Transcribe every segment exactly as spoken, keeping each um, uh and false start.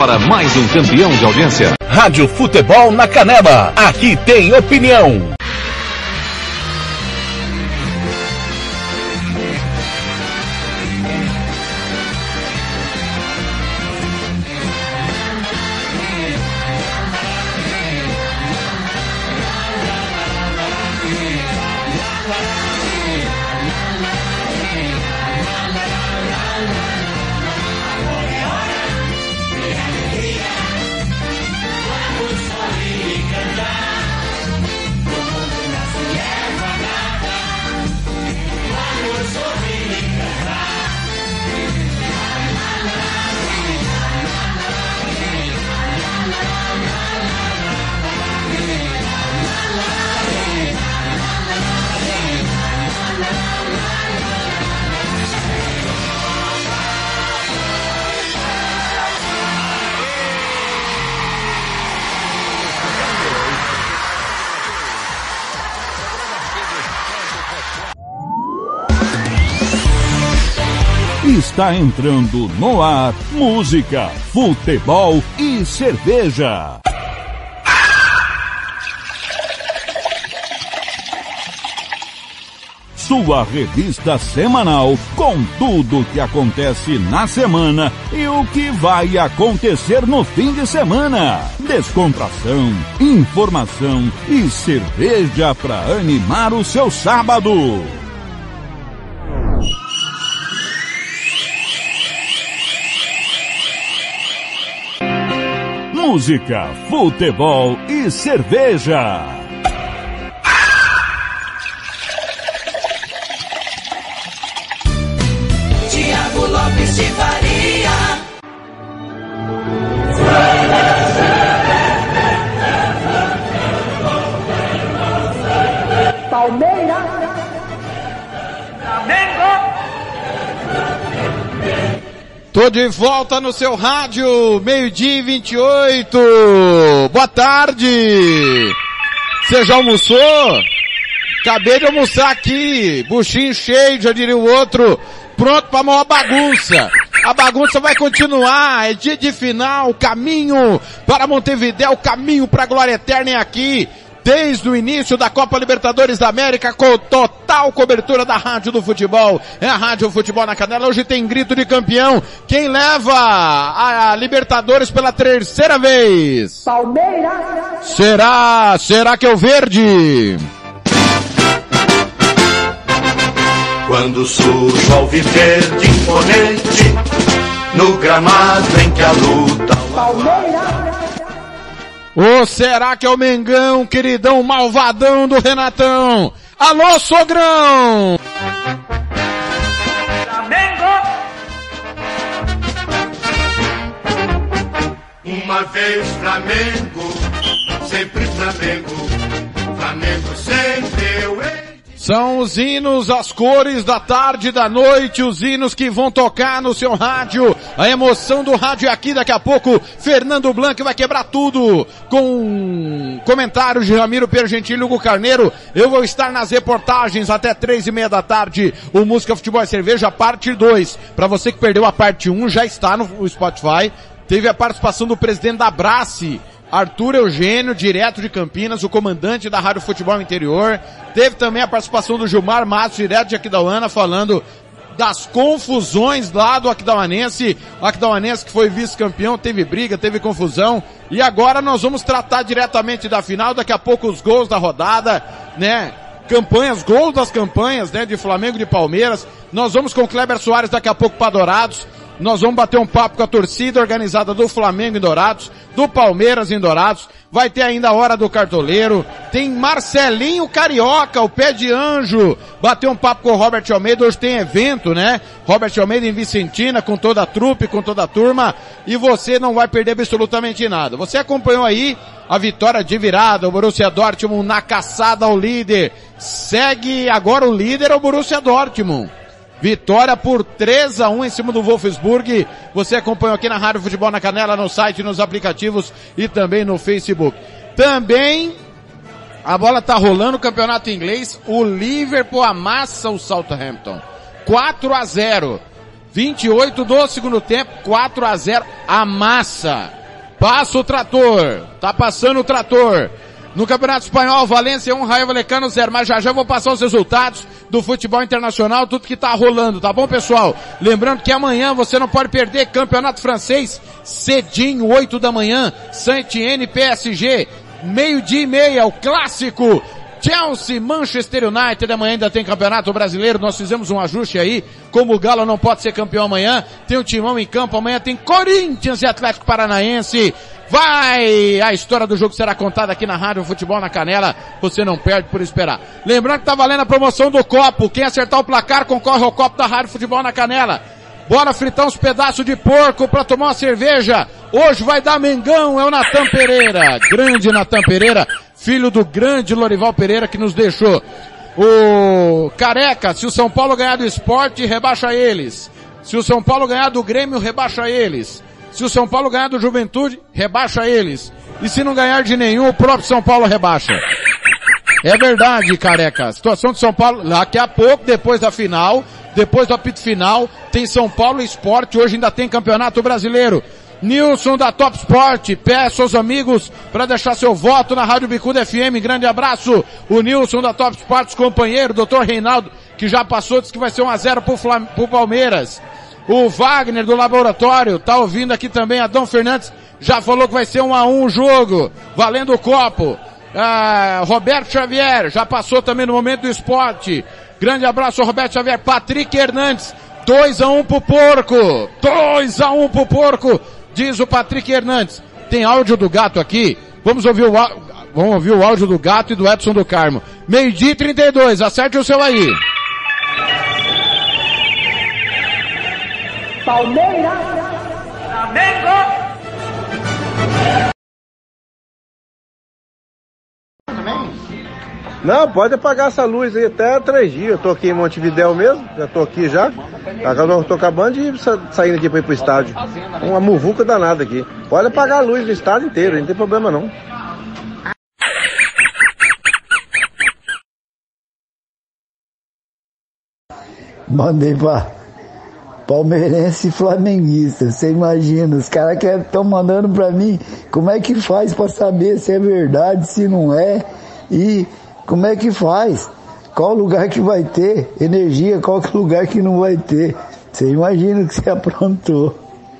Para mais um campeão de audiência. Rádio Futebol na Canela. Aqui tem opinião. Está entrando no ar música, futebol e cerveja. Sua revista semanal com tudo que acontece na semana e o que vai acontecer no fim de semana. Descontração, informação e cerveja para animar o seu sábado. Música, futebol e cerveja. Tiago Lopes de Faria. Palmeiras. Flamengo. Tô de volta no seu rádio, meio-dia e vinte e oito. Boa tarde. Você já almoçou? Acabei de almoçar aqui, buchinho cheio, já diria o outro, pronto pra maior bagunça. A bagunça vai continuar, é dia de final, caminho para Montevidéu, caminho para a glória eterna é aqui. Desde o início da Copa Libertadores da América, com total cobertura da Rádio do Futebol. É a Rádio Futebol na Canela. Hoje tem grito de campeão. Quem leva a Libertadores pela terceira vez? Palmeiras. Será? Será que é o verde? Quando surge o alviverde imponente, no gramado em que a luta... Palmeiras. Ou será que é o Mengão, queridão malvadão do Renatão? Alô, sogrão! Flamengo! Uma vez Flamengo, sempre Flamengo, Flamengo sempre eu hei. São os hinos, as cores da tarde e da noite, os hinos que vão tocar no seu rádio. A emoção do rádio é aqui, daqui a pouco Fernando Blanc vai quebrar tudo com comentários de Ramiro Pergentili e Hugo Carneiro. Eu vou estar nas reportagens até três e meia da tarde. O Música, Futebol e Cerveja, parte dois. Para você que perdeu a parte um, já está no Spotify. Teve a participação do presidente da Abrace, Arthur Eugênio, direto de Campinas, o comandante da Rádio Futebol Interior. Teve também a participação do Gilmar Matos, direto de Aquidauana, falando das confusões lá do Aquidauanense. O Aquidauanense que foi vice-campeão, teve briga, teve confusão. E agora nós vamos tratar diretamente da final, daqui a pouco os gols da rodada, né? Campanhas, gols das campanhas, né? De Flamengo e de Palmeiras. Nós vamos com o Kleber Soares daqui a pouco para Dourados. Nós vamos bater um papo com a torcida organizada do Flamengo em Dourados, do Palmeiras em Dourados. Vai ter ainda a hora do cartoleiro. Tem Marcelinho Carioca, o pé de anjo. Bater um papo com o Robert Almeida. Hoje tem evento, né? Robert Almeida em Vicentina, com toda a trupe, com toda a turma. E você não vai perder absolutamente nada. Você acompanhou aí a vitória de virada, o Borussia Dortmund na caçada ao líder. Segue agora o líder, o Borussia Dortmund. Vitória por três a um em cima do Wolfsburg. Você acompanhou aqui na Rádio Futebol na Canela, no site, nos aplicativos e também no Facebook. Também a bola tá rolando, o campeonato inglês. O Liverpool amassa o Southampton. quatro a zero. vinte e oito do segundo tempo, quatro a zero, amassa. Passa o trator, tá passando o trator. No Campeonato Espanhol, Valência um, Raio Vallecano zero. Mas já já vou passar os resultados do futebol internacional, tudo que tá rolando, tá bom, pessoal? Lembrando que amanhã você não pode perder Campeonato Francês, cedinho, oito da manhã, Saint-Étienne P S G, meio-dia e meia, o clássico. Chelsea, Manchester United, amanhã ainda tem Campeonato Brasileiro, nós fizemos um ajuste aí, como o Galo não pode ser campeão amanhã, tem o Timão em campo, amanhã tem Corinthians e Atlético Paranaense, vai, a história do jogo será contada aqui na Rádio Futebol na Canela, você não perde por esperar. Lembrando que tá valendo a promoção do copo, quem acertar o placar concorre ao copo da Rádio Futebol na Canela. Bora fritar uns pedaços de porco pra tomar uma cerveja. Hoje vai dar Mengão, é o Natan Pereira. Grande Natan Pereira, filho do grande Lorival Pereira que nos deixou. O Careca, se o São Paulo ganhar do Sport, rebaixa eles. Se o São Paulo ganhar do Grêmio, rebaixa eles. Se o São Paulo ganhar do Juventude, rebaixa eles. E se não ganhar de nenhum, o próprio São Paulo rebaixa. É verdade, Careca. A situação de São Paulo, daqui a pouco, depois da final, depois do apito final, tem São Paulo Sport, hoje ainda tem Campeonato Brasileiro. Nilson da Top Sport, peço aos amigos para deixar seu voto na Rádio Bicuda F M, grande abraço. O Nilson da Top Sports, companheiro, doutor Reinaldo, que já passou, disse que vai ser um a zero pro, Flam- pro Palmeiras. O Wagner do Laboratório, tá ouvindo aqui também, Adão Fernandes, já falou que vai ser um a um o jogo, valendo o copo. Ah, Roberto Xavier, já passou também no momento do esporte. Grande abraço, Roberto Xavier. Patrick Hernandes, dois a um pro porco. dois a um pro porco, diz o Patrick Hernandes. Tem áudio do gato aqui. Vamos ouvir o, vamos ouvir o áudio do gato e do Edson do Carmo. Meio-dia e trinta e dois, acerte o seu aí. Palmeiras. Flamengo. Não, pode apagar essa luz aí até três dias. Eu tô aqui em Montevidéu mesmo, já tô aqui já. Agora eu tô acabando de sa- saindo aqui pra ir pro estádio. Uma muvuca danada aqui. Pode apagar a luz do estádio inteiro, não tem problema não. Mandei pra palmeirense e flamenguista. Você imagina, os caras que estão mandando pra mim, como é que faz pra saber se é verdade, se não é, e como é que faz? Qual lugar que vai ter energia, qual que lugar que não vai ter? Você imagina o que você aprontou.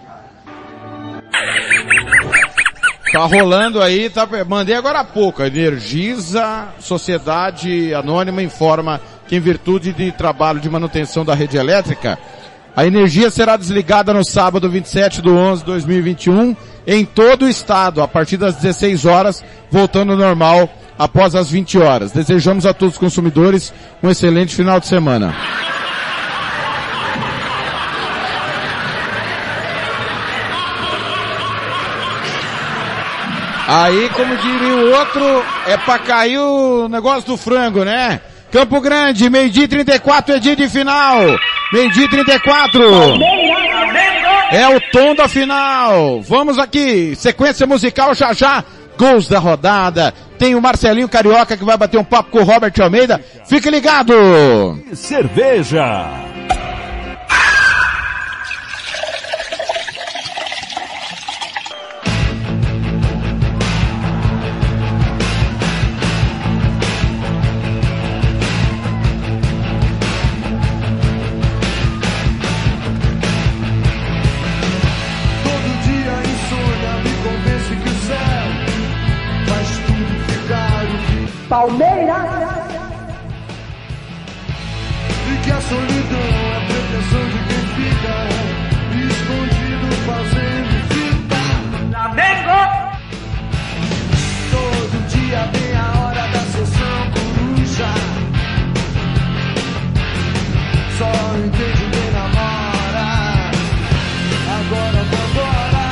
Tá rolando aí, tá, mandei agora há pouco. A Energisa Sociedade Anônima informa que em virtude de trabalho de manutenção da rede elétrica, a energia será desligada no sábado vinte e sete de onze de dois mil e vinte e um em todo o estado, a partir das dezesseis horas, voltando ao normal após as vinte horas. Desejamos a todos os consumidores um excelente final de semana. Aí, como diria o outro, é pra cair o negócio do frango, né? Campo Grande, meio-dia e trinta e quatro é dia de final. Meio-dia e trinta e quatro. É o tom da final. Vamos aqui, sequência musical já já. Gols da rodada. Tem o Marcelinho Carioca que vai bater um papo com o Robert Almeida. Fique ligado. Cerveja. Palmeiras. E que a solidão é a pretensão de quem fica escondido fazendo fita. Flamengo. Todo dia vem a hora da sessão coruja. Só entende quem namora. Agora vambora.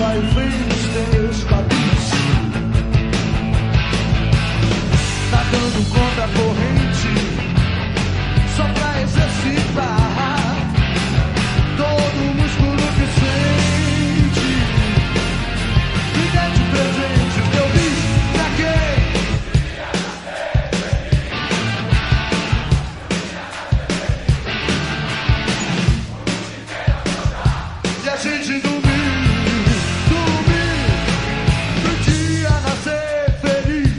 vai vem os teus quadris, nadando contra a corrente, só pra exercitar todo o músculo que sente. Me dê de presente o teu bis, pra quem? E a gente dormir, dormir, pro dia nascer feliz.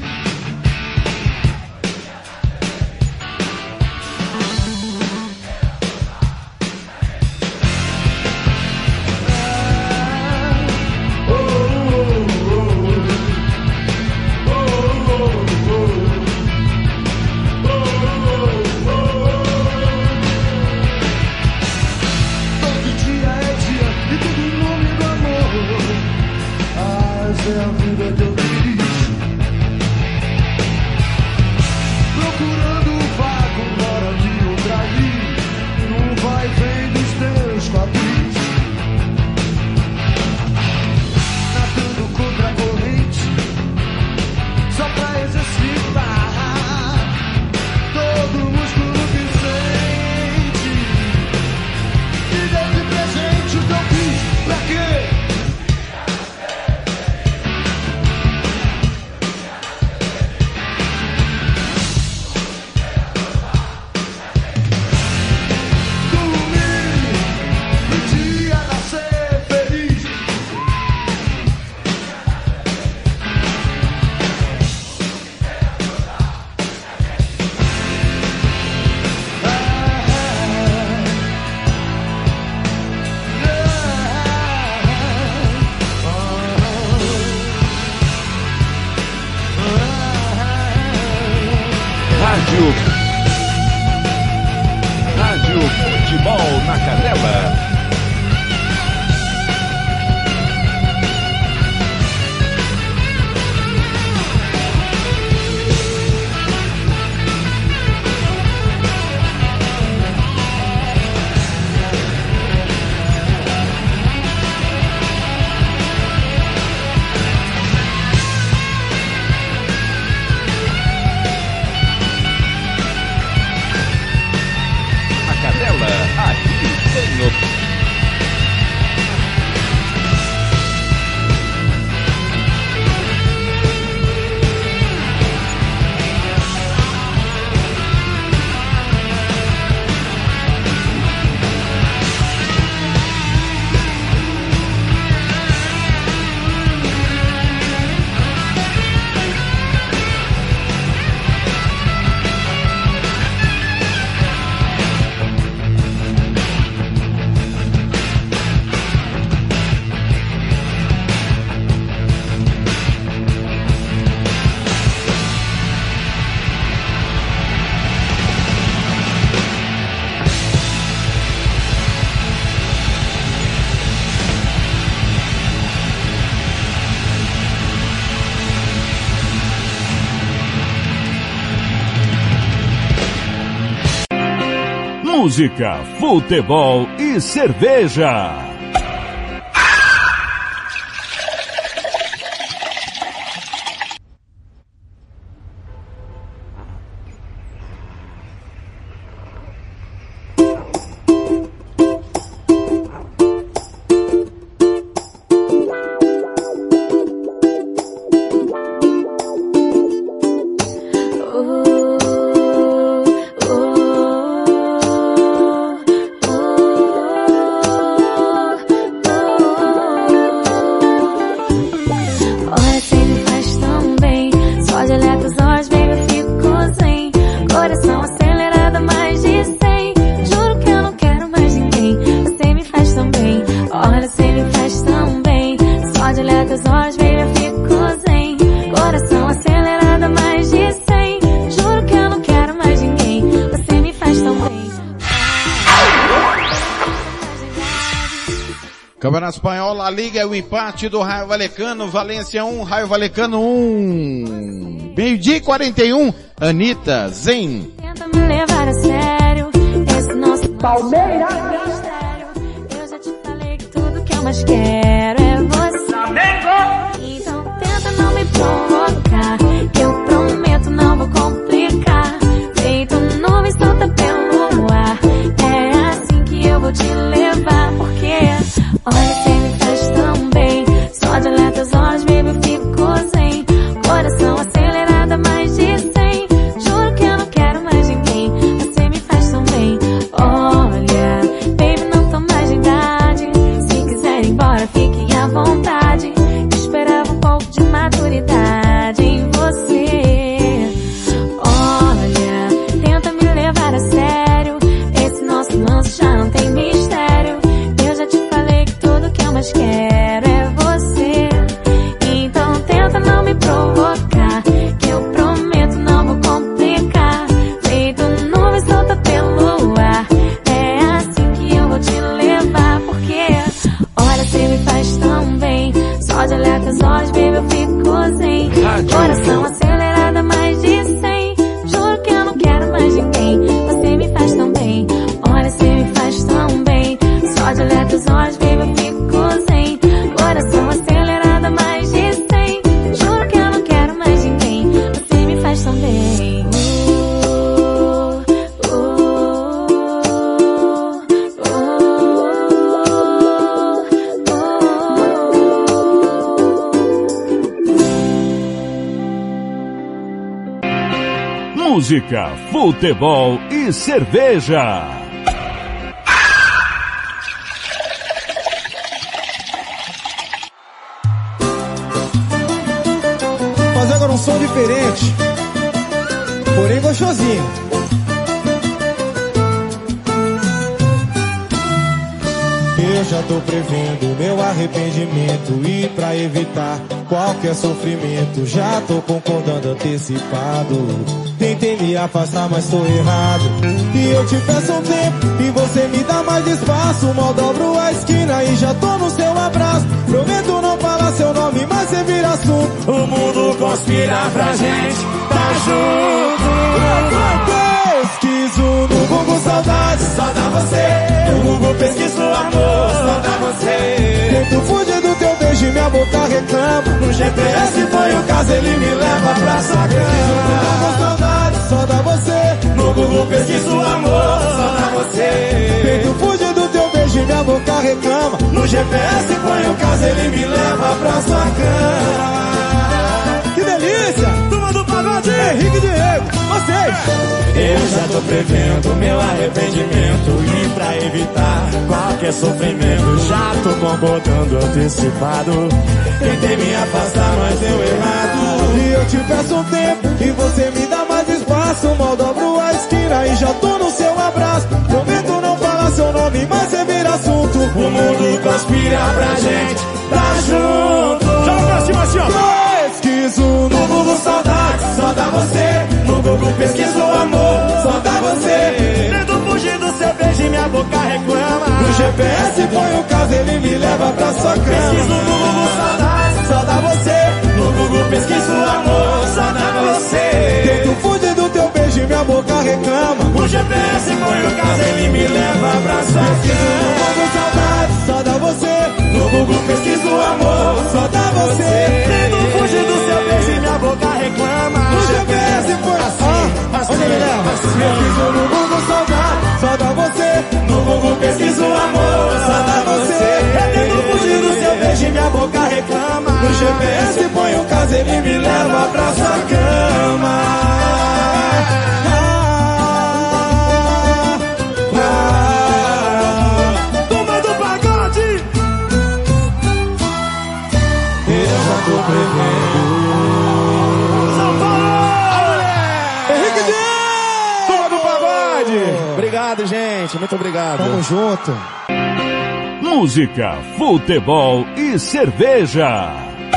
É a vida que eu quis, procurando o vácuo na hora de eu trair, no vai e vem dos teus quadris, nadando contra a corrente, só pra exercitar todo o músculo que sente. Me dê de presente o teu bis, pra quê? Rádio. Rádio Futebol na Canela. Música, futebol e cerveja. Campeonato Espanhol, La Liga, é o empate do Raio Vallecano, Valência um, Raio Vallecano um. Meio-dia e quarenta e um, Anitta, Zen. Tenta me levar a sério, esse nosso Palmeiras. Eu já te falei que tudo que eu mais quero é você. Só de olhar teus olhos, baby, eu fico sem. Coração acelerado, mais de cem. Juro que eu não quero mais ninguém. Você me faz tão bem. Olha, você me faz tão bem. Só de olhar teus olhos, baby, eu fico sem. Coração acelerado, mais de cem. Juro que eu não quero mais ninguém. Você me faz tão bem. Música, futebol e cerveja. Fazer agora um som diferente, porém gostosinho. Eu já tô prevendo meu arrependimento e pra evitar qualquer sofrimento já tô concordando antecipado. Tentei me afastar, mas tô errado. E eu te peço um tempo e você me dá mais espaço. Mal dobro a esquina e já tô no seu abraço. Prometo não falar seu nome, mas você vira assunto. O mundo conspira pra gente tá junto. Pesquiso no Google saudade, só dá você. No Google pesquiso amor, só dá você. Tento fugir do teu beijo e minha boca reclama. No G P S foi o caso, ele me leva pra sua cama. Só dá você. No Google pesquiso amor, só dá você. Tento fugir do teu beijo e minha boca reclama. No G P S foi o caso, ele me leva pra sua cama. Que delícia! Turma do Pagode, Henrique e Diego, vocês! Eu já tô prevendo meu arrependimento e pra evitar qualquer sofrimento já tô concordando antecipado. Tentei me afastar, mas deu errado. E eu te peço um tempo e você me dá mais espaço. Mal dobro a esquina e já tô no seu abraço. Prometo não falar seu nome, mas você vira assunto. O mundo conspira pra gente tá junto. Joga pra cima assim, ó. Pesquiso no Google saudade, só dá você. No Google pesquiso amor, só dá você. Tento fugir do seu beijo e minha boca reclama. No G P S foi o caso, ele me leva pra sua cama. Pesquiso no Google saudade, só dá você. No Google pesquiso amor, só dá você. Tento fugir do teu beijo e minha boca reclama. No G P S foi o caso, ele me leva pra sua cama. No Google saudade, só dá você. No Google pesquiso amor, só dá você. Tento fugir do seu beijo e minha boca reclama. No G P S foi assim, assim, onde ele leva? Pesquiso no Google saudade, só dá você. No Google pesquiso amor, só dá você. Tento fugir do seu beijo e minha boca reclama. No G P S põe o caso, ele me leva pra sua cama. Turma do Pagode, eu já tô prevendo. São Paulo! Henrique Dias! Turma do Pagode! Obrigado, gente. Muito obrigado. Tamo junto. Música, futebol e cerveja.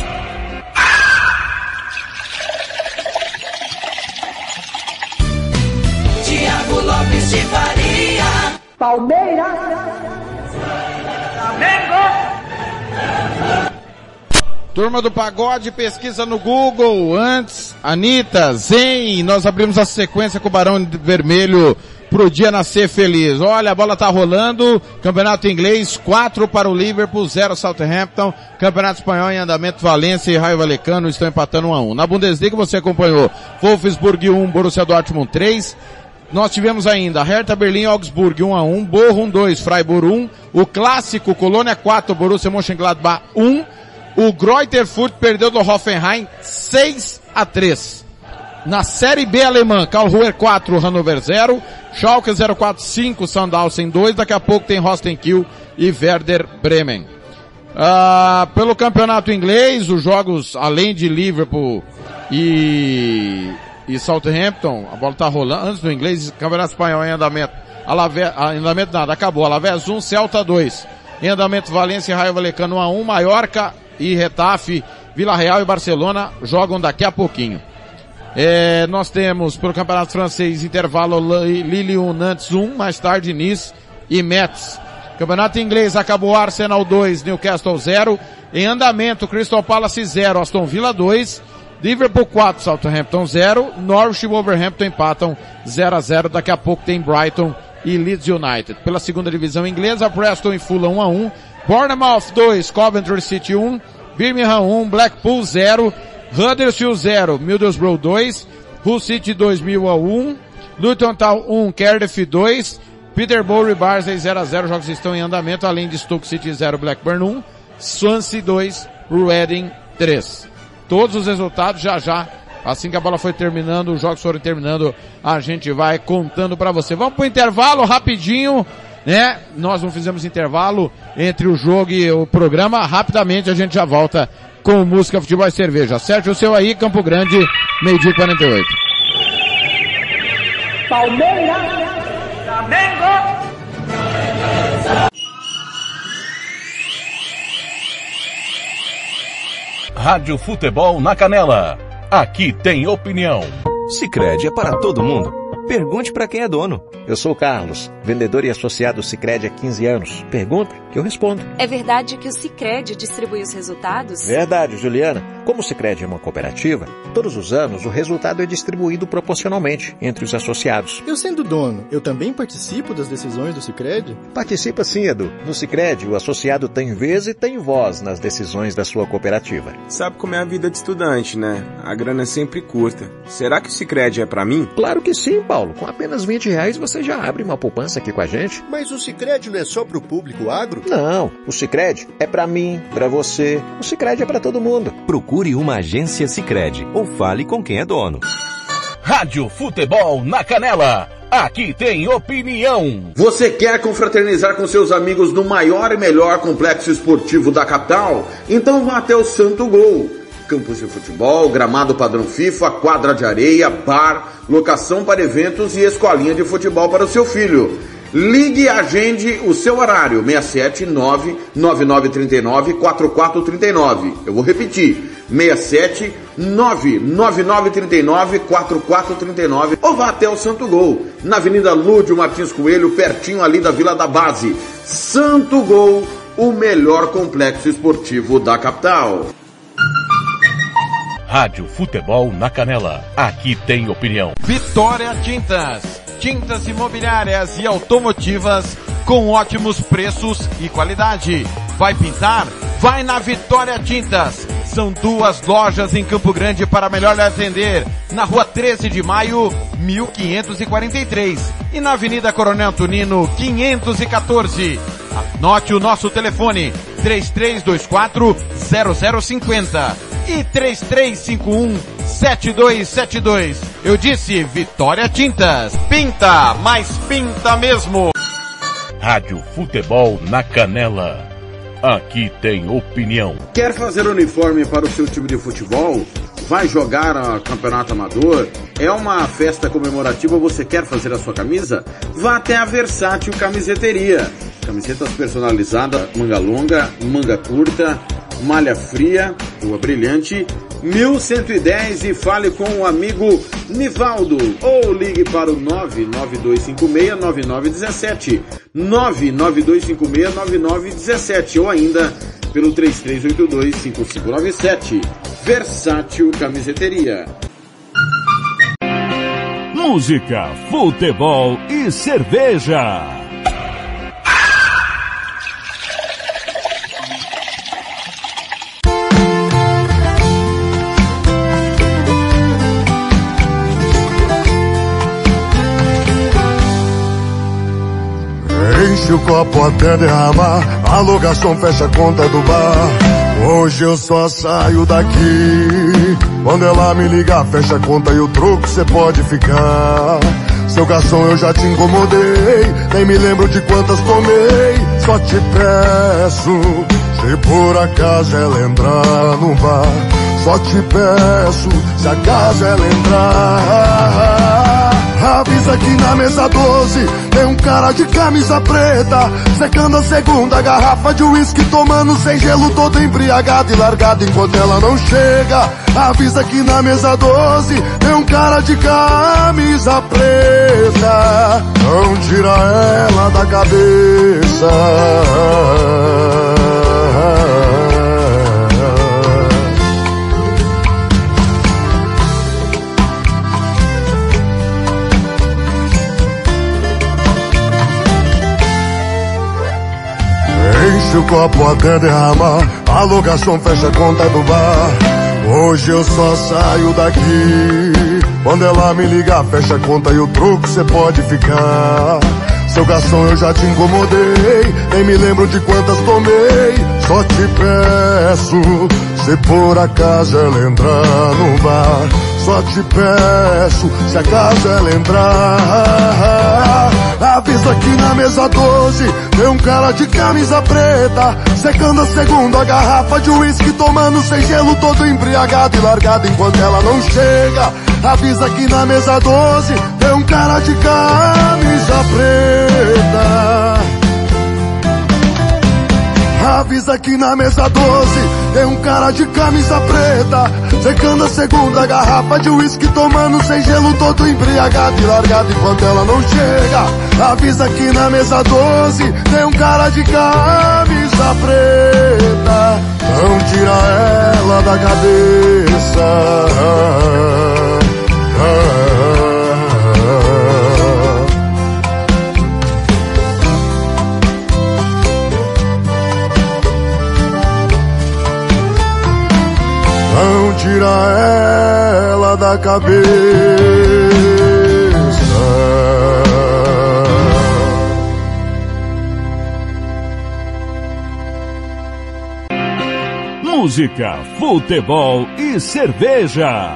Tiago Lopes de Faria. Palmeiras. Flamengo. Turma do Pagode, pesquisa no Google. Antes, Anitta, Zen. Nós abrimos a sequência com o Barão Vermelho pro dia nascer feliz. Olha, a bola tá rolando. Campeonato inglês, quatro para o Liverpool, zero Southampton. Campeonato espanhol em andamento, Valência e Raio Vallecano estão empatando um a um. Na Bundesliga você acompanhou Wolfsburg um, Borussia Dortmund três. Nós tivemos ainda Hertha Berlim, Augsburg um a um, Bochum dois, Freiburg um. O clássico Colônia quatro, Borussia Mönchengladbach um. O Greuther Fürth perdeu do Hoffenheim seis a três. Na Série B alemã, Karlsruhe quatro, Hannover zero, Schalke zero quatro cinco, Sandhausen dois, daqui a pouco tem Rostenkiel e Werder Bremen. Ah, pelo campeonato inglês, os jogos além de Liverpool e, e Southampton, a bola tá rolando, antes do inglês, campeonato espanhol em andamento, Alavés, em andamento nada, acabou, Alavés um, Celta dois, em andamento Valência e Raio Vallecano um a um, Mallorca e Retafe, Vila Real e Barcelona jogam daqui a pouquinho. É, nós temos pelo campeonato francês intervalo Lille um, Nantes um, mais tarde Nice e Metz. Campeonato inglês acabou Arsenal dois, Newcastle zero, Em andamento, Crystal Palace zero, Aston Villa dois, Liverpool quatro, Southampton zero, Norwich e Wolverhampton empatam zero a zero. Daqui a pouco tem Brighton e Leeds United. Pela segunda divisão inglesa, Preston e Fulham um a um, Bournemouth dois, Coventry City um, Birmingham um, Blackpool zero, Huddersfield zero, Middlesbrough dois, Hull City dois mil a um, Luton Town um, Cardiff dois, Peterborough e Barnsley zero a zero, jogos estão em andamento, além de Stoke City zero, Blackburn um, Swansea dois, Reading três. Todos os resultados já já, assim que a bola foi terminando, os jogos foram terminando, a gente vai contando pra você. Vamos pro intervalo rapidinho, né? Nós não fizemos intervalo entre o jogo e o programa, rapidamente a gente já volta com música, futebol e cerveja. Acerte o seu aí, Campo Grande, meio-dia e quarenta e oito. Palmeiras, Flamengo. Rádio Futebol na Canela. Aqui tem opinião. Sicredi é para todo mundo. Pergunte para quem é dono. Eu sou o Carlos, vendedor e associado Sicredi há quinze anos. Pergunta que eu respondo. É verdade que o Sicredi distribui os resultados? Verdade, Juliana. Como o Sicredi é uma cooperativa, todos os anos o resultado é distribuído proporcionalmente entre os associados. Eu sendo dono, eu também participo das decisões do Sicredi? Participa sim, Edu. No Sicredi, o associado tem vez e tem voz nas decisões da sua cooperativa. Sabe como é a vida de estudante, né? A grana é sempre curta. Será que o Sicredi é pra mim? Claro que sim, Paulo. Com apenas vinte reais você já abre uma poupança aqui com a gente. Mas o Sicredi não é só pro público agro? Não, o Sicredi é pra mim, pra você. O Sicredi é pra todo mundo. Procure uma agência Sicredi ou fale com quem é dono. Rádio Futebol na Canela. Aqui tem opinião. Você quer confraternizar com seus amigos no maior e melhor complexo esportivo da capital? Então vá até o Santo Gol. Campos de futebol, gramado padrão FIFA, quadra de areia, bar, locação para eventos e escolinha de futebol para o seu filho. Ligue e agende o seu horário, seis sete nove, nove nove três nove, quatro quatro três nove. Eu vou repetir, seis sete nove, nove nove três nove, quatro quatro três nove. Ou vá até o Santo Gol, na Avenida Lúdio Martins Coelho, pertinho ali da Vila da Base. Santo Gol, o melhor complexo esportivo da capital. Rádio Futebol na Canela. Aqui tem opinião. Vitória Tintas. Tintas imobiliárias e automotivas com ótimos preços e qualidade. Vai pintar? Vai na Vitória Tintas. São duas lojas em Campo Grande para melhor lhe atender. Na rua treze de maio, mil quinhentos e quarenta e três. E na Avenida Coronel Antonino, quinhentos e quatorze. Anote o nosso telefone, três três dois quatro, zero zero cinco zero e três três cinco um, sete dois sete dois. Eu disse Vitória Tintas. Pinta, mas pinta mesmo. Rádio Futebol na Canela. Aqui tem opinião. Quer fazer uniforme para o seu time de futebol? Vai jogar a campeonato amador? É uma festa comemorativa, você quer fazer a sua camisa? Vá até a Versátil Camiseteria. Camisetas personalizadas, manga longa, manga curta, malha fria, rua brilhante, mil cento e dez e fale com o amigo Nivaldo ou ligue para o nove nove dois cinco seis nove nove um sete, nove nove dois cinco seis nove nove um sete ou ainda pelo três três oito dois cinco cinco nove sete. Versátil Camiseteria. Música, futebol e cerveja. Enche o copo até derramar, alô garçom, fecha a conta do bar. Hoje eu só saio daqui quando ela me ligar, fecha a conta e o troco cê pode ficar. Seu garçom, eu já te incomodei, nem me lembro de quantas tomei. Só te peço, se por acaso ela entrar no bar, só te peço, se acaso ela entrar, avisa que na mesa doze tem um cara de camisa preta, secando a segunda garrafa de uísque, tomando sem gelo, todo embriagado e largado enquanto ela não chega. Avisa que na mesa doze tem um cara de camisa preta, não tira ela da cabeça. copo até derramar. Alô, garçom, fecha a conta do bar. Hoje eu só saio daqui quando ela me ligar, fecha a conta e o troco cê pode ficar. Seu garçom, eu já te incomodei, nem me lembro de quantas tomei. Só te peço, se por acaso ela entrar no bar, só te peço, se acaso ela entrar, avisa que na mesa doze tem um cara de camisa preta, secando a segunda garrafa de uísque, tomando sem gelo, todo embriagado e largado enquanto ela não chega. Avisa que na mesa doze tem um cara de camisa preta. Avisa que na mesa doze tem um cara de camisa preta, secando a segunda garrafa de uísque, tomando sem gelo, todo embriagado e largado enquanto ela não chega. Avisa que na mesa doze tem um cara de camisa preta, não tira ela da cabeça. Não tira ela da cabeça. Música, futebol e cerveja.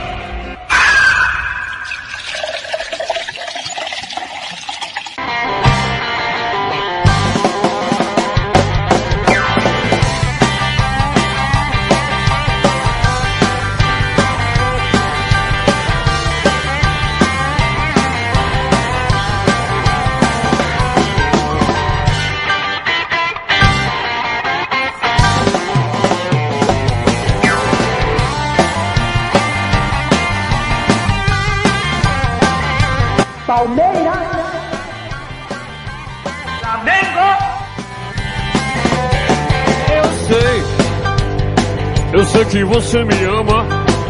Eu sei que você me ama.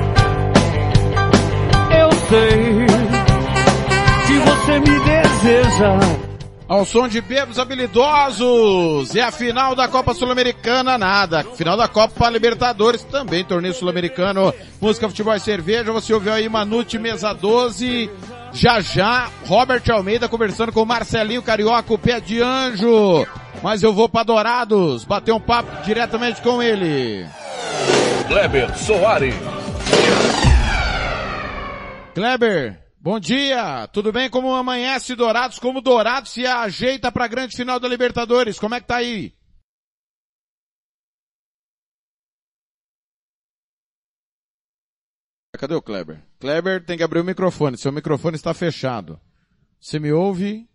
Eu sei que você me deseja. Ao som de Bebos Habilidosos. É a final da Copa Sul-Americana, nada. Final da Copa Libertadores, também torneio sul-americano. Música, futebol e cerveja. Você ouviu aí Manute, mesa doze. Já já, Robert Almeida conversando com o Marcelinho Carioca, o pé de anjo. Mas eu vou para Dourados, bater um papo diretamente com ele. Kleber Soares. Kleber, bom dia. Tudo bem? Como amanhece Dourados? Como Dourados se ajeita para a grande final da Libertadores? Como é que tá aí? Cadê o Kleber? Kleber tem que abrir o microfone. Seu microfone está fechado. Você me ouve?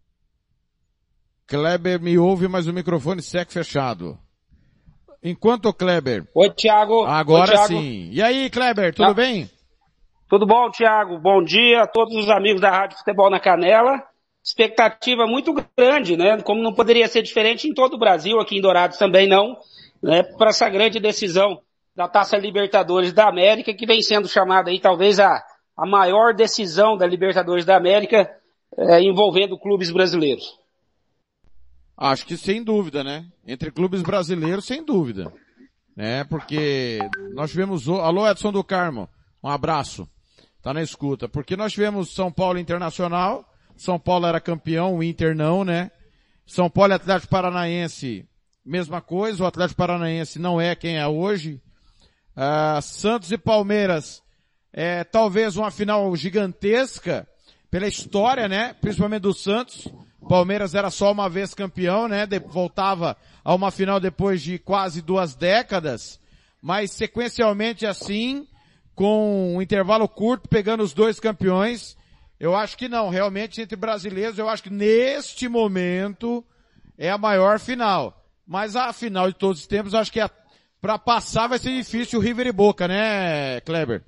Kleber me ouve, mas o microfone segue fechado. Enquanto o Kleber... Oi, Thiago. Agora Oi, Thiago. sim. E aí, Kleber, tudo ah. bem? Tudo bom, Thiago. Bom dia a todos os amigos da Rádio Futebol na Canela. Expectativa muito grande, né? Como não poderia ser diferente em todo o Brasil, aqui em Dourados também não, né? Para essa grande decisão da Taça Libertadores da América, que vem sendo chamada aí talvez a, a maior decisão da Libertadores da América é, envolvendo clubes brasileiros. Acho que sem dúvida, né? Entre clubes brasileiros, sem dúvida. Né? Porque nós tivemos... O... Alô, Edson do Carmo. Um abraço. Tá na escuta. Porque nós tivemos São Paulo Internacional. São Paulo era campeão, o Inter não, né? São Paulo e Atlético Paranaense, mesma coisa. O Atlético Paranaense não é quem é hoje. Uh, Santos e Palmeiras, é talvez uma final gigantesca pela história, né? Principalmente do Santos. Palmeiras era só uma vez campeão, né? De, voltava a uma final depois de quase duas décadas. Mas sequencialmente assim, com um intervalo curto, pegando os dois campeões, eu acho que não. Realmente, entre brasileiros, eu acho que neste momento é a maior final. Mas a final de todos os tempos, eu acho que a para passar vai ser difícil o River e Boca, né, Kleber?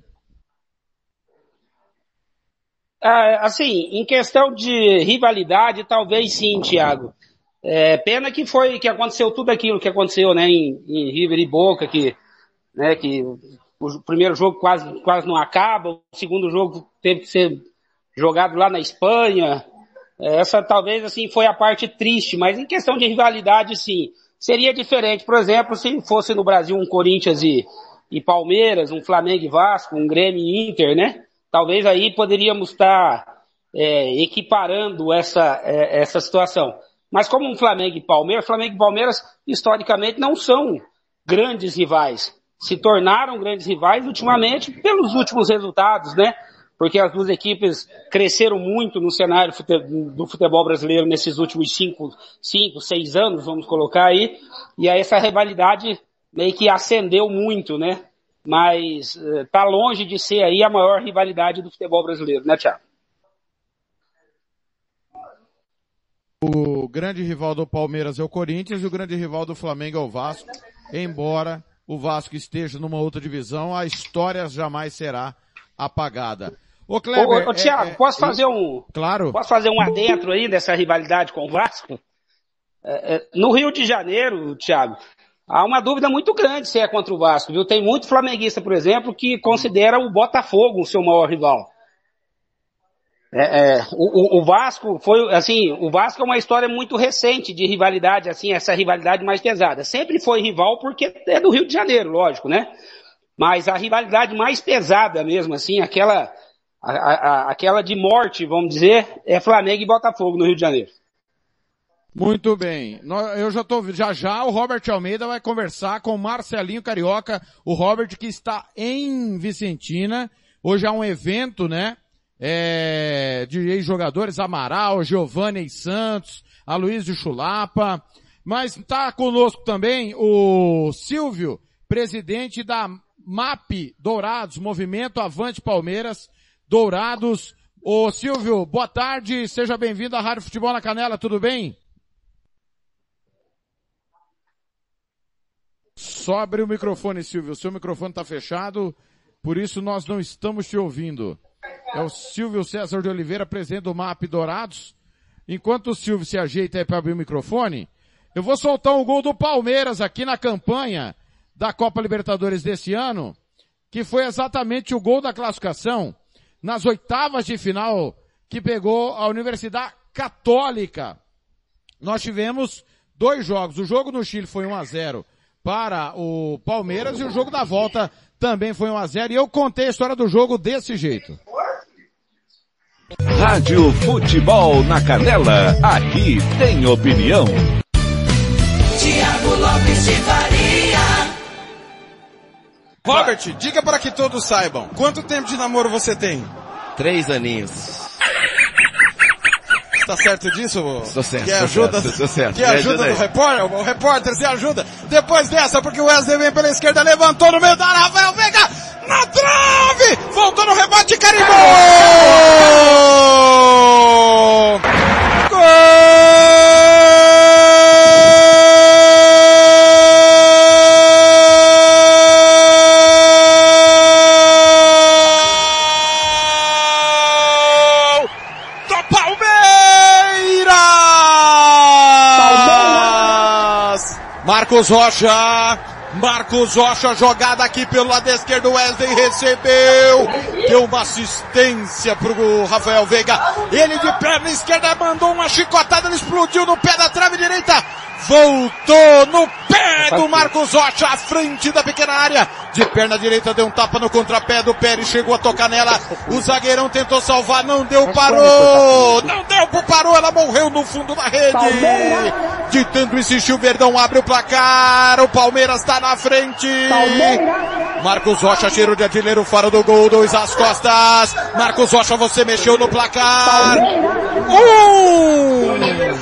Ah, assim, em questão de rivalidade, talvez sim, Thiago. É, pena que foi, que aconteceu tudo aquilo que aconteceu, né, em, em River e Boca, que, né, que o primeiro jogo quase, quase não acaba, o segundo jogo teve que ser jogado lá na Espanha. Essa talvez, assim, foi a parte triste, mas em questão de rivalidade, sim. seria diferente. Por exemplo, se fosse no Brasil um Corinthians e, e Palmeiras, um Flamengo e Vasco, um Grêmio e Inter, né? Talvez aí poderíamos estar é, equiparando essa, é, essa situação. Mas como um Flamengo e Palmeiras, Flamengo e Palmeiras historicamente não são grandes rivais. Se tornaram grandes rivais ultimamente pelos últimos resultados, né? Porque as duas equipes cresceram muito no cenário do futebol brasileiro nesses últimos cinco, cinco, seis anos, vamos colocar aí. E aí essa rivalidade meio que ascendeu muito, né? Mas tá longe de ser aí a maior rivalidade do futebol brasileiro, né, Thiago? O grande rival do Palmeiras é o Corinthians e o grande rival do Flamengo é o Vasco. Embora o Vasco esteja numa outra divisão, a história jamais será apagada. Ô, Kleber, ô, ô, ô Thiago, é, posso fazer um, claro. Posso fazer um adentro aí dessa rivalidade com o Vasco? É, é, no Rio de Janeiro, Thiago, há uma dúvida muito grande se é contra o Vasco, viu? Tem muito flamenguista, por exemplo, que considera o Botafogo o seu maior rival. É, é, o, o Vasco foi, assim, o Vasco é uma história muito recente de rivalidade, assim, essa rivalidade mais pesada. Sempre foi rival porque é do Rio de Janeiro, lógico, né? Mas a rivalidade mais pesada mesmo, assim, aquela, a, a, aquela de morte, vamos dizer, é Flamengo e Botafogo no Rio de Janeiro. Muito bem. Eu já tô, já já o Robert Almeida vai conversar com o Marcelinho Carioca, o Robert que está em Vicentina. Hoje há um evento, né? É, de ex-jogadores, Amaral, Giovanni Santos, Aloysio Chulapa, mas está conosco também o Silvio, presidente da M A P Dourados, Movimento Avante Palmeiras Dourados. Ô Silvio, boa tarde, seja bem-vindo à Rádio Futebol na Canela, tudo bem? Só abre o microfone, Silvio, o seu microfone está fechado, por isso nós não estamos te ouvindo. É o Silvio César de Oliveira, presidente do M A P Dourados. Enquanto o Silvio se ajeita aí para abrir o microfone, eu vou soltar um gol do Palmeiras aqui na campanha da Copa Libertadores desse ano, que foi exatamente o gol da classificação nas oitavas de final que pegou a Universidade Católica. Nós tivemos dois jogos. O jogo no Chile foi um a zero para o Palmeiras e o jogo da volta também foi um a zero. E eu contei a história do jogo desse jeito. Rádio Futebol na Canela, aqui tem opinião. Tiago Lopes de Faria. Robert, diga para que todos saibam, quanto tempo de namoro você tem? Três aninhos. Tá certo disso? Estou certo, que ajuda, estou certo. Que ajuda do repórter, o repórter se ajuda. Depois dessa, porque o Wesley vem pela esquerda, levantou no meio da área, Rafael Veiga, na trave! Voltou no rebote, carimbou! Gol! Do Palmeiras! Palmeiras! Marcos Rocha! Marcos Rocha, jogada aqui pelo lado esquerdo, Wesley recebeu, deu uma assistência pro Rafael Veiga, ele de perna esquerda mandou uma chicotada, ele explodiu no pé da trave direita, voltou no pé do Marcos Rocha, à frente da pequena área, de perna direita deu um tapa no contrapé do Pérez, chegou a tocar nela, o zagueirão tentou salvar, não deu, parou, não deu, parou, ela morreu no fundo da rede, de tanto insistir o Verdão abre o placar, o Palmeiras está na frente, Marcos Rocha, cheiro de artilheiro fora do gol, dois às costas, Marcos Rocha, você mexeu no placar, um,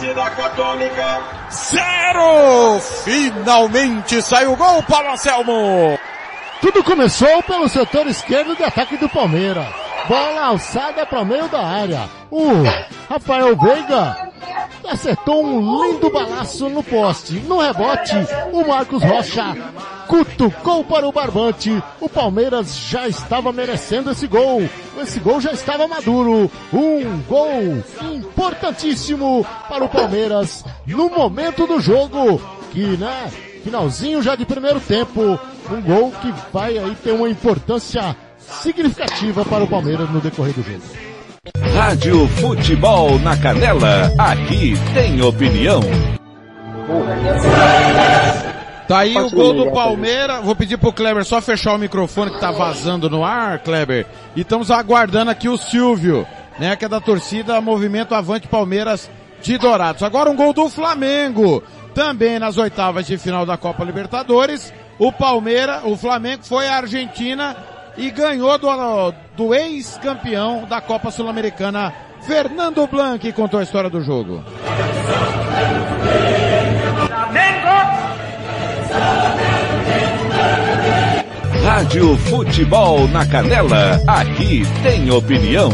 zero, finalmente saiu o gol, Paulo Anselmo. Tudo começou pelo setor esquerdo de ataque do Palmeiras. Bola alçada para o meio da área. O Rafael Veiga acertou um lindo balaço no poste. No rebote, o Marcos Rocha cutucou para o barbante. O Palmeiras já estava merecendo esse gol. Esse gol já estava maduro. Um gol importantíssimo para o Palmeiras no momento do jogo. Que, né, finalzinho já de primeiro tempo. Um gol que vai aí ter uma importância significativa para o Palmeiras no decorrer do jogo. Rádio Futebol na Canela, aqui tem opinião. Tá aí o gol do Palmeiras. Vou pedir pro Kleber só fechar o microfone que tá vazando no ar, Kleber. E estamos aguardando aqui o Silvio, né, que é da torcida Movimento Avante Palmeiras de Dourados. Agora um gol do Flamengo, também nas oitavas de final da Copa Libertadores. O Palmeiras, o Flamengo foi à Argentina e ganhou do, do ex-campeão da Copa Sul-Americana, Fernando Blanc, contou a história do jogo. Rádio Futebol na Canela, aqui tem opinião.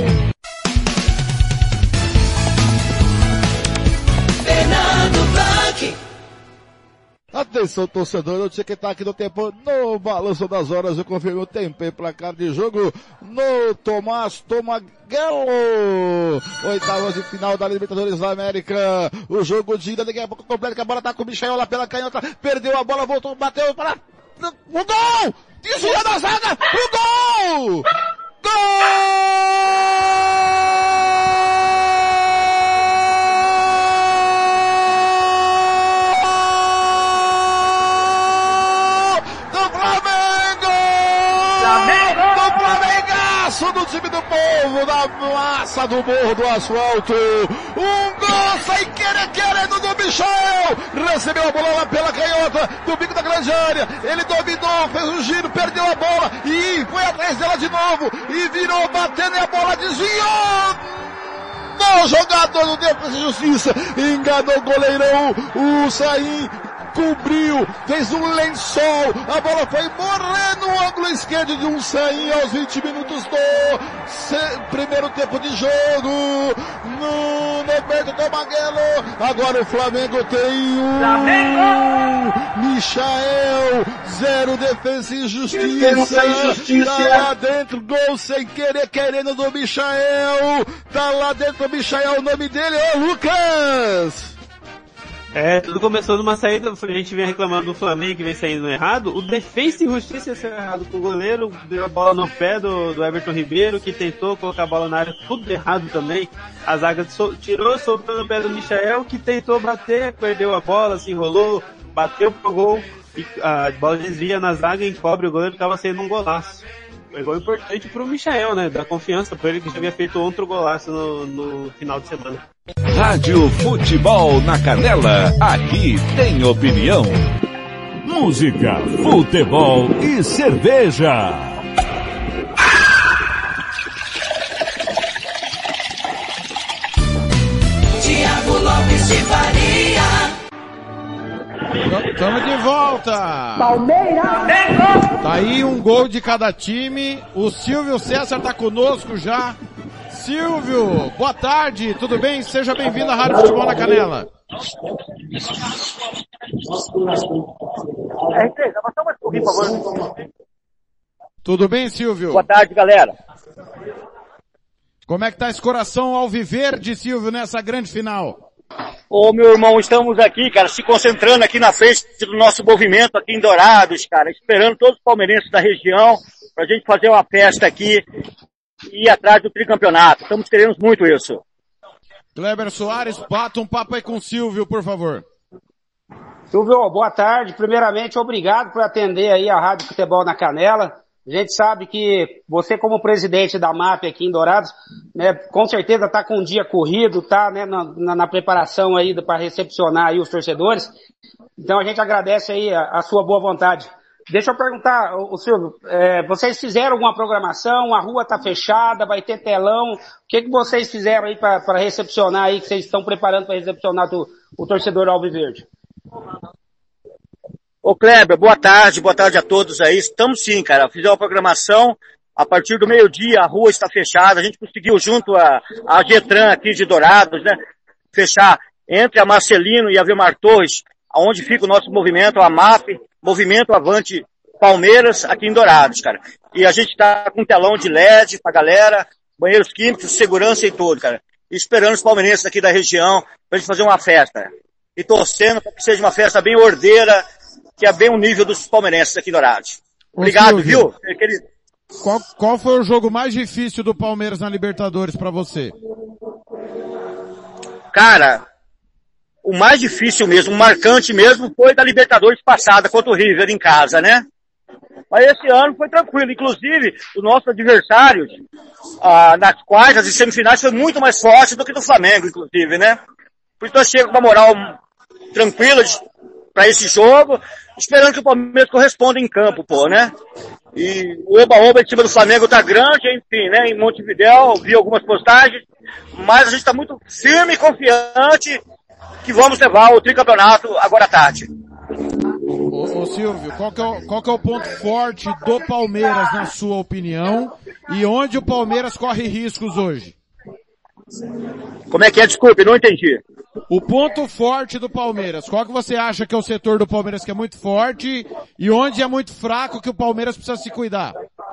Fernando Blanc. Atenção, torcedor, eu tinha que estar aqui no tempo, no balanço das horas, eu confirmo o tempo e placar de jogo no Tomás Tomagello. Oitavas de final da Libertadores da América. O jogo de ida, daqui a pouco completo, que a bola tá com o Michael lá pela canhota, perdeu a bola, voltou, bateu para... O gol! Desvia da zaga! O gol! Gol! Do time do povo, da massa do morro do asfalto, um gol sem querer, querendo do Michel, recebeu a bola lá pela canhota, do bico da grande área, ele dominou, fez um giro, perdeu a bola, e foi atrás dela de novo, e virou, batendo e a bola desviou, no jogador do Defesa e Justiça, enganou o goleirão, o Saim, cobriu, fez um lençol, a bola foi morrer no ângulo esquerdo de um Saim aos vinte minutos do primeiro tempo de jogo, no Norberto Tomagello. Agora o Flamengo tem um Flamengo! Michael, zero Defesa e Justiça, Justiça. Tá lá dentro, gol sem querer, querendo do Michael, tá lá dentro o Michael, o nome dele é o Lucas. É, tudo começou numa saída, a gente vem reclamando do Flamengo que vem saindo errado, o Defesa e Justiça saiu errado com o goleiro, deu a bola no pé do, do Everton Ribeiro, que tentou colocar a bola na área, tudo errado também, a zaga so, tirou, sobrou no pé do Michael, que tentou bater, perdeu a bola, se enrolou, bateu pro gol, e a bola desvia na zaga, encobre o goleiro, que estava sendo um golaço. É gol importante pro Michael, né, dar confiança pra ele, que já havia feito outro golaço no, no final de semana. Rádio Futebol na Canela, aqui tem opinião. Música, futebol e cerveja. Tiago Lopes de Faria. Estamos de volta. Palmeiras. Tá aí um gol de cada time. O Silvio César tá conosco já. Silvio, boa tarde, tudo bem? Seja bem-vindo à Rádio Futebol na Canela. Tudo bem, Silvio? Boa tarde, galera. Como é que tá esse coração alviverde, Silvio, nessa grande final? Ô, meu irmão, estamos aqui, cara, se concentrando aqui na frente do nosso movimento aqui em Dourados, cara, esperando todos os palmeirenses da região pra gente fazer uma festa aqui e ir atrás do tricampeonato. Estamos querendo muito isso. Kleber Soares, bata um papo aí com o Silvio, por favor. Silvio, boa tarde. Primeiramente, obrigado por atender aí a Rádio Futebol na Canela. A gente sabe que você, como presidente da M A P aqui em Dourados, né, com certeza está com um dia corrido, tá, né, na, na, na preparação aí para recepcionar aí os torcedores. Então a gente agradece aí a, a sua boa vontade. Deixa eu perguntar, o Silvio, é, vocês fizeram alguma programação? A rua está fechada, vai ter telão? O que que vocês fizeram aí para recepcionar aí, que vocês estão preparando para recepcionar o, o torcedor alviverde? Ô Kleber, boa tarde, boa tarde a todos aí. Estamos sim, cara. Fizemos uma programação. A partir do meio-dia a rua está fechada. A gente conseguiu junto a, a Getran aqui de Dourados, né? Fechar entre a Marcelino e a Vilmar Torres, onde fica o nosso movimento, a M A P, Movimento Avante Palmeiras, aqui em Dourados, cara. E a gente tá com um telão de L E D pra galera, banheiros químicos, segurança e tudo, cara. E esperando os palmeirenses aqui da região pra gente fazer uma festa. E torcendo para que seja uma festa bem ordeira, que é bem o nível dos palmeirenses aqui em Dourados. Obrigado, Ô, viu? Aquele... Qual, qual foi o jogo mais difícil do Palmeiras na Libertadores pra você? Cara, o mais difícil mesmo, o marcante mesmo, foi da Libertadores passada contra o River em casa, né? Mas esse ano foi tranquilo. Inclusive, os nossos adversários, ah, nas quartas e semifinais, foi muito mais forte do que do Flamengo, inclusive, né? Por isso eu chego com uma moral tranquila para esse jogo, esperando que o Palmeiras corresponda em campo, pô, né? E o oba-oba em cima do Flamengo tá grande, enfim, né? Em Montevidéu, vi algumas postagens, mas a gente tá muito firme e confiante que vamos levar o tricampeonato agora à tarde. Ô, ô Silvio, qual que, é o, qual que é o ponto forte do Palmeiras, na sua opinião, e onde o Palmeiras corre riscos hoje? Como é que é? Desculpe, não entendi. O ponto forte do Palmeiras, qual que você acha que é o setor do Palmeiras que é muito forte e onde é muito fraco que o Palmeiras precisa se cuidar?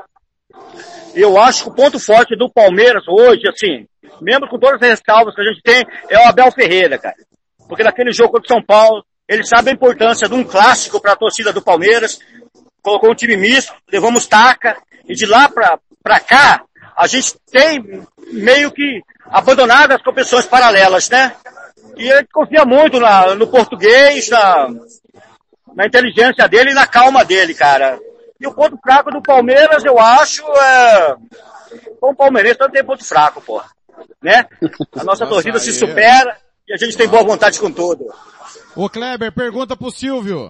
Eu acho que o ponto forte do Palmeiras hoje, assim, mesmo com todas as ressalvas que a gente tem, é o Abel Ferreira, cara. Porque naquele jogo contra o São Paulo, ele sabe a importância de um clássico para a torcida do Palmeiras, colocou um time misto, levamos taca, e de lá pra, pra cá, a gente tem meio que abandonado as competições paralelas, né? E ele confia muito na, no português, na, na inteligência dele e na calma dele, cara. E o ponto fraco do Palmeiras, eu acho, é... Bom, o palmeirense não tem ponto fraco, pô. Né? A nossa, nossa torcida se supera e a gente tem boa vontade com tudo. Ô Kleber, pergunta pro Silvio.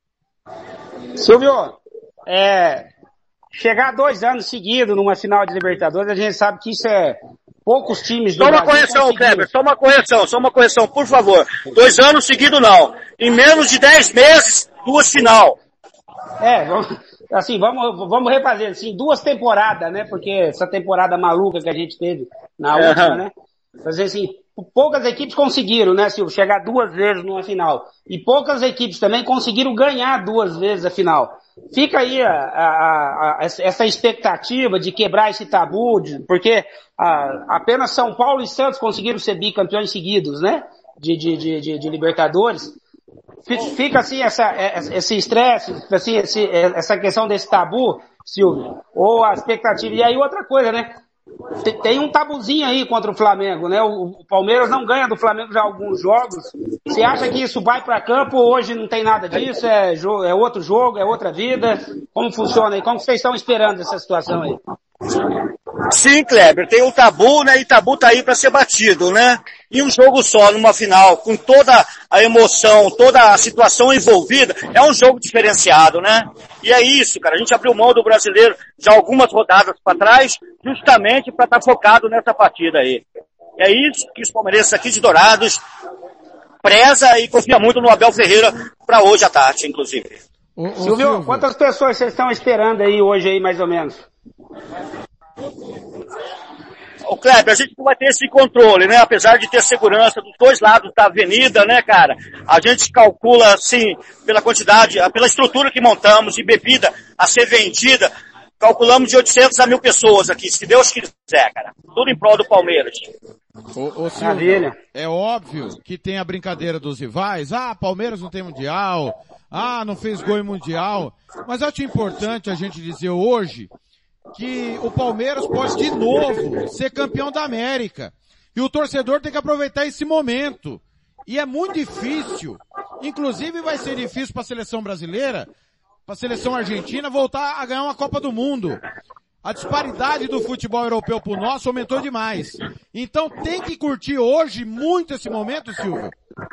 Silvio, é... chegar dois anos seguidos numa final de Libertadores, a gente sabe que isso é... Poucos times do Só uma correção, Kleber, só uma correção, só uma correção, por favor. Dois anos seguidos não. Em menos de dez meses, duas final. É, vamos, assim, vamos, vamos refazer, assim, duas temporadas, né? Porque essa temporada maluca que a gente teve na Uhum. última, né? Fazer assim, poucas equipes conseguiram, né, Silvio, chegar duas vezes numa final. E poucas equipes também conseguiram ganhar duas vezes a final. Fica aí a, a, a, essa expectativa de quebrar esse tabu, de, porque a, apenas São Paulo e Santos conseguiram ser bicampeões seguidos, né? De, de, de, de, de Libertadores. Fica assim essa, esse estresse, assim, esse, essa questão desse tabu, Silvio, ou a expectativa. E aí outra coisa, né? Tem um tabuzinho aí contra o Flamengo, né? O Palmeiras não ganha do Flamengo já há alguns jogos. Você acha que isso vai para campo? Hoje não tem nada disso? É, jogo, é outro jogo? É outra vida? Como funciona aí? Como vocês estão esperando essa situação aí? Sim, Kleber, tem um tabu, né? E tabu tá aí para ser batido, né? E um jogo só, numa final, com toda a emoção, toda a situação envolvida, é um jogo diferenciado, né? E é isso, cara. A gente abriu mão do brasileiro já algumas rodadas para trás, justamente para estar tá focado nessa partida aí. É isso que os palmeirenses aqui de Dourados preza e confia muito no Abel Ferreira para hoje à tarde, inclusive. Ô, ô, Silvio, Silvio, quantas pessoas vocês estão esperando aí hoje aí, mais ou menos? Ô Kleber, a gente não vai ter esse controle, né? Apesar de ter segurança dos dois lados da avenida, né, cara? A gente calcula, assim, pela quantidade, pela estrutura que montamos de bebida a ser vendida, calculamos de oitocentas a mil pessoas aqui, se Deus quiser, cara. Tudo em prol do Palmeiras. Ô, ô Silvio, é óbvio que tem a brincadeira dos rivais. Ah, Palmeiras não tem mundial. Ah, não fez gol em mundial. Mas acho importante a gente dizer hoje que o Palmeiras pode de novo ser campeão da América. E o torcedor tem que aproveitar esse momento. E é muito difícil, inclusive vai ser difícil para a seleção brasileira, para a seleção argentina voltar a ganhar uma Copa do Mundo. A disparidade do futebol europeu pro nosso aumentou demais. Então tem que curtir hoje muito esse momento, Silvio.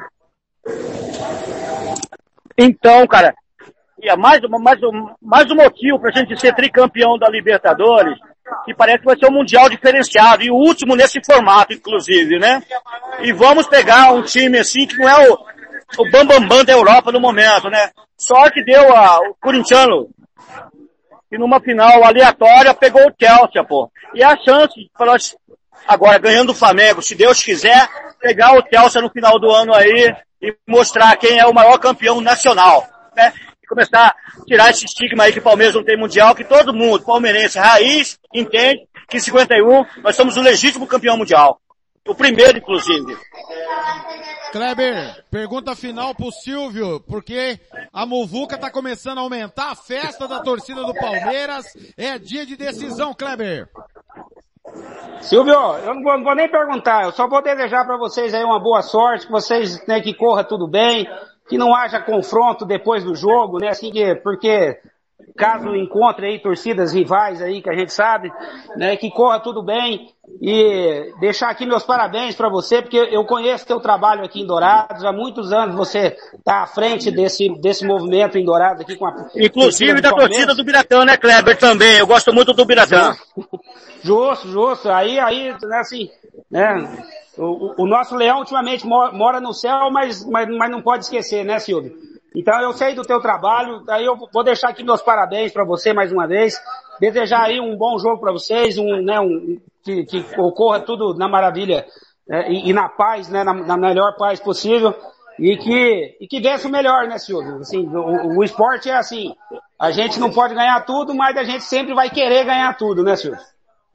Então, cara, e é mais, mais, mais um motivo pra gente ser tricampeão da Libertadores, que parece que vai ser um mundial diferenciado, e o último nesse formato, inclusive, né? E vamos pegar um time assim que não é o, o bambambam bam, bam da Europa no momento, né? Sorte deu a, o corintiano, e numa final aleatória pegou o Chelsea, pô. E a chance, agora ganhando o Flamengo, se Deus quiser, pegar o Chelsea no final do ano aí e mostrar quem é o maior campeão nacional, né? E começar a tirar esse estigma aí que o Palmeiras não tem mundial, que todo mundo, palmeirense, raiz, entende que em cinquenta e um nós somos o legítimo campeão mundial. O primeiro, inclusive. Kleber, pergunta final pro Silvio, porque a muvuca tá começando a aumentar, a festa da torcida do Palmeiras, é dia de decisão, Kleber. Silvio, eu não vou, não vou nem perguntar, eu só vou desejar para vocês aí uma boa sorte, que vocês, né, que corra tudo bem, que não haja confronto depois do jogo, né, assim que, porque caso encontre aí torcidas rivais aí, que a gente sabe, né, que corra tudo bem, e deixar aqui meus parabéns para você, porque eu conheço teu trabalho aqui em Dourados, há muitos anos você tá à frente desse, desse movimento em Dourados aqui com a... Inclusive da torcida do Biratã, né, Kleber, também, eu gosto muito do Biratã. Justo, justo, aí, aí, né, assim, né, o, o nosso leão ultimamente mora no céu, mas, mas, mas não pode esquecer, né, Silvio? Então eu sei do teu trabalho, aí eu vou deixar aqui meus parabéns para você mais uma vez, desejar aí um bom jogo para vocês, um, né, um, que, que ocorra tudo na maravilha, né, e, e na paz, né, na, na melhor paz possível, e que, e que vença o melhor, né, Silvio? Assim, o, o esporte é assim, a gente não pode ganhar tudo, mas a gente sempre vai querer ganhar tudo, né, Silvio?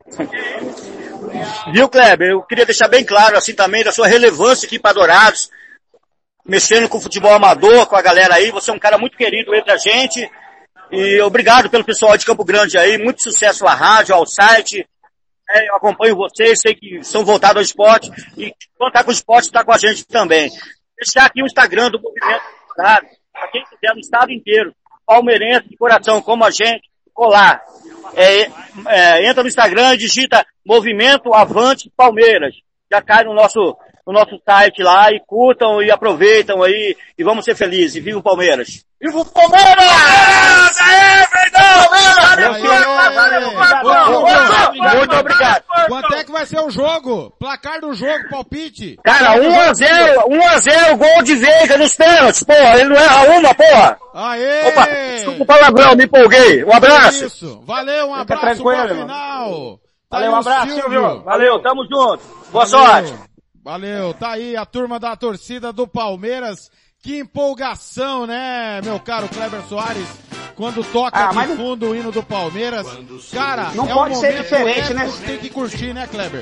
Viu, Kleber? Eu queria deixar bem claro assim também da sua relevância aqui para Dourados, mexendo com o futebol amador, com a galera aí, você é um cara muito querido entre a gente, e obrigado pelo pessoal de Campo Grande aí, muito sucesso à rádio, ao site, é, eu acompanho vocês, sei que são voltados ao esporte, e quando tá com o esporte, tá com a gente também. Deixar aqui o Instagram do Movimento Dourados, para quem quiser no estado inteiro, palmeirense de coração, como a gente, colar. É, é, entra no Instagram e digita Movimento Avante Palmeiras. Já cai no nosso, no nosso site lá e curtam e aproveitam aí e vamos ser felizes. Viva o Palmeiras! Viva o Palmeiras! Muito obrigado. Quanto é que vai ser o jogo? Placar do jogo, palpite? Cara, um a zero, um a zero, gol de Veiga nos pênaltis, porra, ele não erra uma, porra. Aê! Opa, desculpa o palavrão, me empolguei. Um abraço. Isso, valeu, um abraço pro final. Tá valeu, um abraço, Silvio. Valeu, tamo junto. Boa valeu. sorte. Valeu, tá aí a turma da torcida do Palmeiras. Que empolgação, né, meu caro Kleber Soares? Quando toca ah, de fundo não... o hino do Palmeiras. Cara, não é pode um ser diferente, né? Tem que curtir, né, Kleber?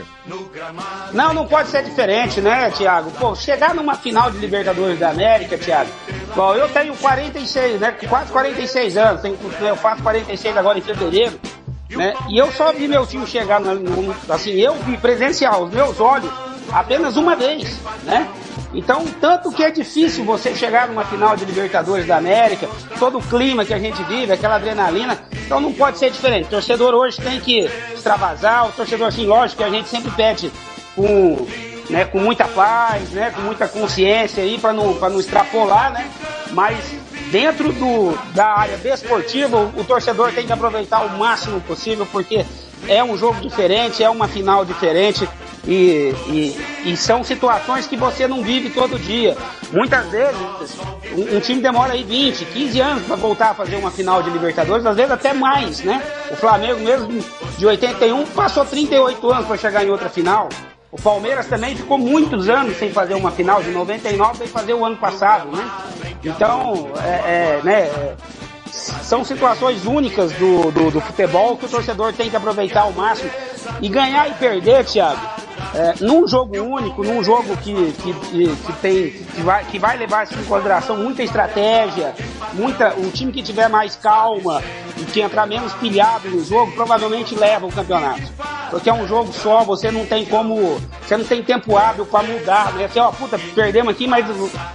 Não, não pode ser diferente, né, Thiago? Pô, chegar numa final de Libertadores da América, Thiago. Bom, eu tenho quarenta e seis, né? Quase quarenta e seis anos. Tenho, eu faço quarenta e seis agora em fevereiro. Né? E eu só vi meu time chegar, no, no, assim, eu vi presencial, os meus olhos, apenas uma vez, né? Então, tanto que é difícil você chegar numa final de Libertadores da América, todo o clima que a gente vive, aquela adrenalina, então não pode ser diferente. O torcedor hoje tem que extravasar, o torcedor, assim, lógico que a gente sempre pede com, né, com muita paz, né, com muita consciência aí, para não, para não extrapolar, né? Mas dentro do, da área desportiva, o, o torcedor tem que aproveitar o máximo possível, porque é um jogo diferente, é uma final diferente e, e, e são situações que você não vive todo dia. Muitas vezes, um, um time demora aí vinte, quinze anos para voltar a fazer uma final de Libertadores, às vezes até mais, né? O Flamengo mesmo, de oitenta e um, passou trinta e oito anos para chegar em outra final. O Palmeiras também ficou muitos anos sem fazer uma final, de noventa e nove sem fazer o ano passado, né? Então, é, é, né, é, são situações únicas do, do, do futebol que o torcedor tem que aproveitar ao máximo. E ganhar e perder, Thiago, é, num jogo único, num jogo que, que, que, tem, que, vai, que vai levar em consideração muita estratégia, muita, o time que tiver mais calma e que entrar menos pilhado no jogo, provavelmente leva o campeonato. Porque é um jogo só, você não tem como, você não tem tempo hábil para mudar, né? Você, ó, puta, perdemos aqui, mas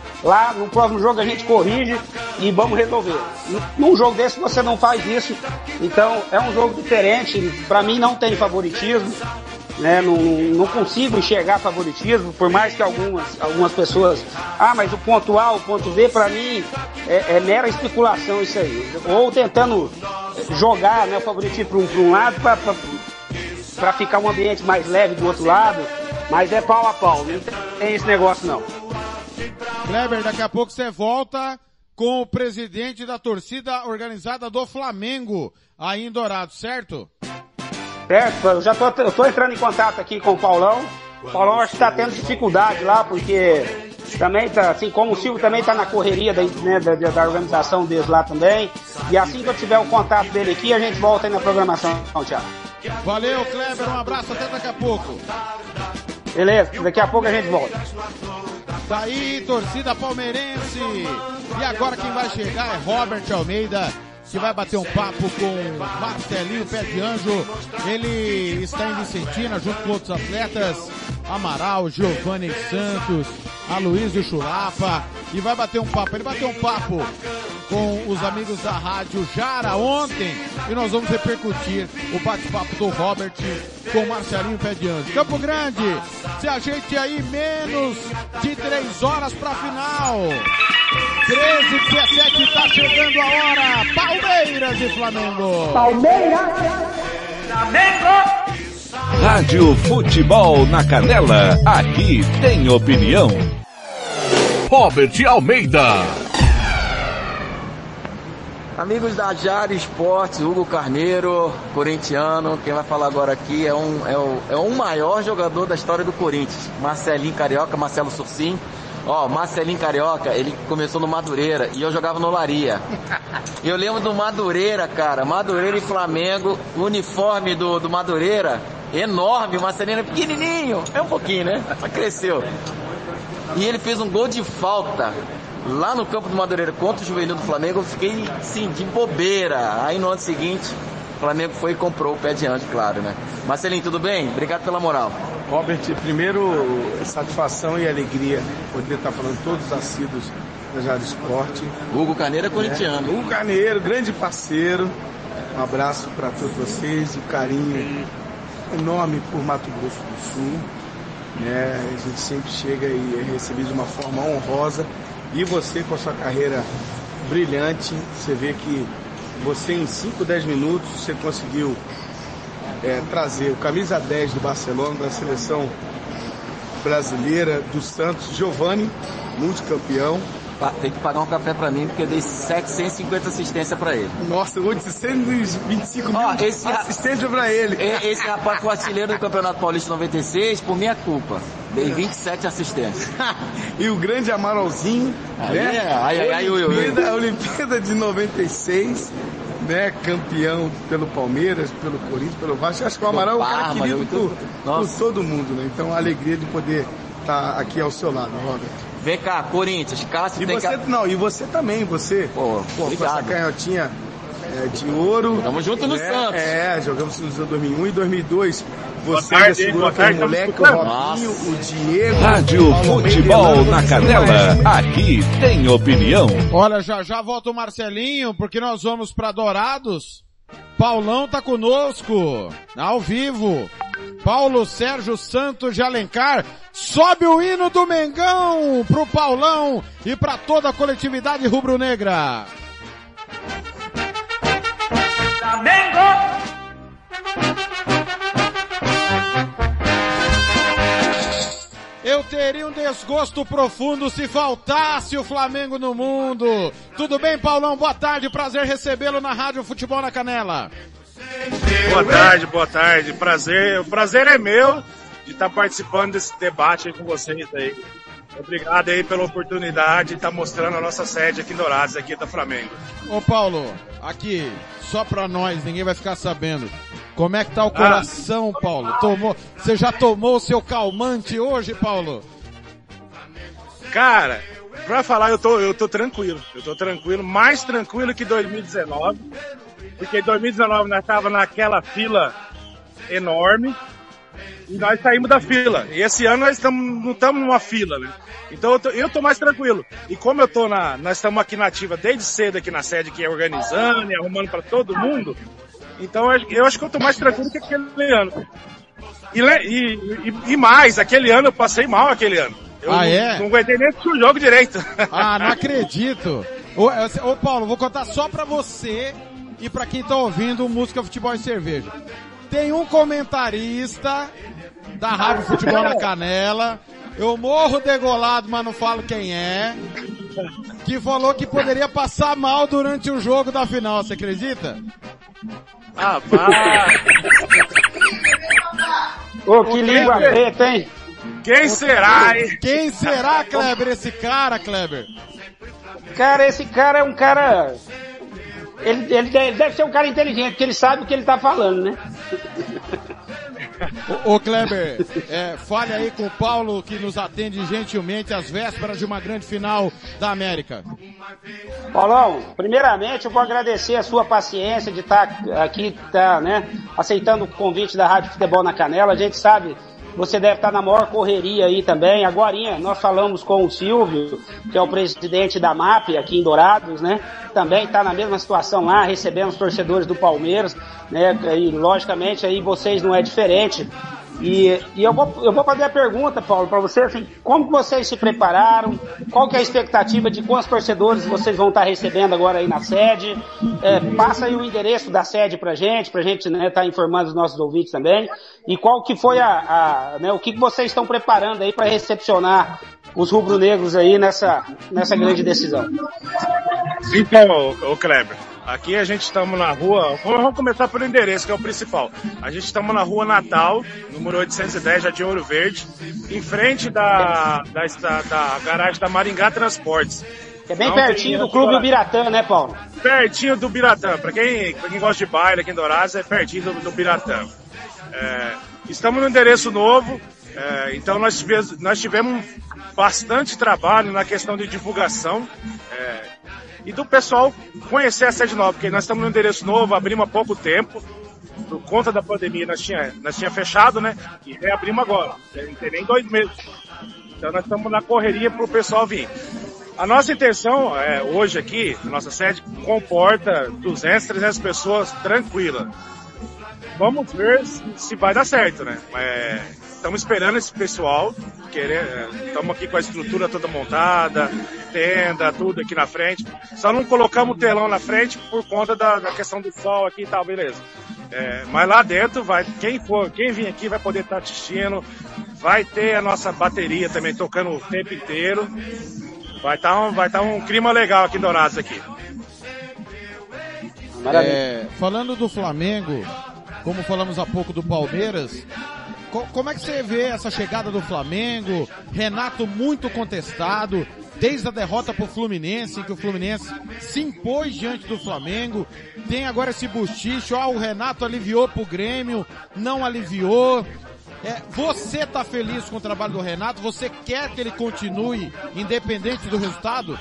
lá no próximo jogo a gente corrige e vamos resolver. Num jogo desse você não faz isso, então é um jogo diferente, para mim não tem favoritismo, né? Não, não consigo enxergar favoritismo, por mais que algumas, algumas pessoas, ah, mas o ponto A, o ponto B, para mim é, é mera especulação isso aí, ou tentando jogar, né, o favoritismo para um, pra um lado para ficar um ambiente mais leve do outro lado, mas é pau a pau, não tem esse negócio não. Kleber, daqui a pouco você volta com o presidente da torcida organizada do Flamengo aí em Dourados, certo? Certo, eu já tô, eu tô entrando em contato aqui com o Paulão. O Paulão acho que tá tendo dificuldade lá, porque também tá, assim como o Silvio também tá na correria da, né, da, da organização deles lá também. E assim que eu tiver o contato dele aqui, a gente volta aí na programação, Thiago. Valeu, Kleber, um abraço, até daqui a pouco. Beleza, daqui a pouco a gente volta. Tá aí, torcida palmeirense. E agora quem vai chegar é Robert Almeida, que vai bater um papo com Marcelinho Pé de Anjo. Ele está em Vicentina junto com outros atletas, Amaral, Giovanni Santos, Aloysio Chulapa, e vai bater um papo. Ele bateu um papo com os amigos da Rádio Jara ontem e nós vamos repercutir o bate-papo do Robert com Marcelinho Pé de Anjo. Campo Grande, se ajeite aí, menos de três horas para a final. treze e dezessete, tá chegando a hora. Palmeiras e Flamengo. Palmeiras, Flamengo. Rádio Futebol na Canela, aqui tem opinião. Robert Almeida. Amigos da Jara Esportes, Hugo Carneiro, corintiano. Quem vai falar agora aqui é um, é o, é um maior jogador da história do Corinthians, Marcelinho Carioca, Marcelo Sursim. Ó, Marcelinho Carioca, ele começou no Madureira e eu jogava no Olaria. E eu lembro do Madureira, cara, Madureira e Flamengo, o uniforme do, do Madureira, enorme, o Marcelinho era pequenininho, é um pouquinho, né? Mas cresceu. E ele fez um gol de falta lá no campo do Madureira contra o Juvenil do Flamengo. Eu fiquei, assim, de bobeira. Aí no ano seguinte, o Flamengo foi e comprou o Pé de Anjo, claro, né? Marcelinho, tudo bem? Obrigado pela moral. Robert, primeiro, satisfação e alegria poder estar falando todos os assíduos da Jara Esporte. Hugo Carneiro é corintiano. É, Hugo Carneiro, grande parceiro. Um abraço para todos vocês, um carinho enorme por Mato Grosso do Sul. É, a gente sempre chega e é recebido de uma forma honrosa. E você, com a sua carreira brilhante, você vê que você em cinco, dez minutos você conseguiu é, trazer o camisa dez do Barcelona, da seleção brasileira, do Santos, Giovanni, multicampeão. Tem que pagar um café pra mim, porque eu dei setecentos e cinquenta assistências pra ele. Nossa, oitocentos e vinte e cinco mil oh, esse assistência pra ele. Esse rapaz foi artilheiro do Campeonato Paulista noventa e seis, por minha culpa. Dei vinte e sete assistências. E o grande Amaralzinho, aí, né? É, aí, aí, aí, Olimpíada, a Olimpíada de noventa e seis, né? Campeão pelo Palmeiras, pelo Corinthians, pelo Vasco. Acho que o Amaral é um cara querido por, por todo mundo, né? Então, a alegria de poder estar aqui ao seu lado, Robert. Vem cá, Corinthians, Cássio e tem você, que... Não, e você também, você. Pô, pô com essa canhotinha é, de ouro. Jogamos junto no né? Santos. É, jogamos no dois mil e um e dois mil e dois. Você tarde, segurou aquele moleque, o Robinho, o Diego. Rádio Futebol na Canela, aqui tem opinião. Olha, já já volta o Marcelinho, porque nós vamos para Dourados. Paulão tá conosco, ao vivo. Paulo Sérgio Santos de Alencar, sobe o hino do Mengão pro Paulão e para toda a coletividade rubro-negra. Flamengo! Eu teria um desgosto profundo se faltasse o Flamengo no mundo. Tudo bem, Paulão? Boa tarde, prazer recebê-lo na Rádio Futebol na Canela. Boa tarde, boa tarde. Prazer, o prazer é meu de estar participando desse debate aí com vocês aí. Obrigado aí pela oportunidade de estar mostrando a nossa sede aqui em Dourados, aqui da Flamengo. Ô Paulo, aqui, só pra nós, ninguém vai ficar sabendo. Como é que tá o coração, ah. Paulo? Tomou, você já tomou o seu calmante hoje, Paulo? Cara, pra falar, eu tô, eu tô tranquilo. Eu tô tranquilo, mais tranquilo que dois mil e dezenove. Porque em dois mil e dezenove nós tava naquela fila enorme e nós saímos da fila. E esse ano nós estamos, não estamos numa fila, né? Então eu tô, eu tô mais tranquilo. E como eu tô na, nós estamos aqui na ativa desde cedo aqui na sede, que é organizando e arrumando para todo mundo. Então eu, eu acho que eu tô mais tranquilo que aquele ano. E, e, e, e mais, aquele ano eu passei mal aquele ano. Eu ah, não, é? não aguentei nem assistir o jogo direito. Ah, não acredito. Ô, ô Paulo, vou contar só pra você e pra quem tá ouvindo Música, Futebol e Cerveja. Tem um comentarista da Rádio Futebol na Canela, eu morro degolado, mas não falo quem é, que falou que poderia passar mal durante o jogo da final, você acredita? Ah, vá! Ô, que língua preta, hein? Quem será, hein? Quem será, Kleber, esse cara, Kleber? Cara, esse cara é um cara ele, ele deve ser um cara inteligente, porque ele sabe o que ele tá falando, né? Ô, ô Kleber, é, fale aí com o Paulo, que nos atende gentilmente às vésperas de uma grande final da América. Paulão, primeiramente eu vou agradecer a sua paciência de estar aqui, tá, né, aceitando o convite da Rádio Futebol na Canela. A gente sabe, você deve estar na maior correria aí também. Agorinha, nós falamos com o Silvio, que é o presidente da M A P aqui em Dourados, né? Também está na mesma situação lá, recebendo os torcedores do Palmeiras, né? E logicamente aí vocês não é diferente. E, e eu, vou, eu vou fazer a pergunta, Paulo, para você, assim, como que vocês se prepararam? Qual que é a expectativa de quantos torcedores vocês vão estar recebendo agora aí na sede? É, passa aí o endereço da sede pra gente, pra gente, né, estar informando os nossos ouvintes também. E qual que foi a, a né, o que, que vocês estão preparando aí para recepcionar os rubro-negros aí nessa, nessa grande decisão? Então, ô Kleber, aqui a gente estamos na rua, vamos começar pelo endereço, que é o principal. A gente estamos na rua Natal, número oitocentos e dez, Jardim Ouro Verde, em frente da, da, da, da garagem da Maringá Transportes. Que é bem então, pertinho do Clube Ubiratã, né, Paulo? Pertinho do Ubiratã. Para quem, pra quem gosta de baile aqui em Dourados, é pertinho do, do Ubiratã. É, estamos no endereço novo. É, então nós tivemos, nós tivemos bastante trabalho na questão de divulgação é, e do pessoal conhecer a sede nova, porque nós estamos no endereço novo, abrimos há pouco tempo, por conta da pandemia nós tinha, nós tinha fechado, né, e reabrimos agora, não tem nem dois meses, então nós estamos na correria para o pessoal vir. A nossa intenção é, hoje aqui, a nossa sede comporta duzentas, trezentas pessoas tranquila. Vamos ver se, se vai dar certo, né? É, estamos esperando esse pessoal, estamos aqui com a estrutura toda montada, tenda, tudo aqui na frente. Só não colocamos o telão na frente por conta da, da questão do sol aqui e tal, beleza. É, mas lá dentro, vai, quem for, quem vir aqui vai poder estar assistindo, vai ter a nossa bateria também tocando o tempo inteiro. Vai estar um, vai tá um clima legal aqui em Dourados aqui. É, falando do Flamengo, como falamos há pouco do Palmeiras, co como é que você vê essa chegada do Flamengo? Renato muito contestado, desde a derrota pro Fluminense, em que o Fluminense se impôs diante do Flamengo. Tem agora esse buchicho, ah, o Renato aliviou pro Grêmio, não aliviou. É, você tá feliz com o trabalho do Renato? Você quer que ele continue, independente do resultado?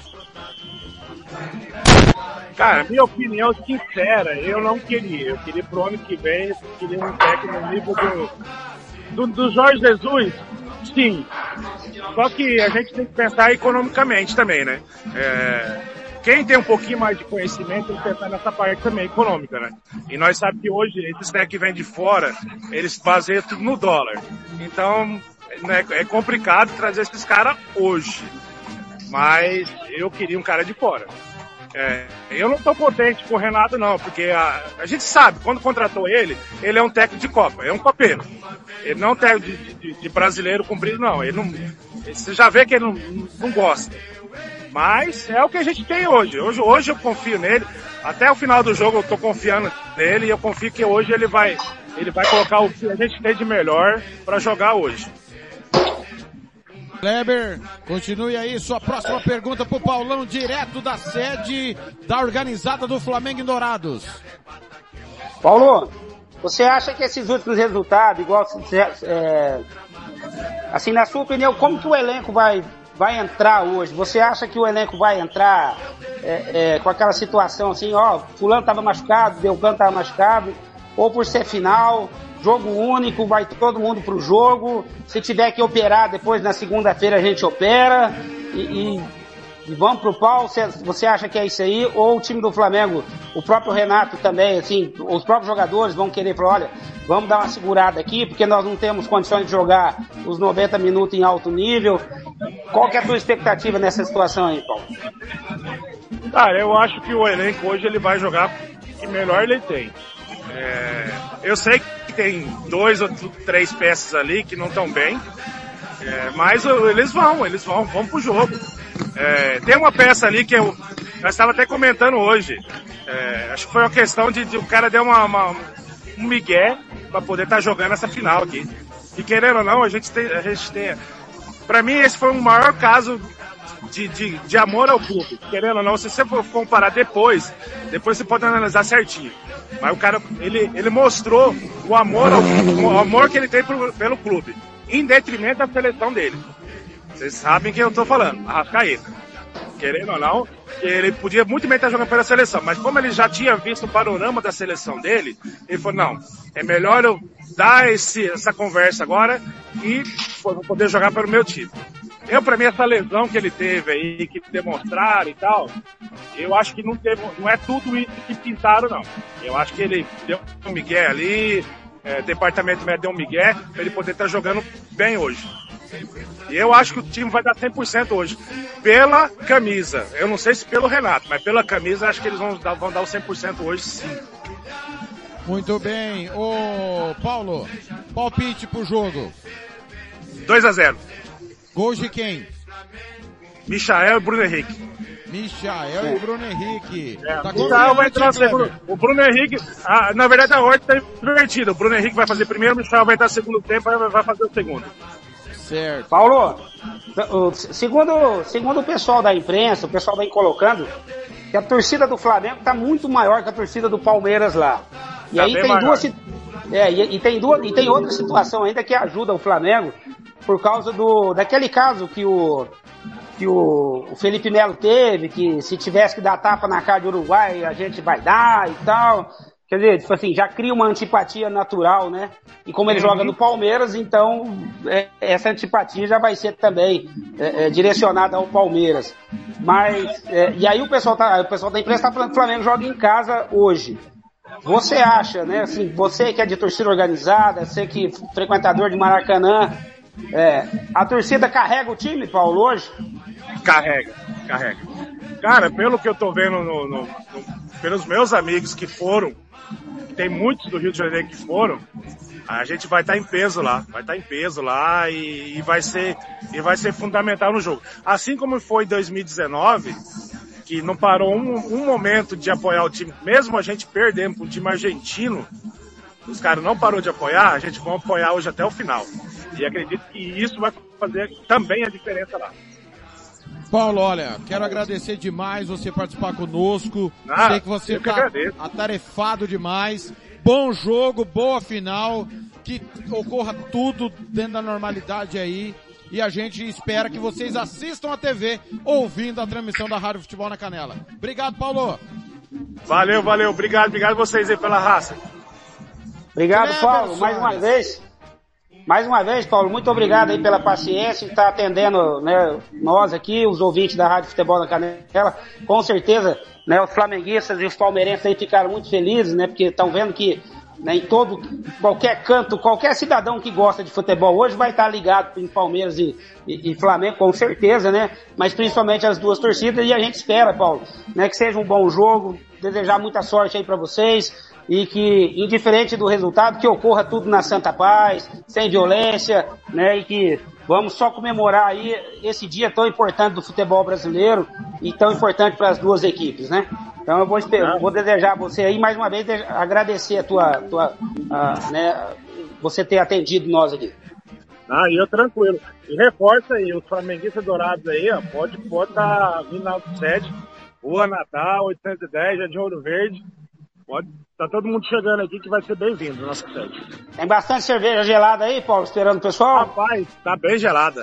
Cara, minha opinião sincera, eu não queria. Eu queria pro ano que vem, eu queria um técnico no nível do, do, do Jorge Jesus, sim. Só que a gente tem que pensar economicamente também, né? É, quem tem um pouquinho mais de conhecimento tem que pensar nessa parte também econômica, né? E nós sabemos que hoje, esses técnicos que vêm de fora, eles baseiam tudo no dólar. Então, né, é complicado trazer esses caras hoje. Mas eu queria um cara de fora. É, eu não tô contente com o Renato não, porque a, a gente sabe, quando contratou ele, ele é um técnico de Copa, é um copeiro. Ele não é um técnico de, de, de brasileiro cumprido, não. Ele não. Você já vê que ele não, não gosta. Mas é o que a gente tem hoje. hoje. Hoje eu confio nele. Até o final do jogo eu tô confiando nele e eu confio que hoje ele vai, ele vai colocar o que a gente tem de melhor para jogar hoje. Kleber, continue aí sua próxima pergunta pro Paulão, direto da sede da organizada do Flamengo em Dourados. Paulo, você acha que esses últimos resultados, igual, é, assim, na sua opinião, como que o elenco vai, vai entrar hoje? Você acha que o elenco vai entrar é, é, com aquela situação assim, ó, fulano tava machucado, Delgado tava machucado, ou por ser final, jogo único, vai todo mundo pro jogo, se tiver que operar depois na segunda-feira a gente opera e, e, e vamos pro pau? Você, você acha que é isso aí? Ou o time do Flamengo, o próprio Renato também, assim, os próprios jogadores vão querer falar, olha, vamos dar uma segurada aqui, porque nós não temos condições de jogar os noventa minutos em alto nível. Qual que é a tua expectativa nessa situação aí, Paulo? Cara, eu acho que o elenco hoje ele vai jogar o que melhor ele tem. É, eu sei que tem dois ou três peças ali que não estão bem, é, mas eles vão, eles vão, vão pro jogo. É, tem uma peça ali que eu, eu estava até comentando hoje, é, acho que foi uma questão de, de o cara deu uma, uma, um migué para poder estar tá jogando essa final aqui. E querendo ou não, a gente tem, a gente tem, pra mim esse foi o maior caso de, de, de amor ao clube. Querendo ou não, se você for comparar depois, depois você pode analisar certinho. Mas o cara, ele, ele mostrou o amor, ao, o amor que ele tem pro, pelo clube, em detrimento da seleção dele. Vocês sabem quem eu tô falando, Arrascaeta. Querendo ou não, ele podia muito bem estar jogando pela seleção, mas como ele já tinha visto o panorama da seleção dele, ele falou, não, é melhor eu dar esse, essa conversa agora e poder jogar pelo meu time. Eu, pra mim, essa lesão que ele teve aí, que demonstraram e tal, eu acho que não, teve, não é tudo isso que pintaram, não. Eu acho que ele deu um migué ali, é, departamento médico deu um migué, pra ele poder estar jogando bem hoje. E eu acho que o time vai dar cem por cento hoje, pela camisa. Eu não sei se pelo Renato, mas pela camisa acho que eles vão dar, vão dar o cem por cento hoje, sim. Muito bem. Ô, Paulo, palpite pro jogo. dois a zero. Gols de quem? Michael e Bruno Henrique. Michael é. e Bruno Henrique. É, tá Michael vai entrar no segundo. O Bruno Henrique, ah, na verdade a ordem tá invertida. O Bruno Henrique vai fazer primeiro, o Michael vai entrar no segundo tempo e vai fazer o segundo. Certo. Paulo, segundo, segundo o pessoal da imprensa, o pessoal vem colocando que a torcida do Flamengo está muito maior que a torcida do Palmeiras lá. E tá aí tem maior. duas é, e, e tem duas e tem outra situação ainda que ajuda o Flamengo por causa do daquele caso que o que o, o Felipe Melo teve, que se tivesse que dar tapa na cara de Uruguai, a gente vai dar e tal. Quer dizer, tipo assim, já cria uma antipatia natural, né? E como ele uhum. joga no Palmeiras, então é, essa antipatia já vai ser também é, é, direcionada ao Palmeiras. Mas, é, e aí o pessoal, tá, o pessoal da imprensa tá falando que o Flamengo joga em casa hoje. Você acha, né? Assim, você que é de torcida organizada, você que é frequentador de Maracanã, é, a torcida carrega o time, Paulo, hoje? Carrega, carrega. Cara, pelo que eu tô vendo no, no, no, pelos meus amigos que foram, tem muitos do Rio de Janeiro que foram, a gente vai estar tá em peso lá, vai estar tá em peso lá e, e, vai ser, e vai ser fundamental no jogo. Assim como foi em dois mil e dezenove, que não parou um, um momento de apoiar o time, mesmo a gente perdendo para um time argentino, os caras não parou de apoiar, a gente vai apoiar hoje até o final. E acredito que isso vai fazer também a diferença lá. Paulo, olha, quero agradecer demais você participar conosco. Ah, sei que você está atarefado demais. Bom jogo, boa final, que ocorra tudo dentro da normalidade aí. E a gente espera que vocês assistam a T V ouvindo a transmissão da Rádio Futebol na Canela. Obrigado, Paulo. Valeu, valeu. Obrigado, obrigado vocês aí pela raça. Obrigado, Paulo, mais uma vez. Mais uma vez, Paulo, muito obrigado aí pela paciência de estar atendendo, né, nós aqui, os ouvintes da Rádio Futebol na Canela. Com certeza, né, os flamenguistas e os palmeirenses aí ficaram muito felizes, né, porque estão vendo que, né, em todo, qualquer canto, qualquer cidadão que gosta de futebol hoje vai estar ligado em Palmeiras e, e, e Flamengo, com certeza, né, mas principalmente as duas torcidas, e a gente espera, Paulo, né, que seja um bom jogo, desejar muita sorte aí para vocês. E que, indiferente do resultado, que ocorra tudo na santa paz, sem violência, né, e que vamos só comemorar aí esse dia tão importante do futebol brasileiro e tão importante para as duas equipes, né? Então eu vou, esperar, vou desejar a você aí, mais uma vez, agradecer a tua, tua a, né, você ter atendido nós aqui. Ah, e eu tranquilo. E reforça aí, os flamenguistas dourados aí, ó, pode pode tá vindo na sede, Rua Natal, oitocentos e dez, Jardim Ouro Verde. Pode, tá todo mundo chegando aqui que vai ser bem-vindo na nossa sede. Tem bastante cerveja gelada aí, Paulo, esperando o pessoal? Rapaz, tá bem gelada.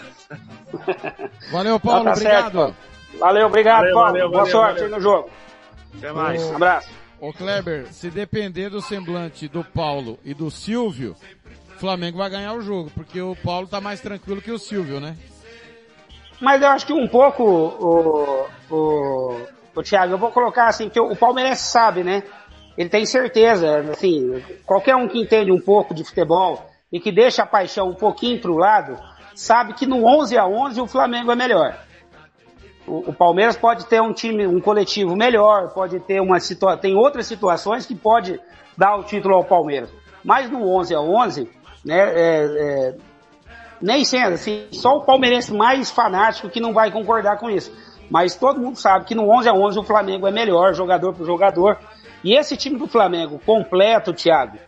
Valeu, Paulo, tá obrigado. Certo, valeu, obrigado, valeu, Paulo. Valeu, Boa valeu, sorte valeu. aí no jogo. Até mais. Um abraço. Ô Kleber, se depender do semblante do Paulo e do Silvio, o Flamengo vai ganhar o jogo, porque o Paulo tá mais tranquilo que o Silvio, né? Mas eu acho que um pouco, o, o, o Thiago, eu vou colocar assim, que o, o palmeirense sabe, né? Ele tem certeza, assim, qualquer um que entende um pouco de futebol e que deixa a paixão um pouquinho pro lado, sabe que no onze a onze o Flamengo é melhor. O, o Palmeiras pode ter um time, um coletivo melhor, pode ter uma situação, tem outras situações que pode dar o título ao Palmeiras. Mas no onze a onze, né, é, é, nem sendo assim, só o palmeirense mais fanático que não vai concordar com isso. Mas todo mundo sabe que no onze a onze o Flamengo é melhor, jogador por jogador. E esse time do Flamengo completo, Thiago,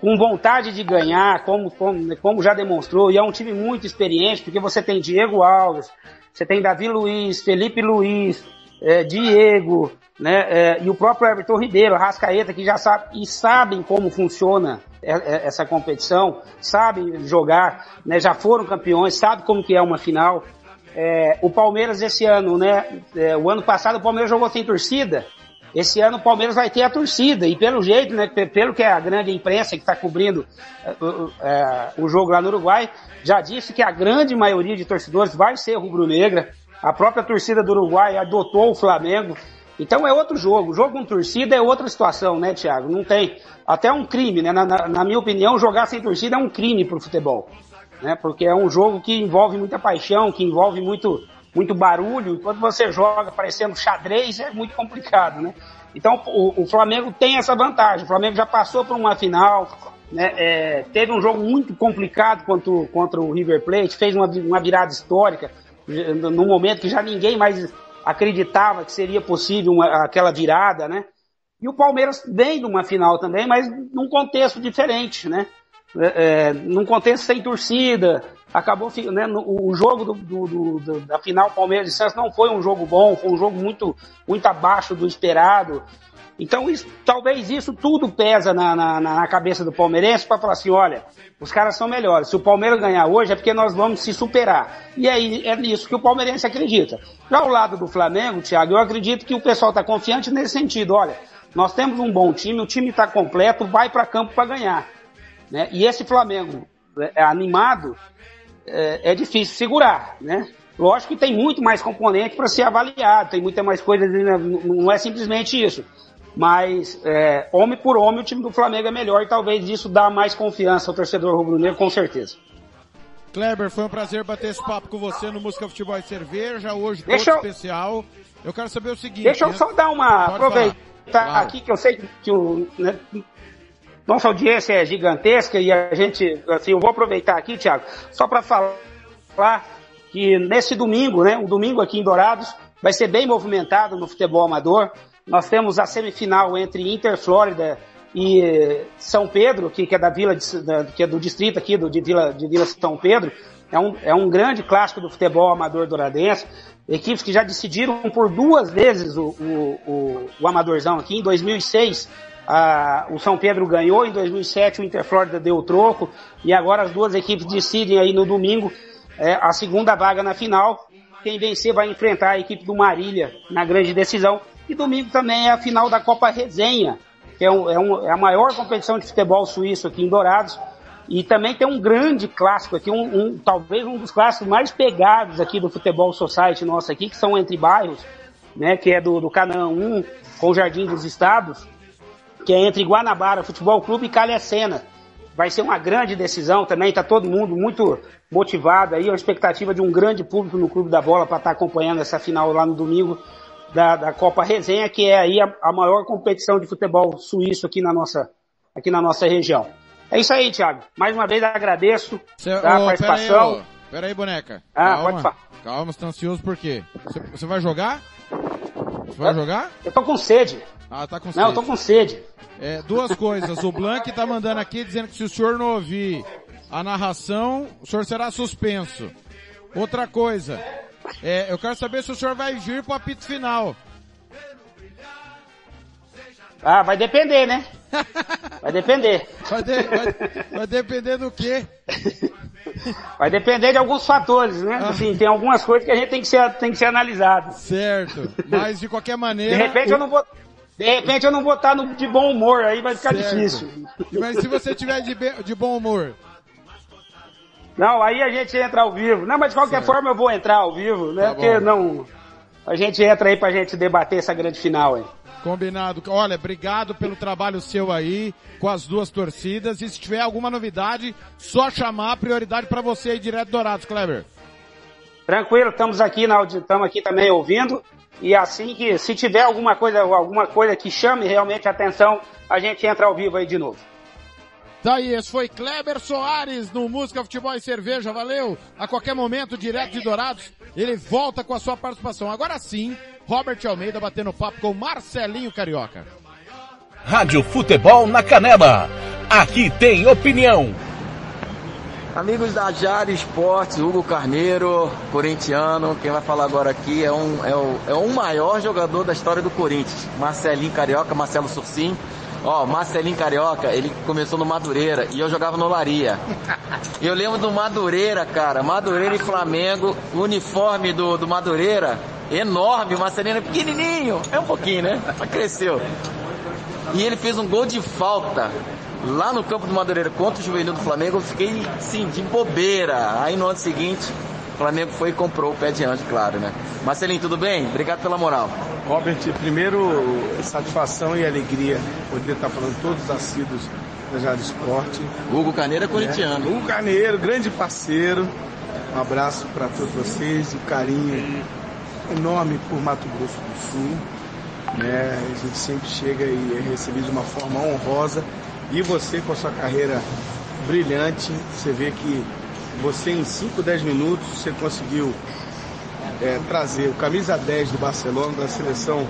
com vontade de ganhar, como, como, como já demonstrou, e é um time muito experiente, porque você tem Diego Alves, você tem Davi Luiz, Felipe Luiz, é, Diego, né, é, e o próprio Everton Ribeiro, Arrascaeta, que já sabe, e sabem como funciona essa competição, sabem jogar, né, já foram campeões, sabem como que é uma final. É, o Palmeiras esse ano, né, é, o ano passado o Palmeiras jogou sem torcida, esse ano o Palmeiras vai ter a torcida, e pelo jeito, né, pelo que a grande imprensa que está cobrindo é, é, o jogo lá no Uruguai, já disse que a grande maioria de torcedores vai ser rubro-negra, a própria torcida do Uruguai adotou o Flamengo. Então é outro jogo. O jogo com torcida é outra situação, né, Thiago? Não tem... Até um crime, né? Na, na, na minha opinião, jogar sem torcida é um crime pro futebol. Né? Porque é um jogo que envolve muita paixão, que envolve muito, muito barulho. E quando você joga parecendo xadrez, é muito complicado, né? Então o, o Flamengo tem essa vantagem. O Flamengo já passou por uma final, né? É, teve um jogo muito complicado contra, contra o River Plate, fez uma, uma virada histórica, no momento que já ninguém mais acreditava que seria possível uma, aquela virada, né? E o Palmeiras vem de uma final também, mas num contexto diferente, né? É, é, num contexto sem torcida, acabou, né, no, o jogo do, do, do, da final Palmeiras e Santos não foi um jogo bom, foi um jogo muito, muito abaixo do esperado. Então isso, talvez isso tudo pesa na, na, na cabeça do palmeirense para falar assim, olha, os caras são melhores, se o Palmeiras ganhar hoje é porque nós vamos se superar. E aí é nisso que o palmeirense acredita. Já ao lado do Flamengo, Thiago, eu acredito que o pessoal está confiante nesse sentido, olha, nós temos um bom time, o time está completo, vai para campo para ganhar. Né? E esse Flamengo é, animado é, é difícil segurar, né? Lógico que tem muito mais componente para ser avaliado, tem muita mais coisa, não é simplesmente isso. Mas, é, homem por homem, o time do Flamengo é melhor e talvez isso dá mais confiança ao torcedor rubro-negro, com certeza. Kleber, foi um prazer bater esse papo com você no Música, Futebol e Cerveja, hoje todo eu... especial. Eu quero saber o seguinte... Deixa eu só dar uma... Pode aproveitar falar. aqui, que eu sei que o... Né, nossa audiência é gigantesca e a gente... Assim, eu vou aproveitar aqui, Thiago, só para falar que nesse domingo, né, um domingo aqui em Dourados, vai ser bem movimentado no futebol amador. Nós temos a semifinal entre Inter Flórida e São Pedro, que, que é da vila, de, da, que é do distrito aqui, do, de, Vila, de Vila São Pedro. É um, é um grande clássico do futebol amador douradense. Equipes que já decidiram por duas vezes o, o, o, o amadorzão aqui. Em dois mil e seis, a, o São Pedro ganhou, em dois mil e sete o Inter Flórida deu o troco, e agora as duas equipes decidem aí no domingo é, a segunda vaga na final. Quem vencer vai enfrentar a equipe do Marília na grande decisão. E domingo também é a final da Copa Resenha, que é, um, é, um, é a maior competição de futebol suíço aqui em Dourados. E também tem um grande clássico aqui, um, um, talvez um dos clássicos mais pegados aqui do futebol society nosso aqui, que são entre bairros, né, que é do, do Canaã um com o Jardim dos Estados, que é entre Guanabara Futebol Clube e Calhacena. Vai ser uma grande decisão também, está todo mundo muito motivado aí, a expectativa de um grande público no Clube da Bola para estar acompanhando essa final lá no domingo da, da Copa Resenha, que é aí a, a maior competição de futebol suíço aqui na nossa, aqui na nossa região. É isso aí, Thiago. Mais uma vez agradeço Cê, a oh, participação. Pera aí, oh, pera aí, boneca. Ah, calma, pode falar. Calma, você tá ansioso por quê? Você vai jogar? Você vai eu, jogar? Eu tô com sede. Ah, tá com sede. Não, eu tô com sede. É, duas coisas. O Blank tá mandando aqui dizendo que se o senhor não ouvir a narração, o senhor será suspenso. Outra coisa. É, eu quero saber se o senhor vai vir pro apito final. Ah, vai depender, né? Vai depender. Vai, de, vai, vai depender do quê? Vai depender de alguns fatores, né? Assim, tem algumas coisas que a gente tem que ser, tem que ser analisado. Certo. Mas de qualquer maneira... De repente o... eu não vou... De repente eu não vou estar no, de bom humor, aí vai ficar certo. Difícil. Mas se você tiver de, de bom humor? Não, aí a gente entra ao vivo. Não, mas de qualquer certo. Forma eu vou entrar ao vivo, né? Tá Porque bom. Não... A gente entra aí pra gente debater essa grande final aí. Combinado. Olha, obrigado pelo trabalho seu aí, com as duas torcidas. E se tiver alguma novidade, só chamar a prioridade para você aí direto do Dourados, Kleber. Tranquilo, estamos aqui, na, estamos aqui também ouvindo. E assim que, se tiver alguma coisa, alguma coisa que chame realmente a atenção, a gente entra ao vivo aí de novo. Daí, esse foi Kleber Soares no Música, Futebol e Cerveja, valeu? A qualquer momento, direto de Dourados, ele volta com a sua participação. Agora sim, Robert Almeida batendo papo com Marcelinho Carioca. Rádio Futebol na Canela. Aqui tem opinião. Amigos da Jari Esportes, Hugo Carneiro, corintiano, quem vai falar agora aqui é um, é o, é o maior jogador da história do Corinthians, Marcelinho Carioca, Marcelo Sursim. Ó, Marcelinho Carioca, ele começou no Madureira e eu jogava no Olaria. Eu lembro do Madureira, cara, Madureira e Flamengo, o uniforme do, do Madureira, enorme, o Marcelinho era pequenininho, é um pouquinho, né? Mas cresceu. E ele fez um gol de falta lá no campo do Madureira contra o Juvenil do Flamengo. Eu fiquei, sim, de bobeira. Aí no ano seguinte, o Flamengo foi e comprou o pé de anjo, claro, né? Marcelinho, tudo bem? Obrigado pela moral. Robert, primeiro, satisfação e alegria poder estar falando todos os assíduos da Jari Esporte. Hugo Carneiro é corintiano. É, Hugo Carneiro, grande parceiro. Um abraço para todos vocês, um carinho enorme por Mato Grosso do Sul. Né? A gente sempre chega e é recebido de uma forma honrosa. E você, com a sua carreira brilhante, você vê que você em cinco, dez minutos você conseguiu é, trazer o camisa dez do Barcelona, da seleção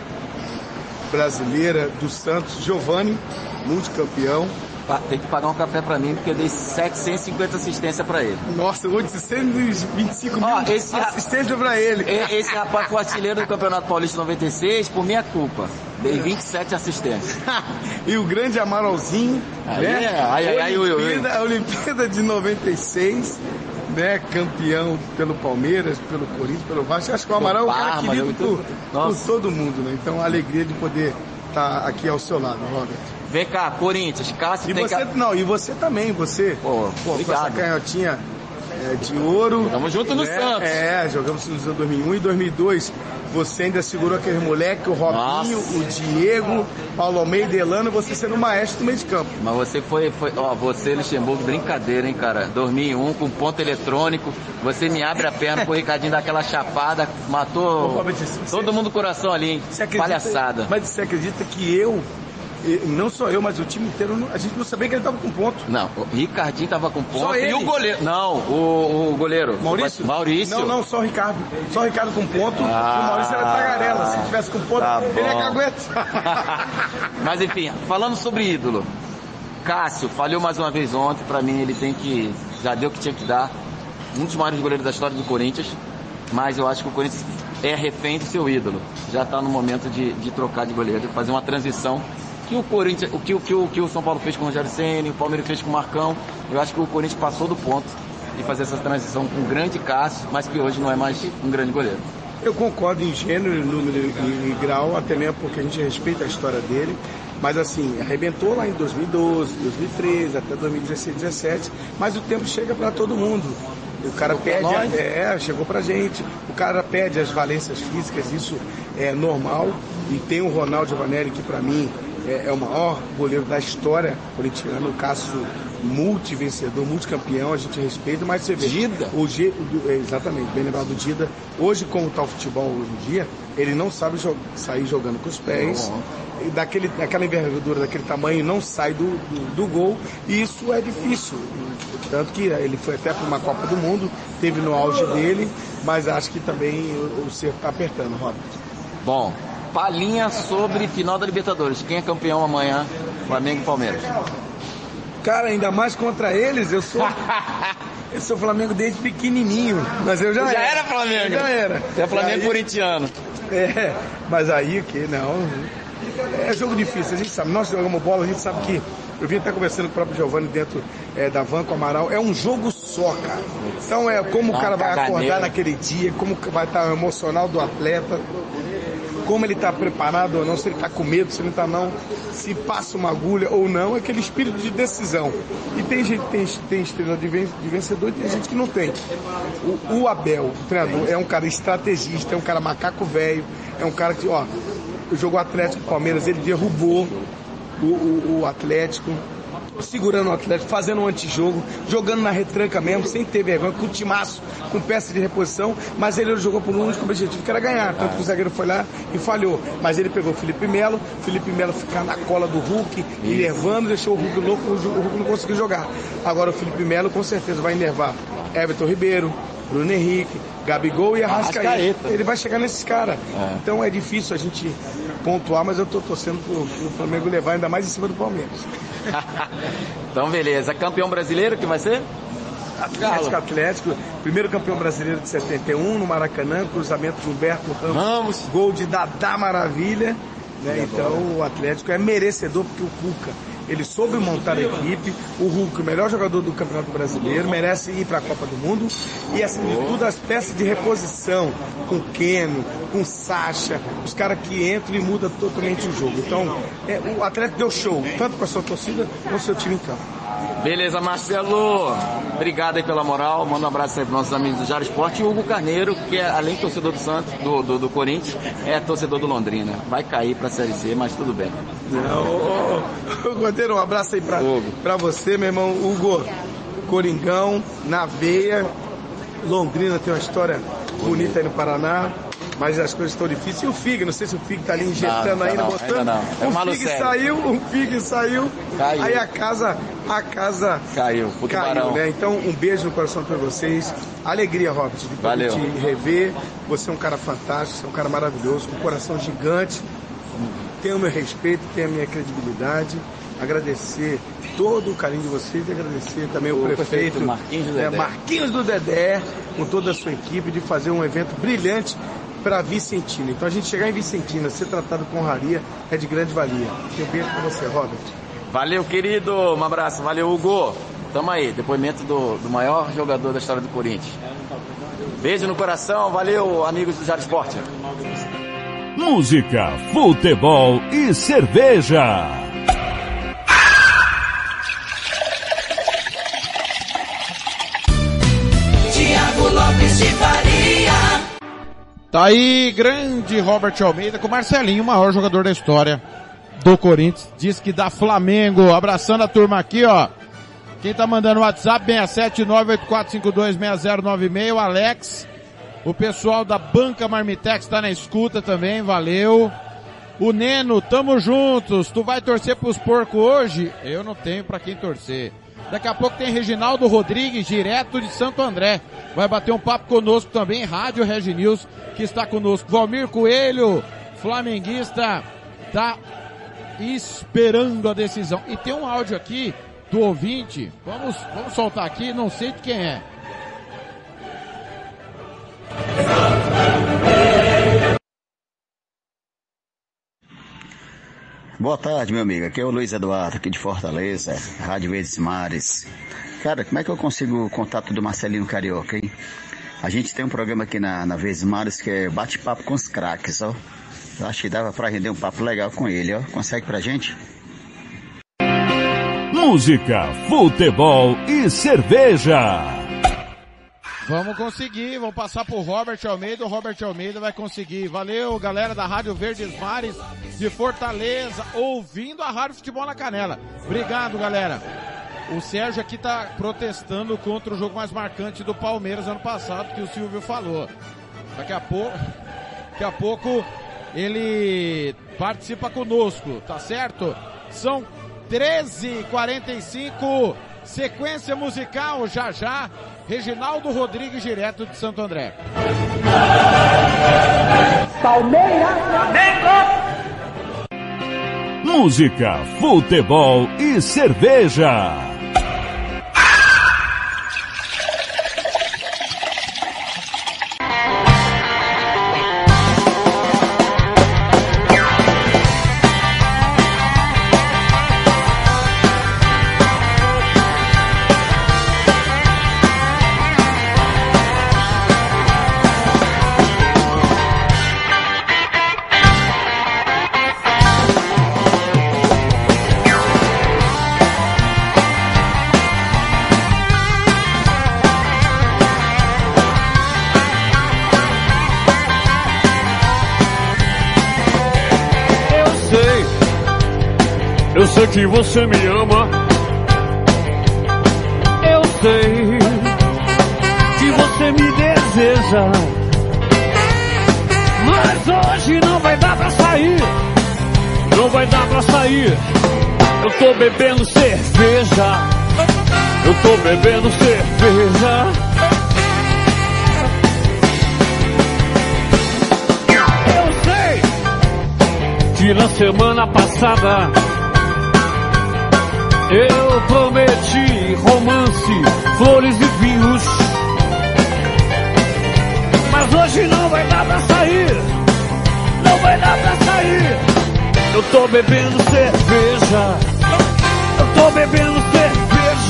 brasileira, do Santos, Giovani, multicampeão. Tem que pagar um café pra mim, porque eu dei setecentas e cinquenta assistências pra ele. Nossa, oitocentos e vinte e cinco mil oh, esse assistência pra ele. Esse rapaz foi artilheiro do Campeonato Paulista noventa e seis, por minha culpa. Dei vinte e sete assistências. E o grande Amaralzinho, aí, né? É, aí, aí, aí, Olimpíada, a Olimpíada de noventa e seis, né? Campeão pelo Palmeiras, pelo Corinthians, pelo Vasco. Acho que o Amaral é um cara querido por, por todo mundo, né? Então a alegria de poder estar aqui ao seu lado, Robert. Vem cá, Corinthians, Cássio e tem você, que... Não, e você também, você, pô, pô com essa canhotinha é, de ouro. Jogamos junto no né? Santos. É, jogamos nos anos dois mil e um e dois mil e dois. Você ainda segurou aquele moleque, o Robinho, Nossa. o Diego, Paulo Almeida, Elano, você sendo o maestro do meio de campo. Mas você foi, foi ó, você, Luxemburgo, brincadeira, hein, cara. dois mil e um, com ponto eletrônico, você me abre a perna pro Ricardinho dar aquela chapada, matou Pô, você, todo mundo coração ali, hein? Acredita, palhaçada. Mas você acredita que eu, não só eu, mas o time inteiro, a gente não sabia que ele tava com ponto. Não, o Ricardinho tava com ponto só e ele. o goleiro. Não, o, o goleiro. Maurício? Maurício. Não, não, só o Ricardo. Só o Ricardo com ponto. Ah, o Maurício era tagarela. Se tivesse com ponto, tá ele ia cagueta. Mas enfim, falando sobre ídolo. Cássio falhou mais uma vez ontem. Pra mim, ele tem que. Já deu o que tinha que dar. Um dos maiores goleiros da história do Corinthians. Mas eu acho que o Corinthians é refém do seu ídolo. Já tá no momento de, de trocar de goleiro, de fazer uma transição. Que o Corinthians, o que o que o que o São Paulo fez com o Rogério Ceni, o Palmeiras fez com o Marcão, eu acho que o Corinthians passou do ponto de fazer essa transição com um grande Cássio, mas que hoje não é mais um grande goleiro. Eu concordo em gênero, número e grau, até mesmo porque a gente respeita a história dele, mas assim, arrebentou lá em dois mil e doze, dois mil e treze, até dois mil e dezesseis, dezessete, mas o tempo chega para todo mundo. O cara perde, é, chegou pra gente, o cara perde as valências físicas, isso é normal, e tem o Ronaldo Giovanelli que pra mim é, é o maior goleiro da história corintiana, o Cássio multivencedor, multicampeão, a gente respeita, mas você vê. Dida? O G, o, exatamente, bem lembrado do Dida. Hoje, como está o futebol hoje em dia, ele não sabe jo- sair jogando com os pés, e daquele, daquela envergadura, daquele tamanho, não sai do, do, do gol, e isso é difícil. Tanto que ele foi até para uma Copa do Mundo, teve no auge dele, mas acho que também o, o cerco está apertando, Robert. Bom, palhinha sobre final da Libertadores. Quem é campeão amanhã? Flamengo e Palmeiras. Cara, ainda mais contra eles, eu sou... eu sou Flamengo desde pequenininho, mas eu já, já era. era Flamengo? Já era. Você é Flamengo corintiano. É, mas aí que não... É jogo difícil, a gente sabe. Nós jogamos bola, a gente sabe que... Eu vim até conversando com o próprio Giovani dentro é, da van com o Amaral. É um jogo só, cara. Então é como o cara vai acordar naquele dia, como vai estar o emocional do atleta, como ele está preparado ou não, se ele está com medo, se ele está não, se passa uma agulha ou não, é aquele espírito de decisão. E tem gente que tem, tem estrela de vencedor e tem gente que não tem. O, o Abel, o treinador, é um cara estrategista, é um cara macaco velho, é um cara que, ó, jogou Atlético Palmeiras, ele derrubou o, o, o Atlético, segurando o Atlético, fazendo um antijogo, jogando na retranca mesmo, sem ter vergonha, com timaço, com peça de reposição, mas ele jogou por um único objetivo, que era ganhar, tanto que o zagueiro foi lá e falhou, mas ele pegou o Felipe Melo, Felipe Melo ficar na cola do Hulk, enervando, deixou o Hulk louco, o Hulk não conseguiu jogar. Agora o Felipe Melo com certeza vai enervar Everton Ribeiro, Bruno Henrique, Gabigol e Arrascaeta. Arrascaeta. Ele vai chegar nesses caras. É. Então é difícil a gente pontuar, mas eu tô torcendo pro, pro Flamengo levar ainda mais em cima do Palmeiras. Então beleza, campeão brasileiro que vai ser? Atlético, Atlético, primeiro campeão brasileiro de setenta e um no Maracanã, cruzamento de Humberto Ramos, Ramos. gol de Dadá Maravilha, né? Então o Atlético é merecedor porque o Cuca, ele soube montar a equipe, o Hulk, o melhor jogador do Campeonato Brasileiro, merece ir para a Copa do Mundo e assim de tudo as peças de reposição, com Keno, com Sacha, os caras que entram e mudam totalmente o jogo. Então é, o Atlético deu show, tanto para a sua torcida quanto o seu time em campo. Beleza, Marcelo. Obrigado aí pela moral. Manda um abraço aí para nossos amigos do Jara Esporte. E o Hugo Carneiro, que é, além de torcedor do Santos, do, do, do Corinthians, é torcedor do Londrina. Vai cair para a Série C, mas tudo bem. Ô, Cordeiro, um abraço aí para você, meu irmão. Hugo, Coringão, na veia. Londrina tem uma história bonita aí no Paraná. Mas as coisas estão difíceis. E o Fig, não sei se o Fig tá ali injetando não, ainda, não, botando. ainda não. É um o Fig saiu, o Fig saiu. Caiu. Aí a casa, a casa caiu. O caiu, né? Então, um beijo no coração para vocês. Alegria, Robert, de poder te rever. Você é um cara fantástico, você é um cara maravilhoso, com um coração gigante. Tem o meu respeito, tem a minha credibilidade. Agradecer todo o carinho de vocês e agradecer também o, o prefeito, prefeito Marquinhos do, é, Marquinhos do Dedé, com toda a sua equipe, de fazer um evento brilhante para Vicentina. Então a gente chegar em Vicentina, ser tratado com honraria, é de grande valia. Um beijo para você, Robert. Valeu, querido. Um abraço. Valeu, Hugo. Tamo aí. Depoimento do, do maior jogador da história do Corinthians. Beijo no coração. Valeu, amigos do Jara Esporte. Música, futebol e cerveja. Tiago Lopes de Faria. Tá aí, grande Robert Almeida com Marcelinho, o maior jogador da história do Corinthians. Diz que dá Flamengo. Abraçando a turma aqui, ó. Quem tá mandando o WhatsApp, seis sete nove oito quatro cinco dois seis zero nove seis, o Alex. O pessoal da Banca Marmitex tá na escuta também, valeu. O Neno, tamo juntos. Tu vai torcer pros porcos hoje? Eu não tenho pra quem torcer. Daqui a pouco tem Reginaldo Rodrigues, direto de Santo André. Vai bater um papo conosco também, Rádio Regi News, que está conosco. Valmir Coelho, flamenguista, tá esperando a decisão. E tem um áudio aqui do ouvinte. Vamos, vamos soltar aqui, não sei de quem é. Boa tarde, meu amigo. Aqui é o Luiz Eduardo, aqui de Fortaleza, Rádio Verdes Mares. Cara, como é que eu consigo o contato do Marcelinho Carioca, hein? A gente tem um programa aqui na, na Verdes Mares que é bate-papo com os craques, ó. Eu acho que dava pra render um papo legal com ele, ó. Consegue pra gente? Música, futebol e cerveja. Vamos conseguir, vamos passar pro Robert Almeida, o Robert Almeida vai conseguir. Valeu, galera da Rádio Verdes Mares de Fortaleza, ouvindo a Rádio Futebol na Canela. Obrigado, galera. O Sérgio aqui tá protestando contra o jogo mais marcante do Palmeiras ano passado, que o Silvio falou. Daqui a pouco, daqui a pouco ele participa conosco, tá certo? São treze e quarenta e cinco, sequência musical já já. Reginaldo Rodrigues, direto de Santo André. Palmeiras, Flamengo. Música, futebol e cerveja. Eu sei que você me ama. Eu sei que você me deseja. Mas hoje não vai dar pra sair. Não vai dar pra sair. Eu tô bebendo cerveja. Eu tô bebendo cerveja. que na semana passada eu prometi romance, flores e vinhos, mas hoje não vai dar pra sair, não vai dar pra sair. Eu tô bebendo cerveja, eu tô bebendo cerveja.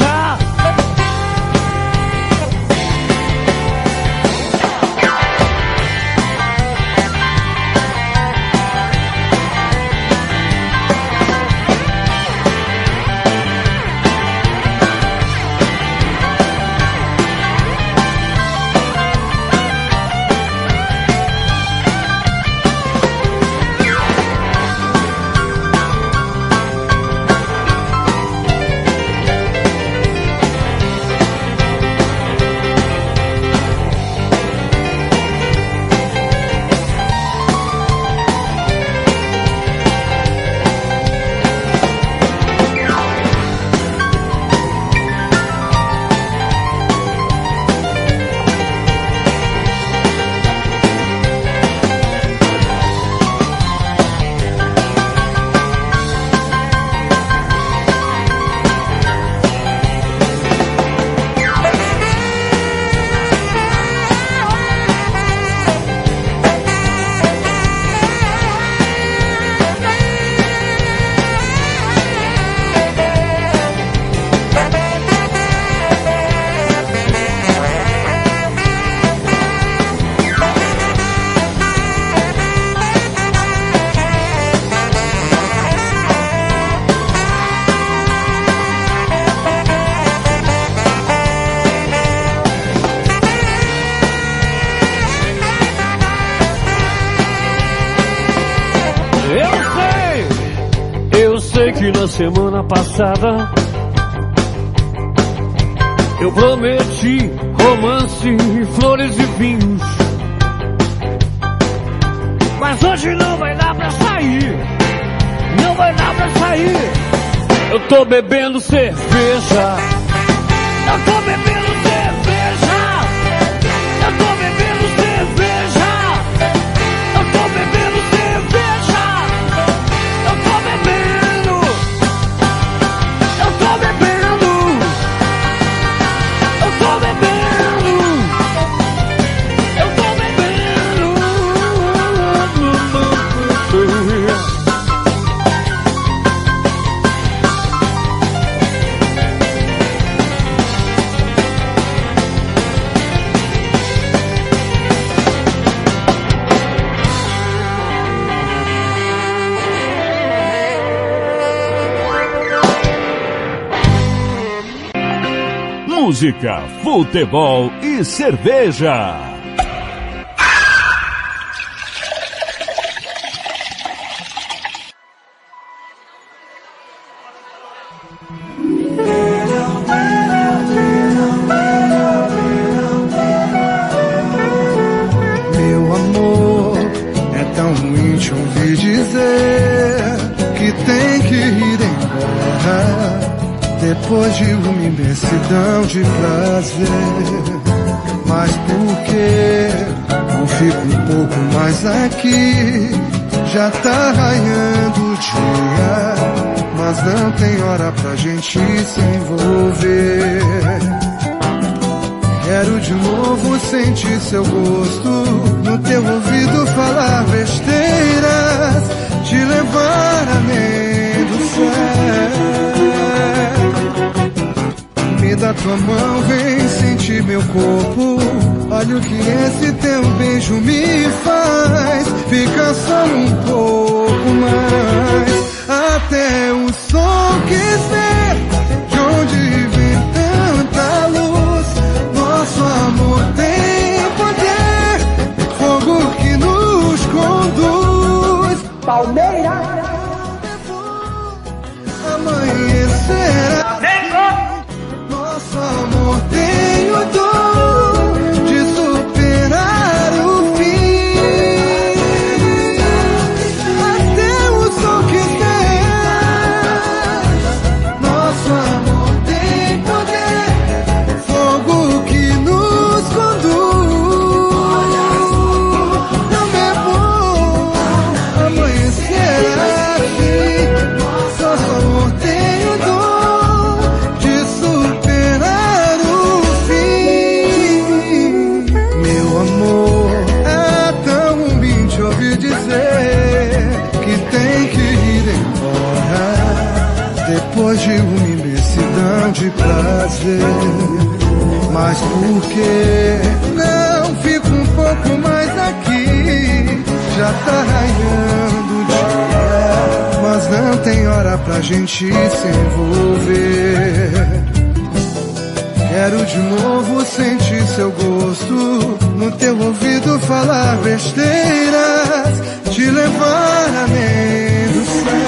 Que na semana passada eu prometi romance, flores e vinhos, mas hoje não vai dar pra sair, não vai dar pra sair. Eu tô bebendo cerveja, eu tô bebendo cerveja, eu tô bebendo cerveja, eu tô bebendo cerveja, eu tô bebendo. Música, futebol e cerveja. Meu amor, é tão ruim te ouvir dizer que tem que ir embora depois de uma imensidão de prazer. Mas por que não fico um pouco mais aqui? Já tá raiando o dia, mas não tem hora pra gente se envolver. Quero de novo sentir seu gosto, no teu ouvido falar besteiras, te levar além do céu. Me dá tua mão, vem sentir meu corpo. Olha o que esse teu beijo me faz. Fica só um pouco mais, até o sol quiser. De onde vem tanta luz? Nosso amor tem poder, fogo que nos conduz. Palmeiras amanhecerá. Nosso amor tem o dom de superar o fim, até o sol quiser. Mas por que não fico um pouco mais aqui? Já tá raiando o dia, mas não tem hora pra gente se envolver. Quero de novo sentir seu gosto, no teu ouvido falar besteiras, te levar além do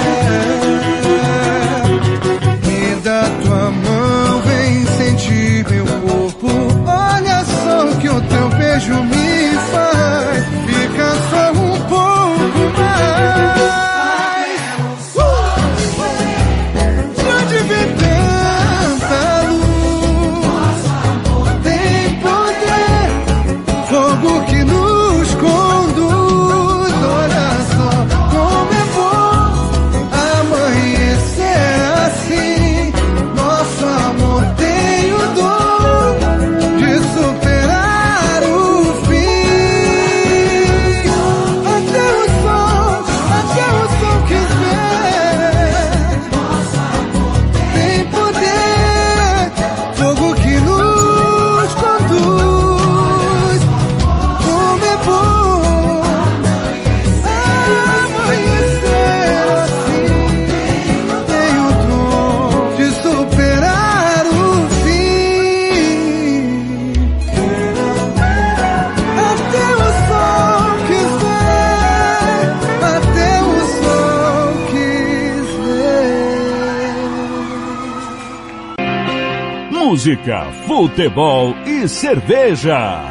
céu. Me dá tua mão, vem sentir meu corpo. Olha só o que o teu beijo me faz. Fica só um pouco mais. De onde vem tanta luz? Tem poder, fogo que nos conduz. Olha só como é bom amanhecer assim. Nosso amor tem o dom de superar o fim. Até o sol, até o sol quiser. Tem poder, fogo que nos conduz. Como é bom amanhecer assim. Tem o dom de superar o fim. Até o sol quiser, até o sol quiser. Música, futebol e cerveja.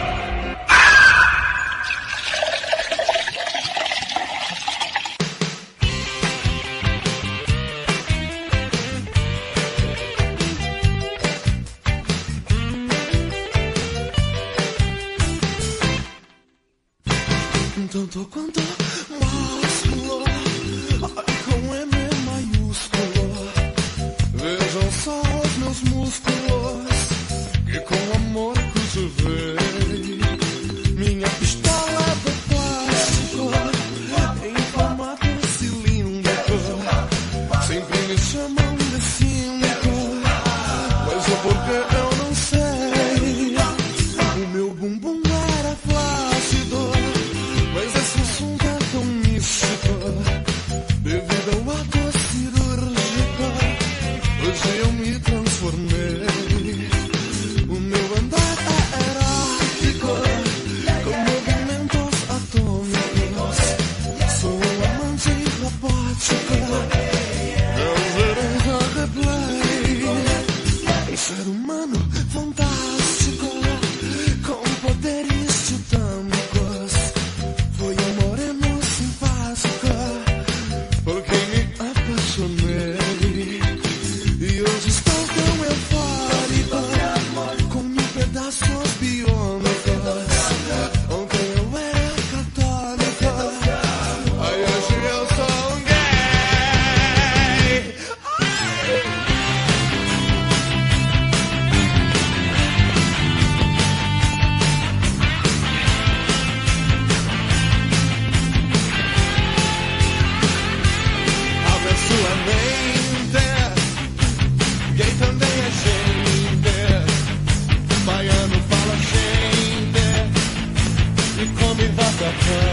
Tanto quanto másculo, ai com M maiúsculo. Vejam só os meus músculos, que com amor cultivei. Minha pistola de plástico, em formato cilíndrico. Sempre me chamam de cinco, mas o porquê eu não sei. O meu bumbum era flácido, mas esse assunto é tão místico. Devido ao ato cirúrgico, hoje eu me transformei. O meu andar é erótico, com movimentos atômicos. Sou um amante robótico, eu verei a replay. Um ser humano fantástico, com poderes titânicos. Foi um moreno simpático, por quem me apaixonei. E hoje estou tão eufórico, com mil pedaços biônicos. Ontem eu era católico, aí hoje eu sou um gay. Abre sua mente, gay também é gente. Baiano fala gente e come vatapá.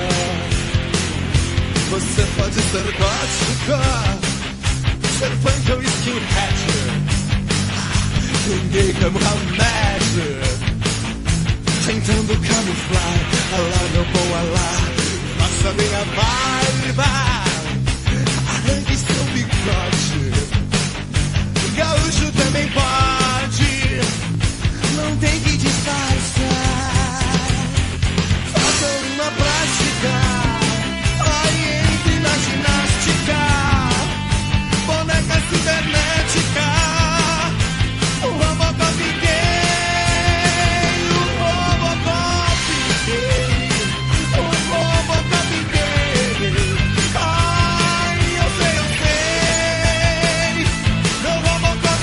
Você pode ser gótica, ser punk ou skinhead. Ninguém quer Mohamed, tentando camuflar. Alá, meu bom alá, faça minha barba, arranque seu bigode. Gaúcho também pode, não tem que disfarçar. Faça uma prática, aí entre na ginástica. Boneca cibernética, o Robocop gay, o Robocop gay, o Robocop gay. Ai, eu sei, eu sei, meu Robocop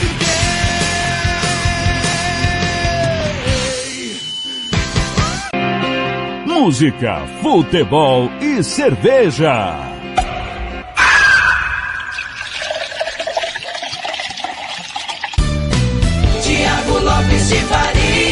gay. Música, futebol e cerveja. Tiago Lopes de Faria.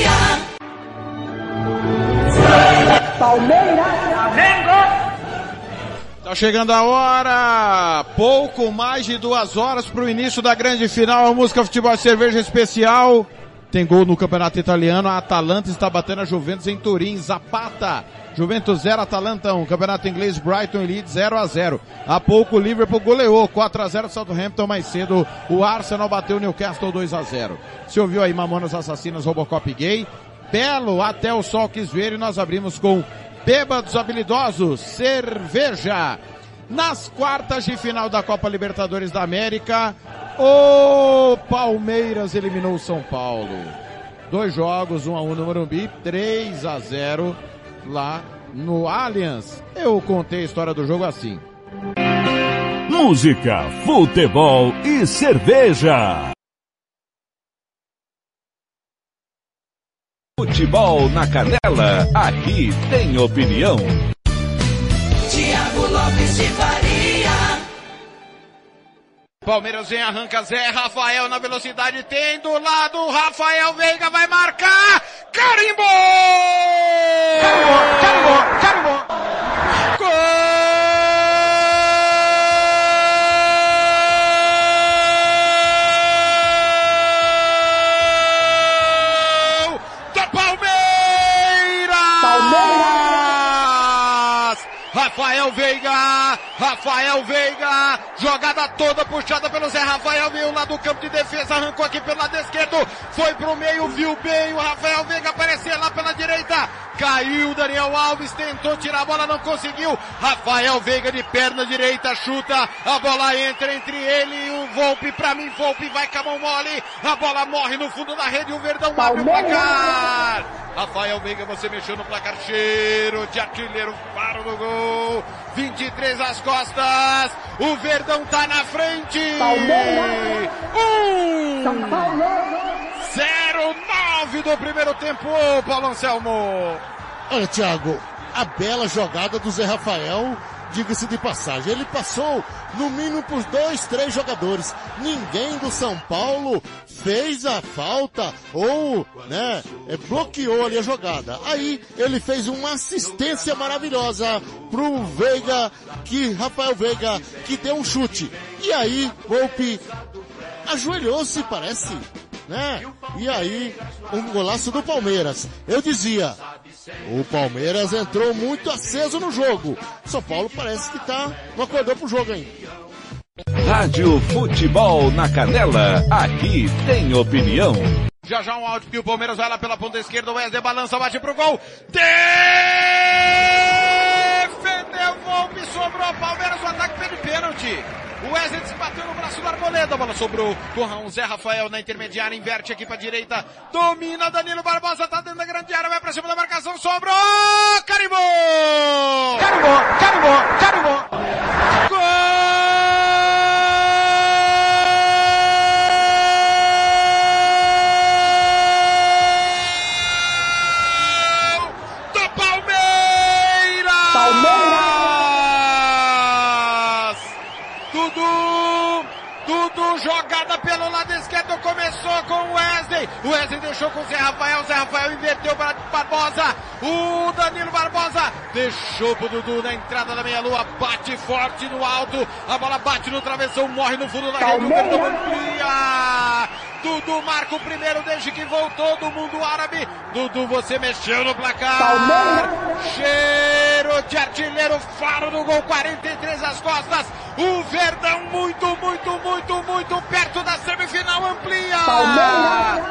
Tá chegando a hora, pouco mais de duas horas para o início da grande final, a música Futebol e Cerveja Especial. Tem gol no Campeonato Italiano, a Atalanta está batendo a Juventus em Turim, Zapata. Juventus zero, Atalanta um. Campeonato Inglês, Brighton e Leeds zero a zero. Há pouco o Liverpool goleou quatro a zero Southampton, mais cedo o Arsenal bateu o Newcastle dois a zero. Você ouviu aí Mamonas Assassinas, Robocop Gay? Belo, Até o Sol Quis Ver, e nós abrimos com Bêbados Habilidosos, Cerveja. Nas quartas de final da Copa Libertadores da América, o Palmeiras eliminou o São Paulo. Dois jogos, um a um no Morumbi, três a zero lá no Allianz. Eu contei a história do jogo assim. Música, futebol e cerveja. Futebol na Canela, aqui tem opinião. Tiago Lopes de Faria. Palmeiras vem, arranca Zé Rafael na velocidade, tem do lado, Rafael Veiga vai marcar, carimbou! Carimbou, carimbou, carimbou! Gol! Do Palmeiras! Palmeiras! Rafael Veiga, Rafael Veiga, jogada toda puxada pelo Zé Rafael, veio lá do campo de defesa, arrancou aqui pelo lado esquerdo, foi pro meio, viu bem o Rafael Veiga aparecer lá pela direita, caiu Daniel Alves, tentou tirar a bola, não conseguiu, Rafael Veiga de perna direita, chuta, a bola entra entre ele e o Volpi, pra mim Volpi vai com a mão mole, a bola morre no fundo da rede, o Verdão abre o placar. Rafael Veiga, você mexeu no placar, cheiro de artilheiro, faro do gol, vinte e três às costas, o Verdão tá na frente, Palmeiras, um, São Paulo, zero nove do primeiro tempo, Paulo Anselmo. Olha, Thiago, a bela jogada do Zé Rafael, diga-se de passagem, ele passou no mínimo por dois, três jogadores, ninguém do São Paulo fez a falta ou, né, bloqueou ali a jogada. Aí ele fez uma assistência maravilhosa pro Veiga, que Rafael Veiga, que deu um chute. E aí, Volpi ajoelhou-se, parece, né? E aí, um golaço do Palmeiras. Eu dizia, o Palmeiras entrou muito aceso no jogo. São Paulo parece que tá, não acordou pro jogo ainda. Rádio Futebol na Canela, aqui tem opinião. Já já um áudio que o Palmeiras vai lá pela ponta esquerda, o Wesley balança, bate pro gol. Defendeu, Volpi, sobrou o Palmeiras, o ataque pede pênalti. O Wesley se bateu no braço do Arboleda, a bola sobrou com o Zé Rafael na intermediária, inverte aqui pra direita, domina Danilo Barbosa, tá dentro da grande área, vai pra cima da marcação, sobrou, carimbou! Carimbou, carimbou, carimbou! Gol! Do Palmeiras! Palmeiras! Dudu, Dudu, jogada pelo lado esquerdo, começou com o Wesley, o Wesley deixou com o Zé Rafael, o Zé Rafael inverteu para Barbosa, o Danilo Barbosa, deixou pro Dudu na entrada da meia-lua, bate forte no alto, a bola bate no travessão, morre no fundo da rede, o Verdão amplia, Dudu marca o primeiro desde que voltou do mundo árabe, Dudu, você mexeu no placar, Palmeiras. Cheiro de artilheiro, faro do gol, quarenta e três às costas, o Verdão muito, muito, muito, muito perto da semifinal, amplia, Palmeiras.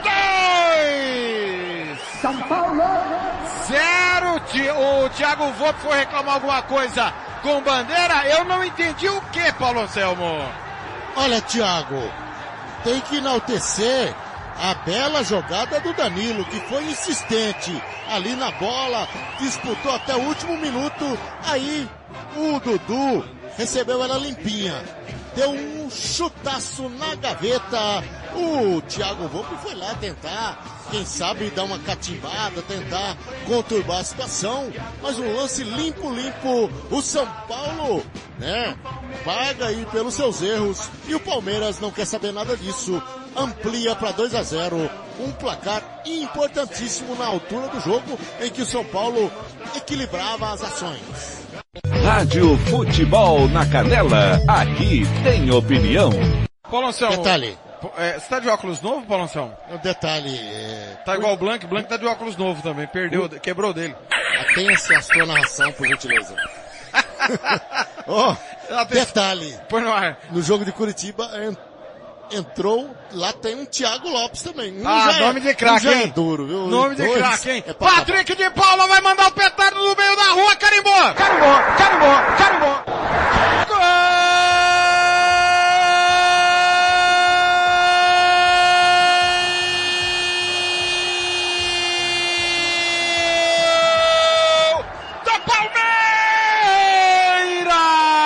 Dois! São Paulo! Zero! O Thiago Volpi foi reclamar alguma coisa com bandeira, eu não entendi o que, Paulo Anselmo? Olha, Thiago, tem que enaltecer a bela jogada do Danilo, que foi insistente ali na bola, disputou até o último minuto, aí o Dudu recebeu ela limpinha, deu um chutaço na gaveta, o Thiago Volpi foi lá tentar, quem sabe dar uma catimbada, tentar conturbar a situação, mas um lance limpo, limpo, o São Paulo, né, paga aí pelos seus erros, e o Palmeiras não quer saber nada disso, amplia para dois a zero, um placar importantíssimo na altura do jogo, em que o São Paulo equilibrava as ações. Rádio Futebol na Canela, aqui tem opinião. Paulonção. Detalhe. É, você tá de óculos novo, Paulonção? Um detalhe. É... Tá igual o Blanc, o Blanc tá de óculos novo também, perdeu, quebrou dele. Atenha-se a sua narração, por gentileza. Oh, detalhe. Põe no ar. No jogo de Curitiba, entrou, lá tem um Thiago Lopes também. Um ah, nome é, de craque, um hein? É duro, viu? Nome Dois de craque, hein? É pra Patrick acabar. De Paula vai mandar o petardo no meio da rua, carimbou! Carimbou, carimbou, carimbou! Gol! Do Palmeiras!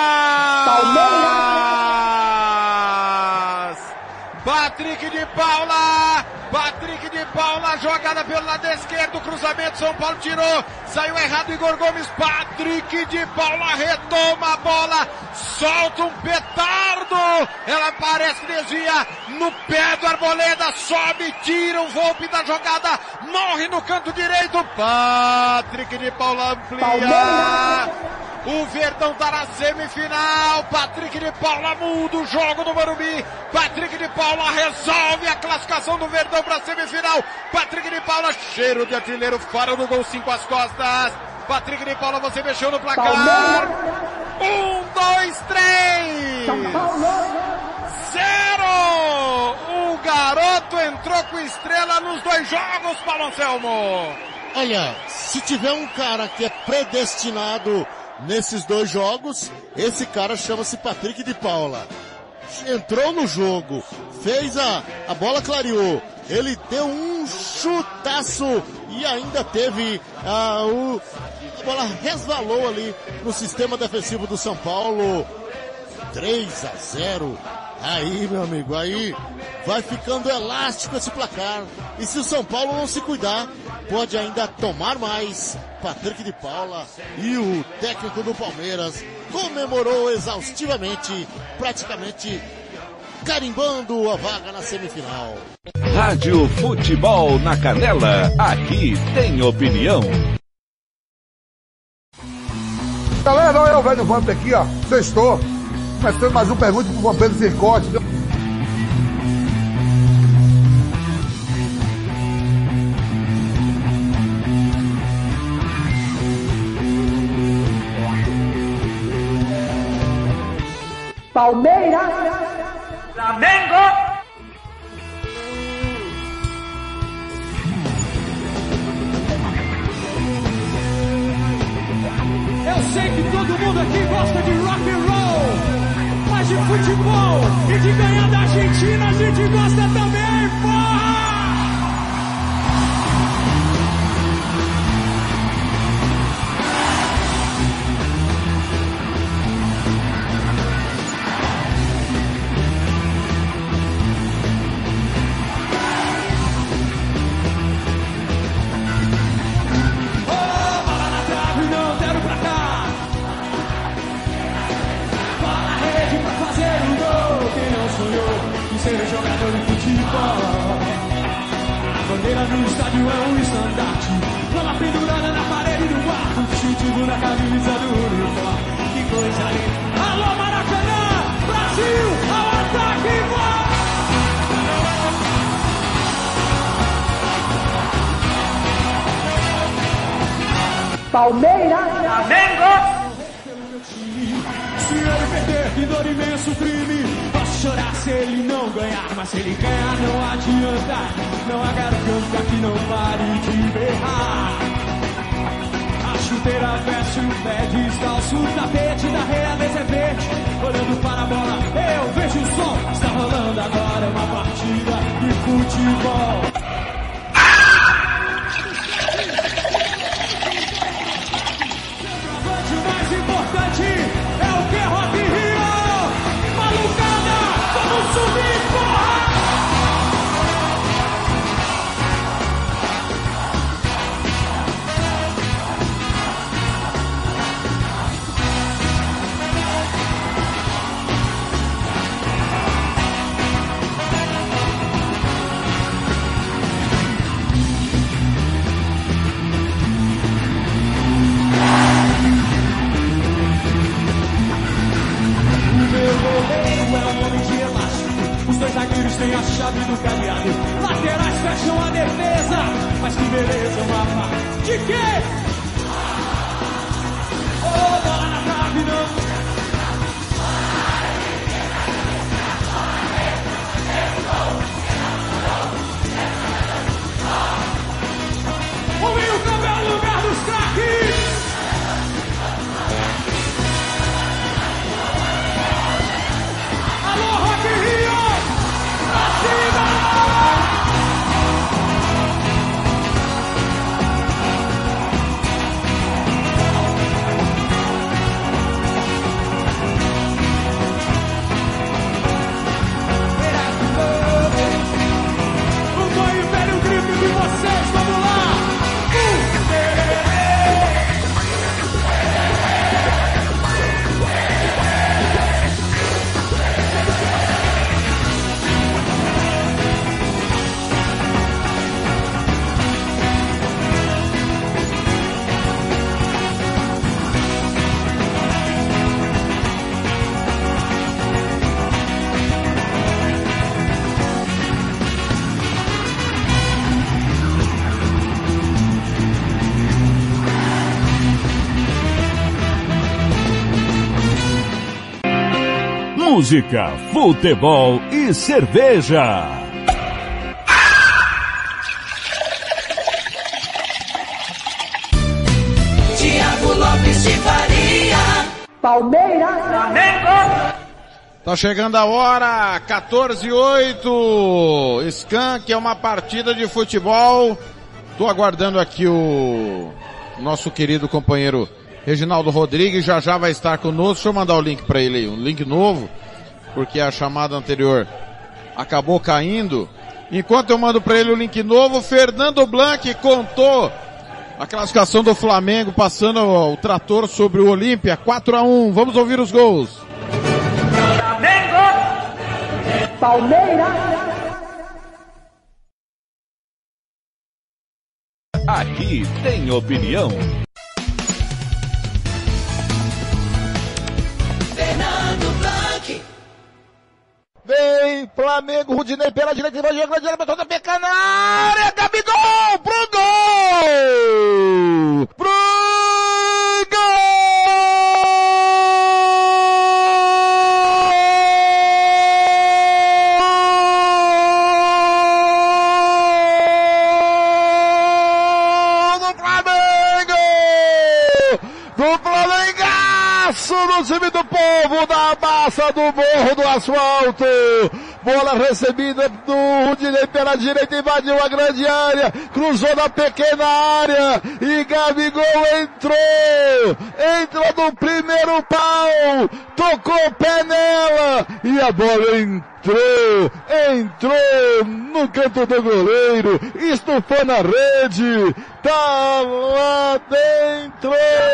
Palmeiras! Patrick de Paula! Patrick de Paula, jogada pelo lado esquerdo, cruzamento, São Paulo tirou, saiu errado Igor Gomes, Patrick de Paula retoma a bola, solta um petardo, ela parece que desvia no pé do Arboleda, sobe, tira o Volpe da jogada, morre no canto direito, Patrick de Paula amplia. O Verdão tá na semifinal, Patrick de Paula muda o jogo do Morumbi, Patrick de Paula resolve a classificação do Verdão para a semifinal, Patrick de Paula, cheiro de artilheiro, fora do gol, cinco às costas, Patrick de Paula, você mexeu no placar, um, dois, três, zero, o garoto entrou com estrela nos dois jogos, Paulo Anselmo. Olha, se tiver um cara que é predestinado nesses dois jogos, esse cara chama-se Patrick de Paula. Entrou no jogo, fez a, a bola clareou, ele deu um chutaço e ainda teve a, o, a bola resvalou ali no sistema defensivo do São Paulo. três a zero. Aí, meu amigo, aí vai ficando elástico esse placar. E se o São Paulo não se cuidar, pode ainda tomar mais. Patrick de Paula e o técnico do Palmeiras comemorou exaustivamente, praticamente carimbando a vaga na semifinal. Rádio Futebol na Canela, aqui tem opinião. Galera, olha o velho Vamp aqui, ó. Sextou. Começando mais um Pergunte pro Vampiro Circote. Palmeiras, Flamengo. Eu sei que todo mundo aqui gosta de rock and roll, mas de futebol e de ganhar da Argentina a gente gosta também, porra! Ser jogador de futebol. A bandeira do estádio é um estandarte, bola pendurada na parede do quarto, chute na camisa do uniforme. Que coisa linda! Alô Maracanã, Brasil, ao ataque, vai! Palmeiras, Flamengo. Se ele perder, que dor imenso crime. Posso chorar se ele não ganhar, mas se ele ganhar não adianta. Não há garganta que não pare de berrar. A chuteira veste o pé descalço, o tapete da realeza é verde. Olhando para a bola, eu vejo o som. Está rolando agora uma partida de futebol. O mais importante é o que Rock in Rio. Malucada, vamos subir, porra! beleza, mas que beleza, uma parte de quê? Oh, bola na trave, não. O meio campo é o lugar dos craques. Alô, Rock in Rio! Pra cima! O bom e velho grito de vocês, vamos lá! Música, futebol e cerveja. Tiago Lopes de Faria. Palmeiras, Flamengo. Tá chegando a hora, quatorze e oito. Skank é uma partida de futebol. Tô aguardando aqui o nosso querido companheiro Reginaldo Rodrigues, já já vai estar conosco. Deixa eu mandar o link para ele aí, um link novo, porque a chamada anterior acabou caindo. Enquanto eu mando para ele o link novo, Fernando Blanc contou a classificação do Flamengo, passando o trator sobre o Olímpia, quatro a um. Vamos ouvir os gols. Flamengo, Palmeiras. Aqui tem opinião. Fernando Blanc. Vem, Flamengo, Rudinei pela direita, vai jogar, direita, toda peca na área, Gabigol, pro gol! Pro gol! Do Flamengo! Do Flamengaço, do time do povo, da massa, do morro, do asfalto! Bola recebida do Rudinei pela direita, invadiu a grande área, cruzou na pequena área e Gabigol entrou, entrou no primeiro pau, tocou o pé nela e a bola entrou, entrou no canto do goleiro, estufou na rede, tá lá dentro.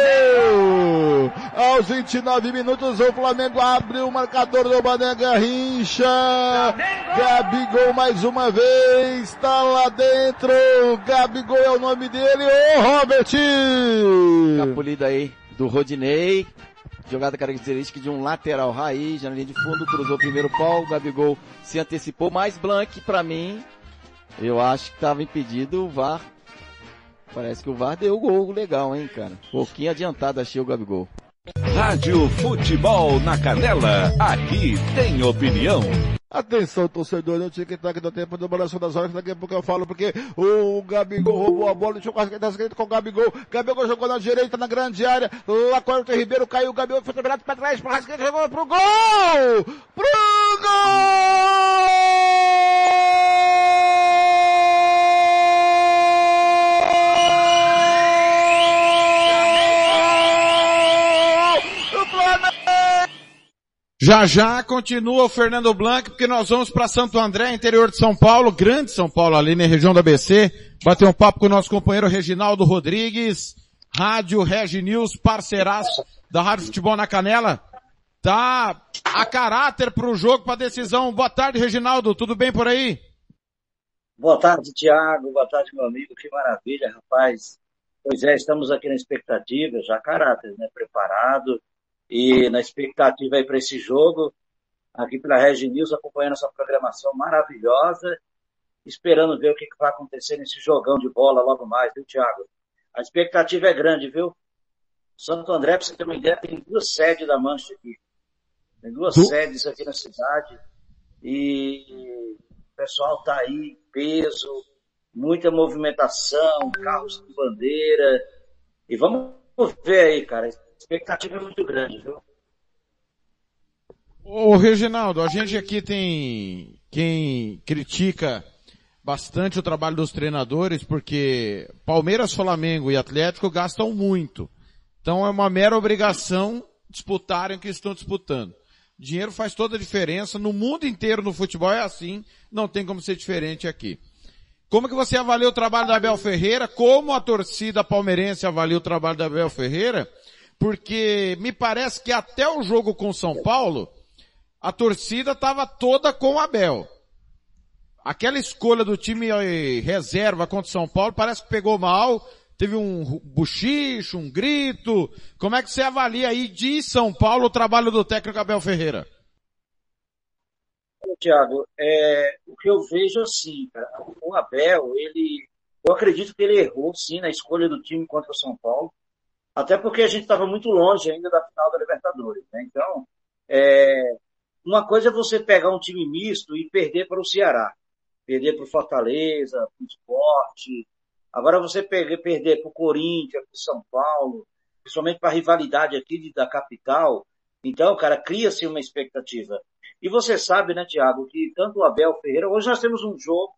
Aos vinte e nove minutos o Flamengo abre o marcador do Mané Garrincha. Gabigol mais uma vez, tá lá dentro. Gabigol é o nome dele, ô Robert. Capulida aí do Rodinei. Jogada característica de um lateral raiz, já na linha de fundo, cruzou o primeiro pau, o Gabigol se antecipou, mais Blanc pra mim, eu acho que tava impedido, o V A R, parece que o V A R deu o gol legal, hein, cara, pouquinho adiantado achei o Gabigol. Rádio Futebol na Canela, aqui tem opinião. Atenção, torcedor, não tinha que estar aqui no tempo do balanço das horas, daqui a pouco eu falo, porque o Gabigol roubou a bola, deixou quase que tá escrito com o Gabigol, Gabigol jogou na direita, na grande área, lá com o Everton Ribeiro, caiu o Gabigol, foi virado pra trás, pro Rascaeta, jogou pro gol! Pro gol! Já já continua o Fernando Blanc, porque nós vamos para Santo André, interior de São Paulo, grande São Paulo, ali na região da B C, bater um papo com o nosso companheiro Reginaldo Rodrigues, Rádio Regi News, parceiraço da Rádio Futebol na Canela. Tá a caráter pro jogo, pra decisão. Boa tarde, Reginaldo, tudo bem por aí? Boa tarde, Thiago, boa tarde, meu amigo, que maravilha, rapaz. Pois é, estamos aqui na expectativa, já caráter, né, preparado. E na expectativa aí para esse jogo, aqui pela Regi News, acompanhando essa programação maravilhosa. esperando ver o que, que vai acontecer nesse jogão de bola logo mais, viu, Thiago? A expectativa é grande, viu? Santo André, pra você ter uma ideia, tem duas sedes da Mancha aqui. Tem duas Du... sedes aqui na cidade. E o pessoal tá aí, peso, muita movimentação, carros com bandeira. E vamos ver aí, cara. A expectativa é muito grande, viu? Ô, Reginaldo, a gente aqui tem quem critica bastante o trabalho dos treinadores, porque Palmeiras, Flamengo e Atlético gastam muito. Então é uma mera obrigação disputarem o que estão disputando. Dinheiro faz toda a diferença. No mundo inteiro no futebol é assim. Não tem como ser diferente aqui. Como que você avalia o trabalho da Abel Ferreira? Como a torcida palmeirense avalia o trabalho da Abel Ferreira? Porque me parece que até o jogo com São Paulo, a torcida estava toda com o Abel. Aquela escolha do time reserva contra o São Paulo parece que pegou mal. Teve um buchicho, um grito. Como é que você avalia aí de São Paulo o trabalho do técnico Abel Ferreira? Tiago, é, o que eu vejo assim, cara, o Abel, ele, eu acredito que ele errou sim na escolha do time contra o São Paulo, até porque a gente estava muito longe ainda da final da Libertadores, né? Então, é, uma coisa é você pegar um time misto e perder para o Ceará, perder para o Fortaleza, para o Sport. Agora você perder, perder para o Corinthians, para o São Paulo, principalmente para a rivalidade aqui de, da capital. Então, cara, cria-se uma expectativa. E você sabe, né, Thiago, que tanto o Abel Ferreira, hoje nós temos um jogo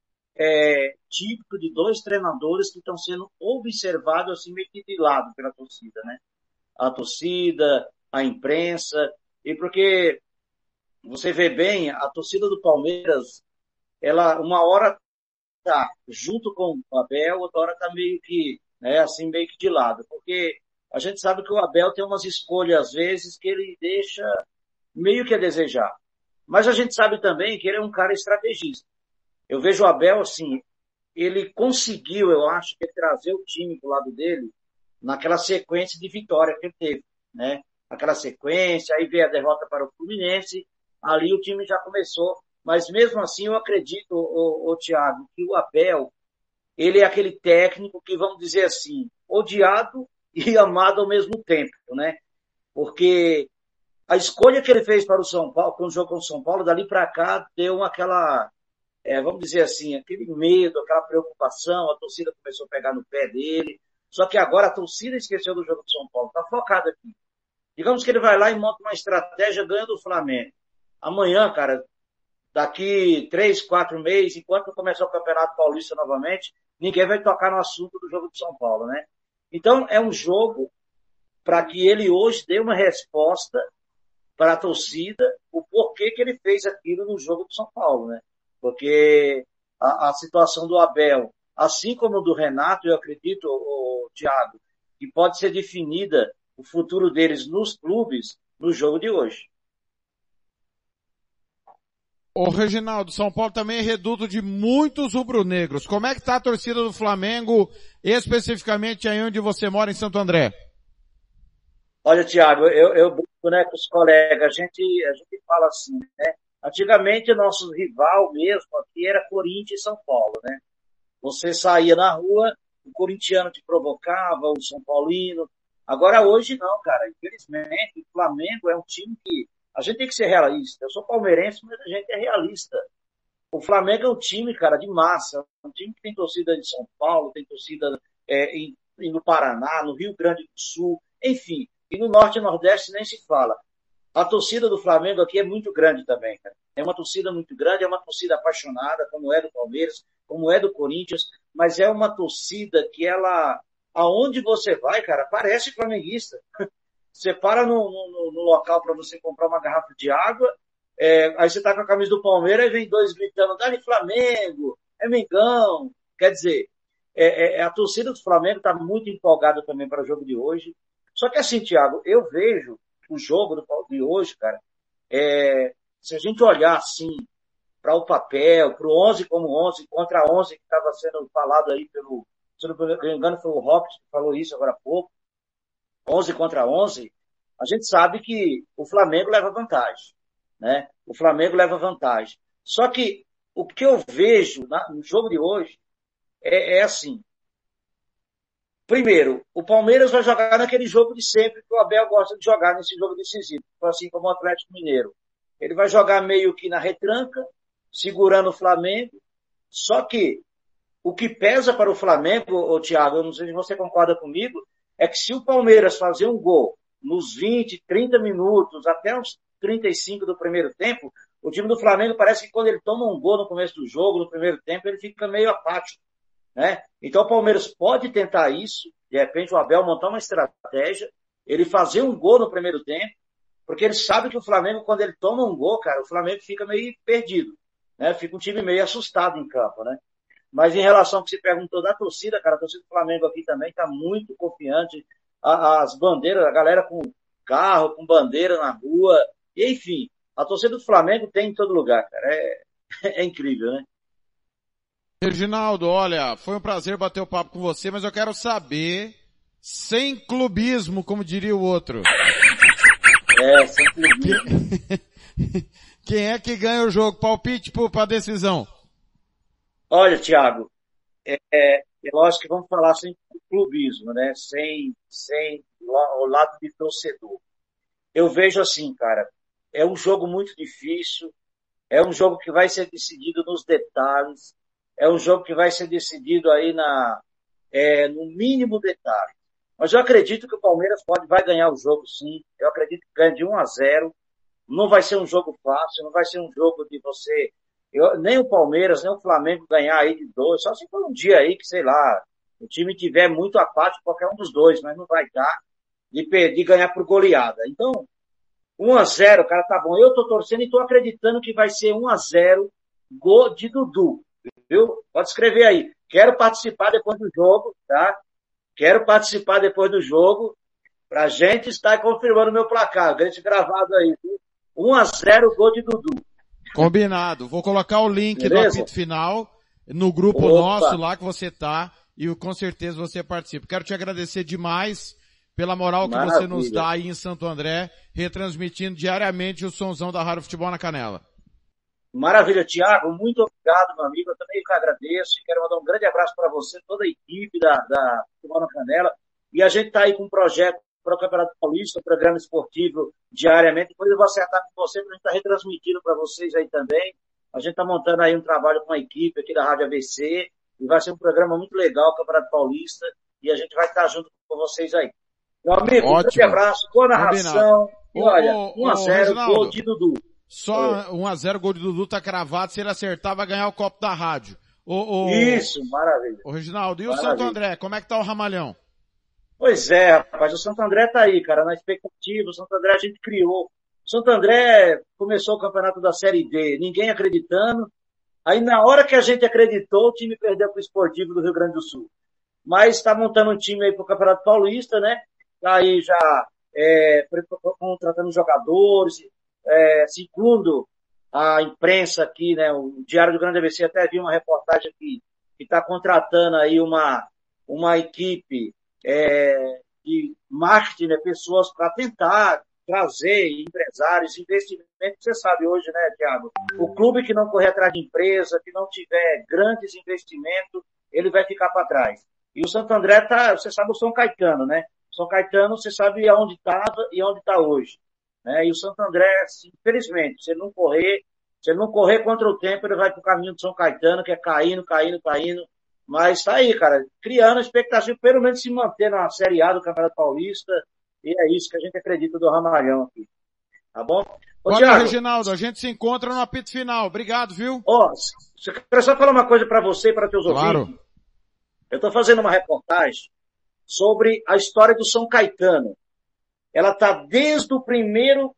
é, típico de dois treinadores que estão sendo observados assim meio que de lado pela torcida, né? A torcida, a imprensa, e porque você vê bem, a torcida do Palmeiras, ela uma hora tá junto com o Abel, outra hora tá meio que, né, assim meio que de lado, porque a gente sabe que o Abel tem umas escolhas às vezes que ele deixa meio que a desejar. Mas a gente sabe também que ele é um cara estrategista. Eu vejo o Abel, assim, ele conseguiu, eu acho, que trazer o time pro lado dele naquela sequência de vitória que ele teve, né? Aquela sequência, aí veio a derrota para o Fluminense, ali o time já começou. Mas mesmo assim, eu acredito, ô, ô, Thiago, que o Abel, ele é aquele técnico que, vamos dizer assim, odiado e amado ao mesmo tempo, né? Porque a escolha que ele fez para o São Paulo, quando jogou com o São Paulo, dali para cá, deu aquela, é, vamos dizer assim, aquele medo, aquela preocupação, a torcida começou a pegar no pé dele. Só que agora a torcida esqueceu do jogo do São Paulo, está focado aqui. Digamos que ele vai lá e monta uma estratégia, ganha do Flamengo. Amanhã, cara, daqui três, quatro meses, enquanto começar o Campeonato Paulista novamente, ninguém vai tocar no assunto do jogo do São Paulo, né? Então, é um jogo para que ele hoje dê uma resposta para a torcida o porquê que ele fez aquilo no jogo do São Paulo, né? Porque a, a situação do Abel, assim como do Renato, eu acredito, o Thiago, que pode ser definida o futuro deles nos clubes no jogo de hoje. Ô Reginaldo, São Paulo também é reduto de muitos rubro-negros. Como é que tá a torcida do Flamengo, especificamente aí onde você mora, em Santo André? Olha, Thiago, eu, eu brinco, né, com os colegas, a gente, a gente fala assim, né? Antigamente, nosso rival mesmo aqui era Corinthians e São Paulo, né? Você saía na rua, o corintiano te provocava, o São Paulino. Agora, hoje não, cara. Infelizmente, o Flamengo é um time que a gente tem que ser realista. Eu sou palmeirense, mas a gente é realista. O Flamengo é um time, cara, de massa. Um time que tem torcida de São Paulo, tem torcida é, em, no Paraná, no Rio Grande do Sul, enfim. E no Norte e Nordeste nem se fala. A torcida do Flamengo aqui é muito grande também, cara. É uma torcida muito grande, é uma torcida apaixonada, como é do Palmeiras, como é do Corinthians, mas é uma torcida que ela, aonde você vai, cara, parece flamenguista. Você para no, no, no local para você comprar uma garrafa de água, é, aí você tá com a camisa do Palmeiras e vem dois gritando, dá-lhe Flamengo, é Mengão. Quer dizer, é, é, a torcida do Flamengo tá muito empolgada também para o jogo de hoje. Só que assim, Thiago, eu vejo o jogo do, de hoje, cara, é, se a gente olhar assim para o papel, para o onze como onze, contra onze que estava sendo falado aí pelo, se não me engano foi o Rock que falou isso agora há pouco, onze contra onze, a gente sabe que o Flamengo leva vantagem, né? O Flamengo leva vantagem. Só que o que eu vejo na, no jogo de hoje é, é assim. Primeiro, o Palmeiras vai jogar naquele jogo de sempre que o Abel gosta de jogar nesse jogo decisivo, assim como o Atlético Mineiro. Ele vai jogar meio que na retranca, segurando o Flamengo, só que o que pesa para o Flamengo, ô, Thiago, eu não sei se você concorda comigo, é que se o Palmeiras fazer um gol nos vinte, trinta minutos, até uns trinta e cinco do primeiro tempo, o time do Flamengo parece que quando ele toma um gol no começo do jogo, no primeiro tempo, ele fica meio apático. Né? Então o Palmeiras pode tentar isso, de repente o Abel montar uma estratégia, ele fazer um gol no primeiro tempo, porque ele sabe que o Flamengo, quando ele toma um gol, cara, o Flamengo fica meio perdido, né? Fica um time meio assustado em campo, né? Mas em relação ao que você perguntou da torcida, cara, a torcida do Flamengo aqui também tá muito confiante, as bandeiras, a galera com carro, com bandeira na rua, e enfim, a torcida do Flamengo tem em todo lugar, cara, é, é incrível, né? Reginaldo, olha, foi um prazer bater o papo com você, mas eu quero saber, sem clubismo, como diria o outro. É, sem clubismo. Quem é que ganha o jogo? Palpite para a decisão. Olha, Thiago, é, é, é lógico que vamos falar sem clubismo, né? Sem, sem o lado de torcedor. Eu vejo assim, cara, é um jogo muito difícil, é um jogo que vai ser decidido nos detalhes, é um jogo que vai ser decidido aí na, é, no mínimo detalhe. Mas eu acredito que o Palmeiras pode, vai ganhar o jogo sim. Eu acredito que ganha de um a zero. Não vai ser um jogo fácil, não vai ser um jogo de você, eu, nem o Palmeiras, nem o Flamengo ganhar aí de dois. Só se for um dia aí que, sei lá, o time tiver muito apático, qualquer um dos dois, mas não vai dar de, de ganhar por goleada. Então, um a zero, cara, tá bom. Eu tô torcendo e tô acreditando que vai ser um a zero, gol de Dudu. Viu? Pode escrever aí. Quero participar depois do jogo, tá? Quero participar depois do jogo pra gente estar confirmando o meu placar. Deixa gravado aí, viu? um a zero, gol de Dudu. Combinado. Vou colocar o link Beleza? do apito final no grupo Opa. nosso lá que você tá e com certeza você participa. Quero te agradecer demais pela moral Maravilha. que você nos dá aí em Santo André, retransmitindo diariamente o sonzão da Rádio Futebol na Canela. Maravilha, Thiago, muito obrigado, meu amigo, eu também que agradeço, quero mandar um grande abraço para você, toda a equipe da, da Futebol na Canela, e a gente está aí com um projeto para o Campeonato Paulista, um programa esportivo diariamente, depois eu vou acertar com você, para a gente estar tá retransmitindo para vocês aí também, a gente está montando aí um trabalho com a equipe aqui da Rádio A B C, e vai ser um programa muito legal, o Campeonato Paulista, e a gente vai estar tá junto com vocês aí. Meu amigo, Ótimo. um grande abraço, boa narração, e olha, um a zero, gol de Dudu. Só um a zero, gol de Dudu tá cravado, se ele acertar vai ganhar o copo da rádio. O, o, Isso, maravilha. O Reginaldo, e o maravilha. Santo André, como é que tá o Ramalhão? Pois é, rapaz, o Santo André tá aí, cara, na expectativa, o Santo André a gente criou. O Santo André começou o campeonato da Série D, ninguém acreditando, aí na hora que a gente acreditou, o time perdeu pro Esportivo do Rio Grande do Sul. Mas tá montando um time aí pro Campeonato Paulista, né? Tá aí já, é, contratando jogadores. É, segundo a imprensa aqui, né, o Diário do Grande A B C até viu uma reportagem aqui que está contratando aí uma, uma equipe é, de marketing, né, pessoas para tentar trazer empresários, investimentos. Você sabe hoje, né, Thiago, o clube que não correr atrás de empresa, que não tiver grandes investimentos, ele vai ficar para trás. E o Santo André tá, você sabe o São Caetano, né? São Caetano, você sabe aonde estava e onde está hoje. É, e o Santo André, infelizmente, se ele não correr, se ele não correr contra o tempo, ele vai pro caminho do São Caetano, que é caindo, caindo, caindo. Mas tá aí, cara, criando a expectativa, pelo menos se manter na Série A do Campeonato Paulista, e é isso que a gente acredita do Ramalhão aqui. Tá bom? Ô, Olha, Thiago, Reginaldo, a gente se encontra no apito final. Obrigado, viu? Ó, eu quero só falar uma coisa pra você e para teus claro. ouvintes. Eu tô fazendo uma reportagem sobre a história do São Caetano. Ela está desde o primeiro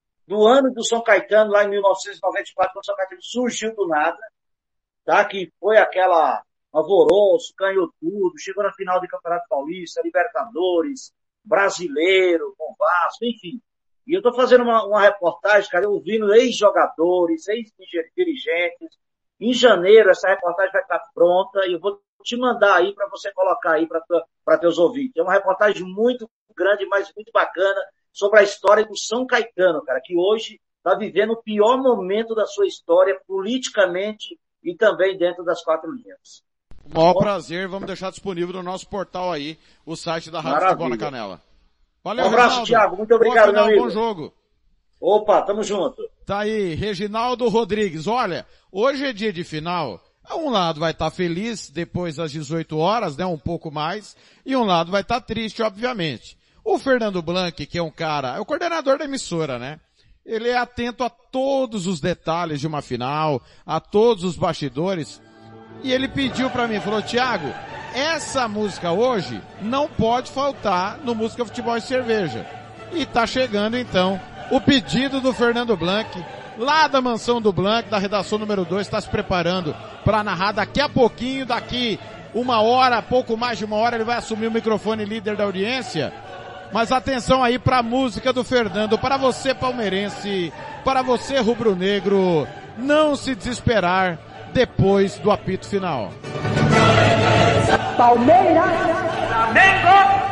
do ano do São Caetano, lá em mil novecentos e noventa e quatro, quando o São Caetano surgiu do nada, tá? Que foi aquela alvoroço, ganhou tudo, chegou na final do Campeonato Paulista, Libertadores, Brasileiro, com Vasco, enfim. E eu estou fazendo uma, uma reportagem, cara, ouvindo ex-jogadores, ex-dirigentes. Em janeiro, essa reportagem vai estar pronta e eu vou te mandar aí para você colocar aí para teus ouvintes. É uma reportagem muito grande, mas muito bacana, sobre a história do São Caetano, cara, que hoje está vivendo o pior momento da sua história, politicamente e também dentro das quatro linhas. O maior prazer, vamos deixar disponível no nosso portal aí, o site da Rádio Futebol na Canela. Valeu, um abraço, Reginaldo. Thiago. Muito obrigado, final, meu amigo. Bom jogo. Opa, tamo junto. Tá aí, Reginaldo Rodrigues. Olha, hoje é dia de final. Um lado vai estar feliz depois das dezoito horas, né, um pouco mais, e um lado vai estar triste, obviamente. O Fernando Blanc, que é um cara, é o coordenador da emissora, né? Ele é atento a todos os detalhes de uma final, a todos os bastidores, e ele pediu pra mim, falou, Thiago, essa música hoje não pode faltar no Música, Futebol e Cerveja. E tá chegando então o pedido do Fernando Blanc, lá da mansão do Blanc, da redação número dois, está se preparando para narrar daqui a pouquinho, daqui uma hora, pouco mais de uma hora, ele vai assumir o microfone líder da audiência. Mas atenção aí para a música do Fernando, para você palmeirense, para você rubro-negro, não se desesperar depois do apito final. Palmeiras, Flamengo.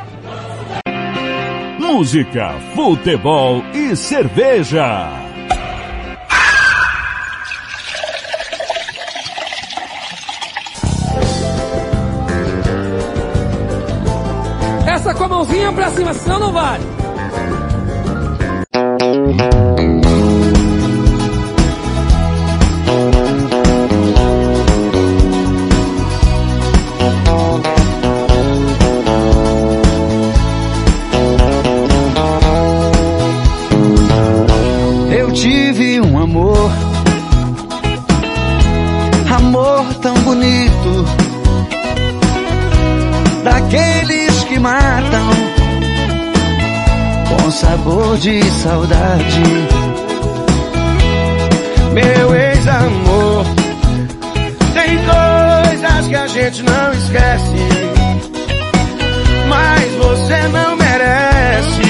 Música, futebol e cerveja. Essa com a mãozinha pra cima, senão não vale. Eu tive um amor, amor tão bonito, daqueles que matam com sabor de saudade. Meu ex-amor, tem coisas que a gente não esquece, mas você não merece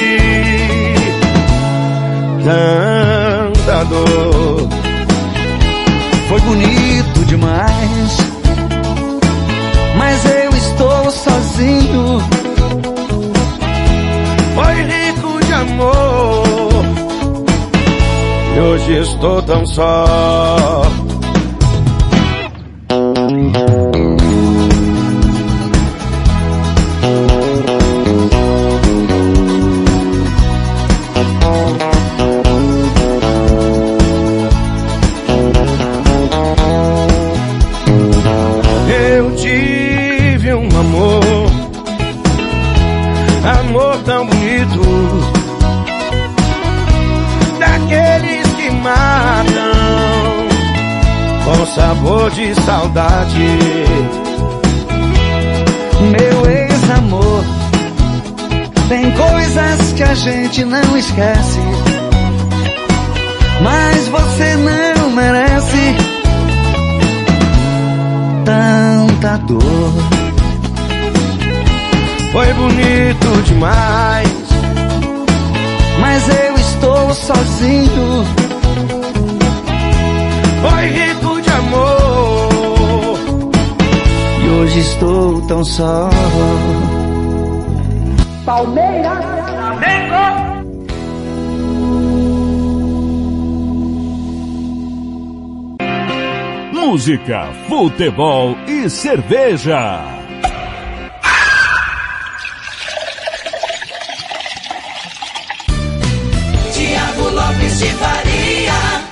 tanta dor. Foi bonito demais, mas eu estou sozinho. Foi rico de amor e hoje estou tão só. Eu tive um amor, amor tão bonito, daqueles que matam com sabor de saudade. Meu ex-amor, tem coisas que a gente não esquece, mas você não merece tanta dor. Foi bonito demais, mas eu estou sozinho. Foi rico de amor e hoje estou tão só. Palmeiras, Flamengo. Música, futebol e cerveja. Tiago Lopes de Faria.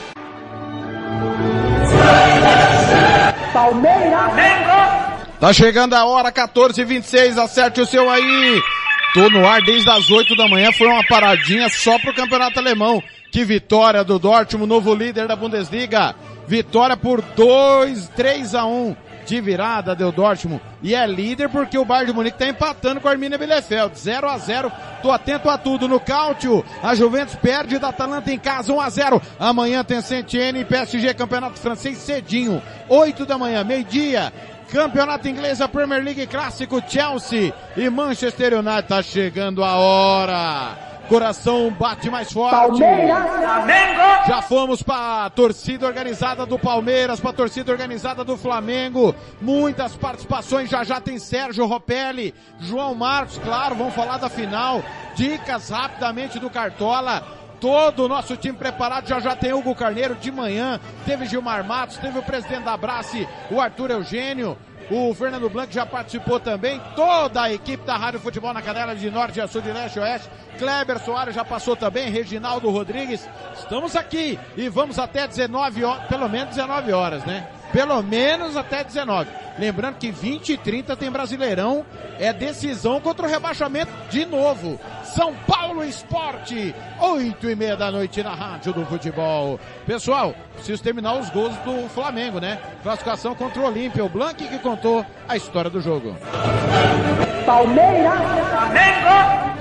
Palmeiras, Flamengo. Tá chegando a hora, quatorze e vinte e seis, acerte o seu aí. Tô no ar desde as oito da manhã, foi uma paradinha só pro campeonato alemão. Que vitória do Dortmund, novo líder da Bundesliga. Vitória por dois, três a um de virada deu Dortmund. E é líder porque o Bayern de Munique tá empatando com a Arminia Bielefeld. zero a zero. Tô atento a tudo no Cáutio. A Juventus perde da Atalanta em casa um a zero. Amanhã tem Saint-Étienne e P S G, campeonato francês cedinho. oito da manhã, meio-dia. Campeonato inglês, a Premier League clássico, Chelsea e Manchester United. Tá chegando a hora. Coração bate mais forte. Palmeiras, Flamengo. Já fomos para a torcida organizada do Palmeiras, para a torcida organizada do Flamengo. Muitas participações, já já tem Sérgio Ropelli, João Marcos, claro, vamos falar da final. Dicas rapidamente do Cartola. todo o nosso time preparado. Já já tem Hugo Carneiro de manhã, teve Gilmar Matos, teve o presidente da Abrace, o Arthur Eugênio, o Fernando Blanc já participou também, toda a equipe da Rádio Futebol na Canela, de norte a sul, de leste a oeste. Kleber Soares já passou também, Reginaldo Rodrigues. Estamos aqui e vamos até dezenove horas, pelo menos dezenove horas, né? Pelo menos até dezenove. Lembrando que vinte e trinta tem Brasileirão, é decisão contra o rebaixamento de novo. São Paulo Esporte, oito e meia da noite na Rádio do Futebol. Pessoal, preciso terminar os gols do Flamengo, né? Classificação contra o Olímpia, o Blanc que contou a história do jogo. Palmeiras, Flamengo!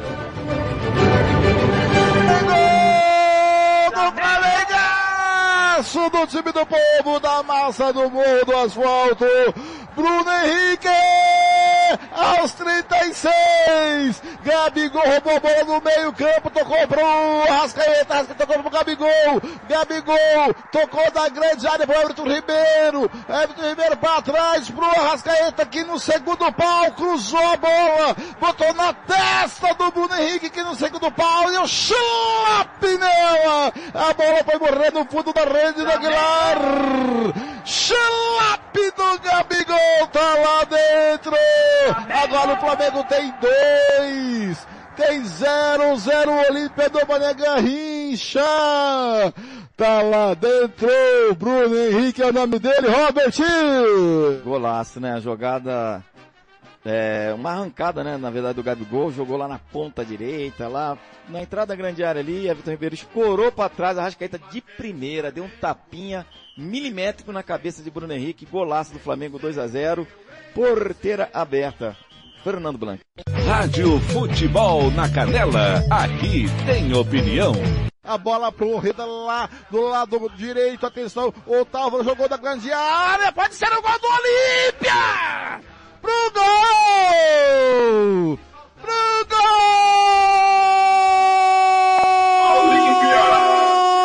Gol do Flamengaço do time do povo, da massa do morro do asfalto. Bruno Henrique, aos trinta e seis, Gabigol roubou a bola no meio campo, tocou pro Arrascaeta, Arrascaeta tocou pro Gabigol, Gabigol tocou da grande área pro Everton Ribeiro, Everton Ribeiro pra trás pro Arrascaeta, que no segundo pau cruzou a bola, botou na testa do Bruno Henrique, que no segundo pau deu chulape nela, a bola foi morrer no fundo da rede do Aguilar, chulape do Gabigol, tá lá dentro. Agora o Flamengo tem dois, tem zero, zero, Olímpia do Mané Garrincha. Tá lá dentro, Bruno Henrique é o nome dele, Robert. Golaço, né? A jogada, é, uma arrancada, né? Na verdade do Gabigol, jogou lá na ponta direita, lá na entrada da grande área ali, Everton Ribeiro escorou pra trás, a Arrascaeta de primeira, deu um tapinha milimétrico na cabeça de Bruno Henrique, golaço do Flamengo, dois a zero, porteira aberta. Fernando Blanc. Rádio Futebol na Canela, aqui tem opinião. A bola pro Reda lá do lado direito, atenção, Otávio jogou da grande área, pode ser o gol do Olímpia! Pro gol! Pro gol! Olímpia!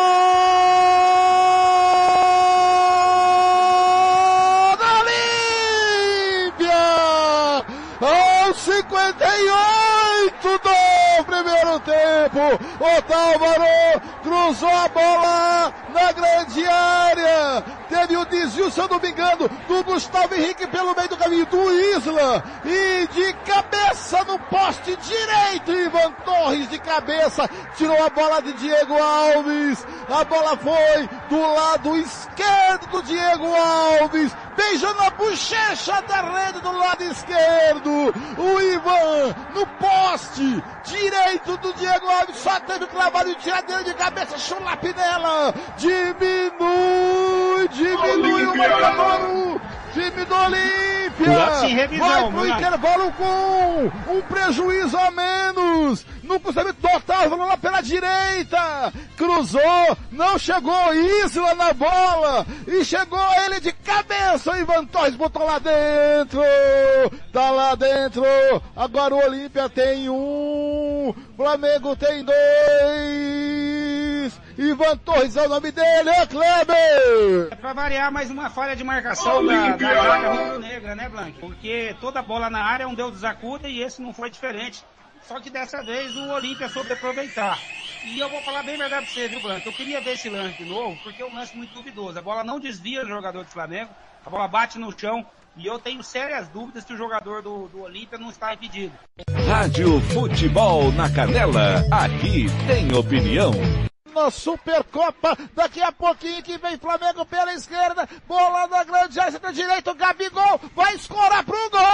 cinquenta e oito do primeiro tempo, Otávio cruzou a bola na grande área, teve o desvio, se eu não me engano, do Gustavo Henrique pelo meio do caminho do Isla, e de cabeça no poste direito, Ivan Torres de cabeça, tirou a bola de Diego Alves, a bola foi do lado esquerdo do Diego Alves, beijando a bochecha da rede do lado esquerdo, o Ivan no poste direito do Diego Alves, só teve clavado e tiradeira de cabeça, chulape nela, diminui, diminui o marcador, time do Olímpia, vai pro intervalo com um prejuízo a menos, no cruzamento do Otávio lá pela direita, cruzou, não chegou Isla na bola, e chegou ele de cabeça, o Ivan Torres botou lá dentro, tá lá dentro, agora o Olímpia tem um, Flamengo tem dois, Ivan Torres é o nome dele, é Kleber! É pra variar mais uma falha de marcação da, da zaga rubro-negra, né, Blanc? Porque toda bola na área é um Deus dos acuda e esse não foi diferente. Só que dessa vez o Olímpia soube aproveitar. E eu vou falar bem a verdade pra você, viu, Blanc? Eu queria ver esse lance de novo, porque é um lance muito duvidoso. A bola não desvia do jogador do Flamengo, a bola bate no chão, e eu tenho sérias dúvidas se o jogador do, do Olímpia não está impedido. Rádio Futebol na Canela, aqui tem opinião. Na Supercopa, daqui a pouquinho que vem Flamengo pela esquerda, bola na grande área, da direita, o Gabigol vai escorar pro gol!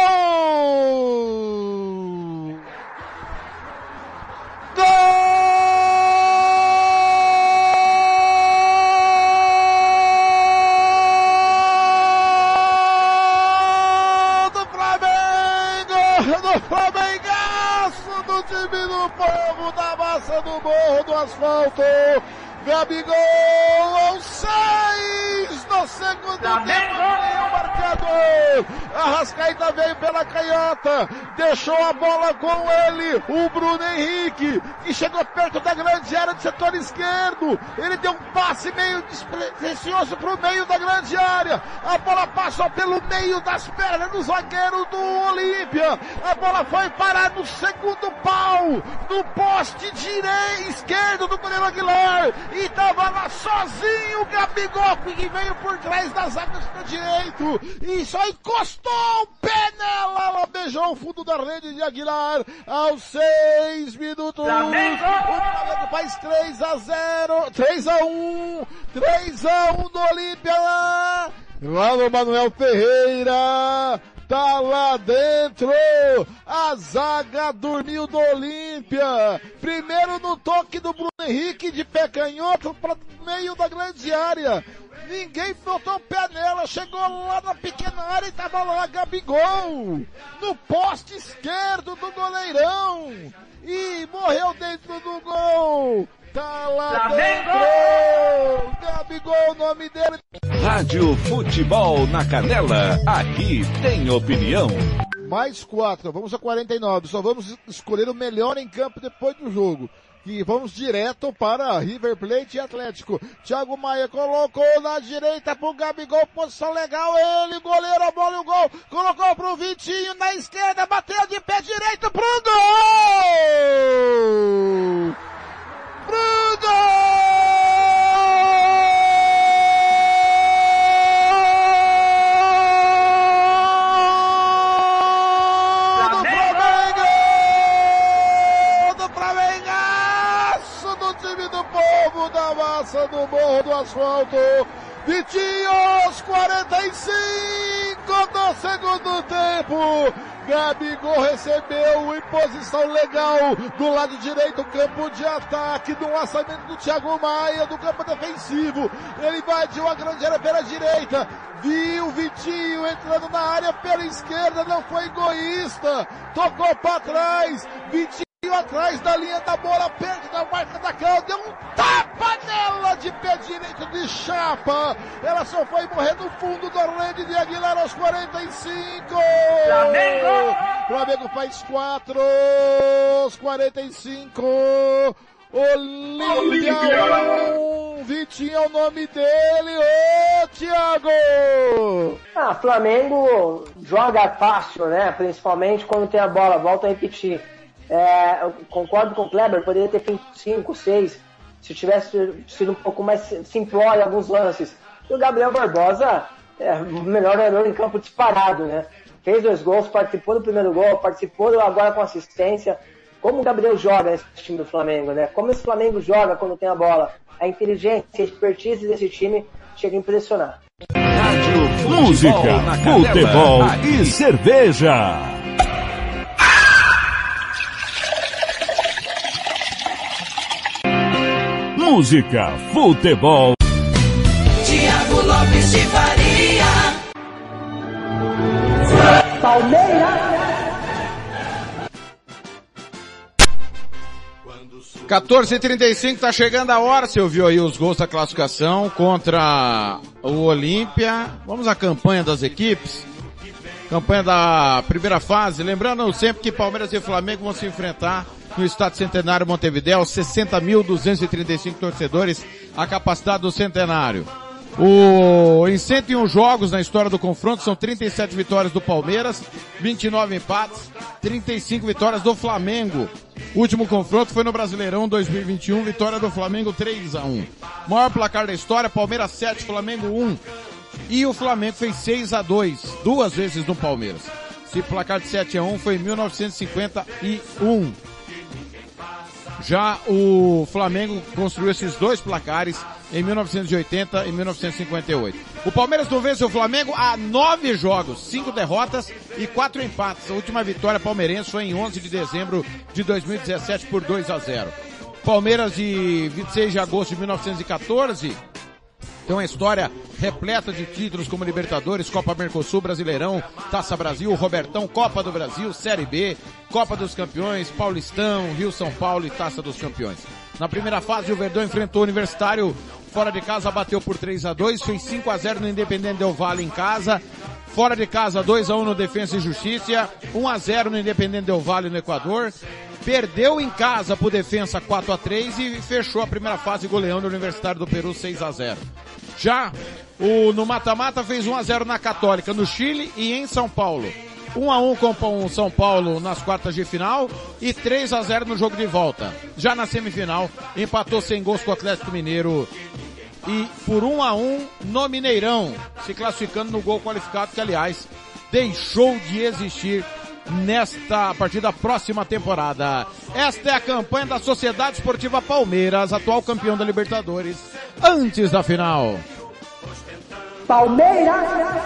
Gol! Do Flamengo! Do Flamengaço do time do povo, da massa do morro do asfalto! Gabigol aos seis do segundo tempo, o marcador. Arrascaeta veio pela canhota, volta, deixou a bola com ele, o Bruno Henrique, que chegou perto da grande área do setor esquerdo, ele deu um passe meio despretensioso pro meio da grande área, a bola passou pelo meio das pernas do zagueiro do Olímpia, a bola foi parar no segundo pau, no poste direito, esquerdo do goleiro Aguilar, e tava lá sozinho o Gabigol, que veio por trás das zaga do direito, e só encostou o pé nela, ela beijou o fundo da rede de Aguilar, aos seis minutos, Flamengo. O Flamengo faz três a zero, três a um, três a um do Olímpia lá, lá no Manuel Ferreira, tá lá dentro, a zaga dormiu do Olímpia, primeiro no toque do Bruno Henrique de pé canhoto para meio da grande área, ninguém botou o pé nela, chegou lá na pequena área e tava lá Gabigol, no poste esquerdo do goleirão, e morreu dentro do gol, tá lá dentro, Gabigol, o nome dele. Rádio Futebol na Canela, aqui tem opinião. Mais quatro, vamos a quarenta e nove, só vamos escolher o melhor em campo depois do jogo. E vamos direto para River Plate e Atlético. Thiago Maia colocou na direita pro Gabigol, posição legal, ele, goleiro, a bola e o gol, colocou pro Vitinho na esquerda, bateu de pé direito pro gol! Pro gol! Da massa do Morro do Asfalto, Vitinho aos quarenta e cinco do segundo tempo, Gabigol recebeu em posição legal do lado direito, campo de ataque, do lançamento do Thiago Maia, do campo defensivo, ele invadiu a grande área pela direita, viu o Vitinho entrando na área pela esquerda, não foi egoísta, tocou para trás, Vitinho atrás da linha da bola, perto da marca da cal, deu um tapa nela de pé direito de chapa, ela só foi morrer no fundo da rede de Aguilar aos quarenta e cinco. Flamengo! Flamengo faz quatro, aos quarenta e cinco. Olímpia, um, Vitinho é o nome dele, ô Thiago! Ah, Flamengo joga fácil, né? Principalmente quando tem a bola, volto a repetir. É, eu concordo com o Kleber, poderia ter feito cinco, seis, se tivesse sido um pouco mais simplório em alguns lances. E o Gabriel Barbosa é o melhor jogador em campo disparado, né? Fez dois gols, participou do primeiro gol, participou agora com assistência. Como o Gabriel joga nesse time do Flamengo, né? Como esse Flamengo joga quando tem a bola. A inteligência, a expertise desse time chega a impressionar. Rádio Música, futebol e cerveja. Música, futebol. Thiago Lopes de Faria. Palmeiras. quatorze e trinta e cinco, tá chegando a hora, você ouviu aí os gols da classificação contra o Olímpia. Vamos à campanha das equipes. Campanha da primeira fase. Lembrando sempre que Palmeiras e Flamengo vão se enfrentar no Estádio Centenário Montevidéu, sessenta mil duzentos e trinta e cinco torcedores, a capacidade do Centenário. O, em cento e um jogos na história do confronto, são trinta e sete vitórias do Palmeiras, vinte e nove empates, trinta e cinco vitórias do Flamengo. O último confronto foi no Brasileirão dois mil e vinte e um, vitória do Flamengo três a um. Maior placar da história, Palmeiras sete, Flamengo um. E o Flamengo fez seis a dois, duas vezes no Palmeiras. Esse placar de sete a um foi em mil novecentos e cinquenta e um. Já o Flamengo construiu esses dois placares em mil novecentos e oitenta e mil novecentos e cinquenta e oito. O Palmeiras não vence o Flamengo há nove jogos, cinco derrotas e quatro empates. A última vitória palmeirense foi em onze de dezembro de dois mil e dezessete por dois a zero. Palmeiras de vinte e seis de agosto de mil novecentos e quatorze tem uma história repleta de títulos como Libertadores, Copa Mercosul, Brasileirão, Taça Brasil, Robertão, Copa do Brasil, Série B, Copa dos Campeões, Paulistão, Rio São Paulo e Taça dos Campeões. Na primeira fase, o Verdão enfrentou o Universitário fora de casa, bateu por três a dois, fez cinco a zero no Independente Del Valle em casa. Fora de casa, dois a um no Defensa e Justiça, um a zero no Independente Del Valle no Equador. Perdeu em casa pro Defensa quatro a três e fechou a primeira fase goleando o Universitário do Peru seis a zero. Já o, no mata-mata fez um a zero na Católica, no Chile e em São Paulo. um a um com o São Paulo nas quartas de final e três a zero no jogo de volta. Já na semifinal, empatou sem gols com o Atlético Mineiro e por um a um no Mineirão, se classificando no gol qualificado, que aliás deixou de existir nesta, a partir da próxima temporada. Esta é a campanha da Sociedade Esportiva Palmeiras, atual campeão da Libertadores, antes da final. Palmeiras!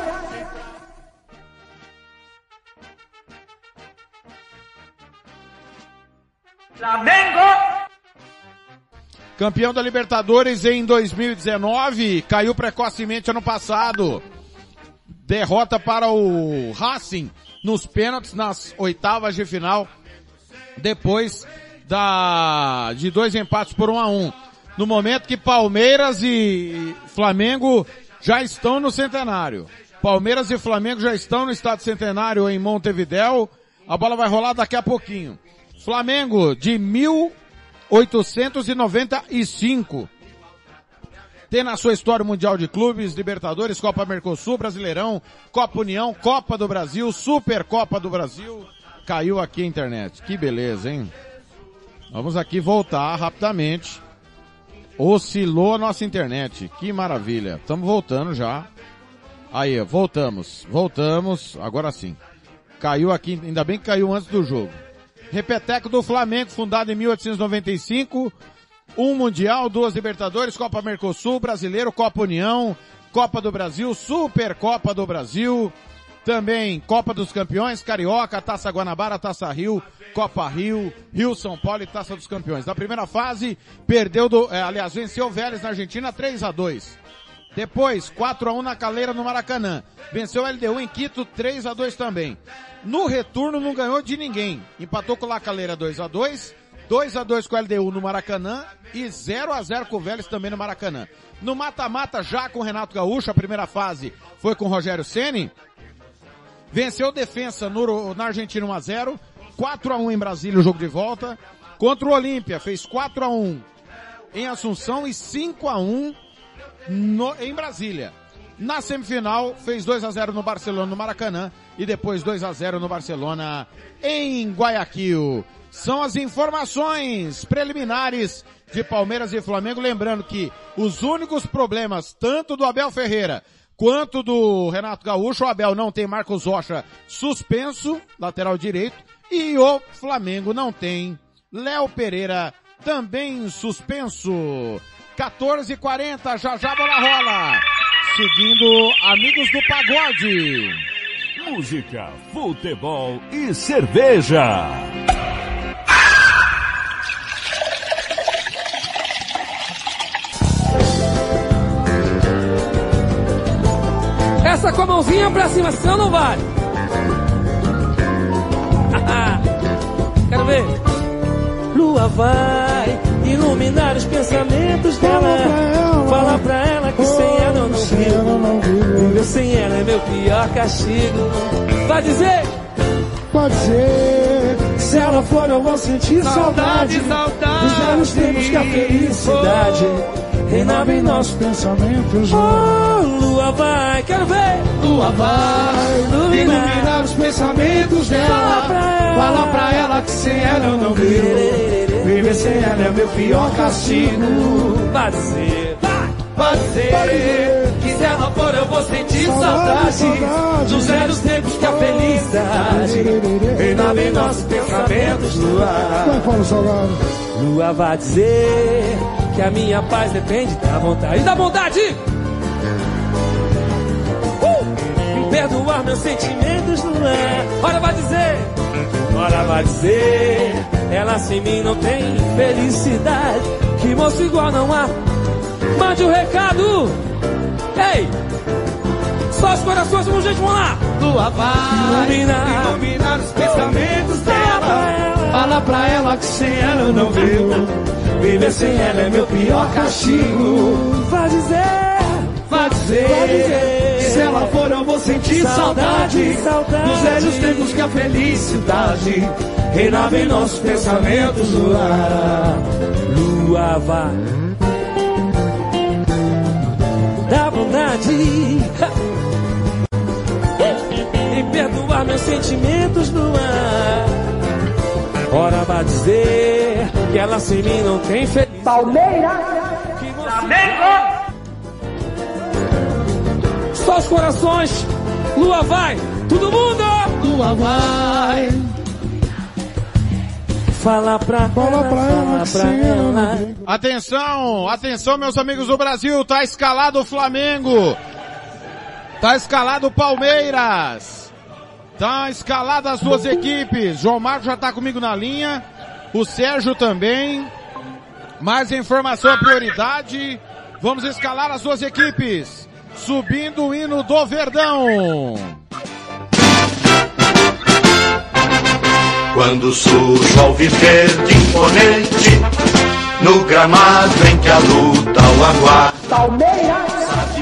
Flamengo! Campeão da Libertadores em dois mil e dezenove, caiu precocemente ano passado. Derrota para o Racing nos pênaltis nas oitavas de final, depois da de dois empates por um a um. No momento que Palmeiras e Flamengo já estão no centenário. Palmeiras e Flamengo já estão no estádio Centenário em Montevidéu. A bola vai rolar daqui a pouquinho. Flamengo de mil oitocentos e noventa e cinco. Tem na sua história o Mundial de Clubes, Libertadores, Copa Mercosul, Brasileirão, Copa União, Copa do Brasil, Supercopa do Brasil. Caiu aqui a internet. Que beleza, hein? Vamos aqui voltar rapidamente. Oscilou a nossa internet. Que maravilha. Estamos voltando já. Aí, voltamos. Voltamos. Agora sim. Caiu aqui, ainda bem que caiu antes do jogo. Repeteco do Flamengo, fundado em mil oitocentos e noventa e cinco. Um Mundial, duas Libertadores, Copa Mercosul, Brasileiro, Copa União, Copa do Brasil, Supercopa do Brasil. Também Copa dos Campeões, Carioca, Taça Guanabara, Taça Rio, Copa Rio, Rio São Paulo e Taça dos Campeões. Na primeira fase, perdeu do, é, aliás, venceu o Vélez na Argentina três a dois. Depois, quatro a um na Calera no Maracanã. Venceu o L D U em Quito três a dois também. No retorno não ganhou de ninguém. Empatou com o La Calera dois a dois, dois a dois com o L D U no Maracanã e zero a zero com o Vélez também no Maracanã. No mata-mata já com o Renato Gaúcho, a primeira fase foi com o Rogério Ceni. Venceu o Defensa no, na Argentina um a zero, quatro a um em Brasília o jogo de volta. Contra o Olímpia fez quatro a um em Assunção e cinco a um no, em Brasília. Na semifinal fez dois a zero no Barcelona no Maracanã e depois dois a zero no Barcelona em Guayaquil. São as informações preliminares de Palmeiras e Flamengo. Lembrando que os únicos problemas, tanto do Abel Ferreira quanto do Renato Gaúcho, o Abel não tem Marcos Rocha suspenso, lateral direito, e o Flamengo não tem Léo Pereira também suspenso. quatorze e quarenta, já já a bola rola. Seguindo Amigos do Pagode. Música, futebol e cerveja. Essa com a mãozinha pra cima, senão não vale. Quero ver. Lua vai iluminar os pensamentos dela. Fala pra ela que sem ela eu não vivo. Viver sem ela é meu pior castigo. Vai dizer. Pode ser. Se ela for eu vou sentir saudade, saudade. Dos velhos tempos que a felicidade reinava em nossos pensamentos. Oh, lua vai, quero ver. Lua vai iluminar, iluminar os pensamentos dela. Fala pra ela, fala pra ela que sem ela eu não vivo. Viver sem ela é meu pior castigo. Vai dizer, vai, vai dizer. Que se ela for eu vou sentir saudade, saudade dos velhos tempos que a felicidade reinava em nossos pensamentos. Lua, vai para o salgado. Lua vai dizer que a minha paz depende da vontade. E da vontade! Uh! Em perdoar meus sentimentos, não é? Ora vai dizer, ora vai dizer, ela sem mim não tem felicidade. Que moço igual não há. Mande o um recado. Ei! Só os corações, vamos gente, vamos lá! Lua vai iluminar, iluminar os pensamentos dela. Fala pra ela que sem ela eu não vivo. Viver sem ela é meu pior castigo. Vai dizer, vai dizer, vai dizer. Se ela ela for eu vou sentir saudade, saudade dos velhos tempos que a felicidade reinava em nossos pensamentos. Lua, lua vai, dá vontade em perdoar meus sentimentos no ar. Ora vai dizer que ela sem mim não tem felicidade. Palmeiras, Flamengo. Só os corações. Lua vai, todo mundo. Lua vai. Fala pra Fala pra ela, fala pra ela. Atenção, atenção meus amigos do Brasil, tá escalado o Flamengo. Tá escalado o Palmeiras. Tá escalado as duas equipes. João Marcos já tá comigo na linha. O Sérgio também. Mais informação é prioridade. Vamos escalar as duas equipes. Subindo o hino do Verdão. Quando surge ao viver de imponente, no gramado em que a luta o aguarda. Palmeiras.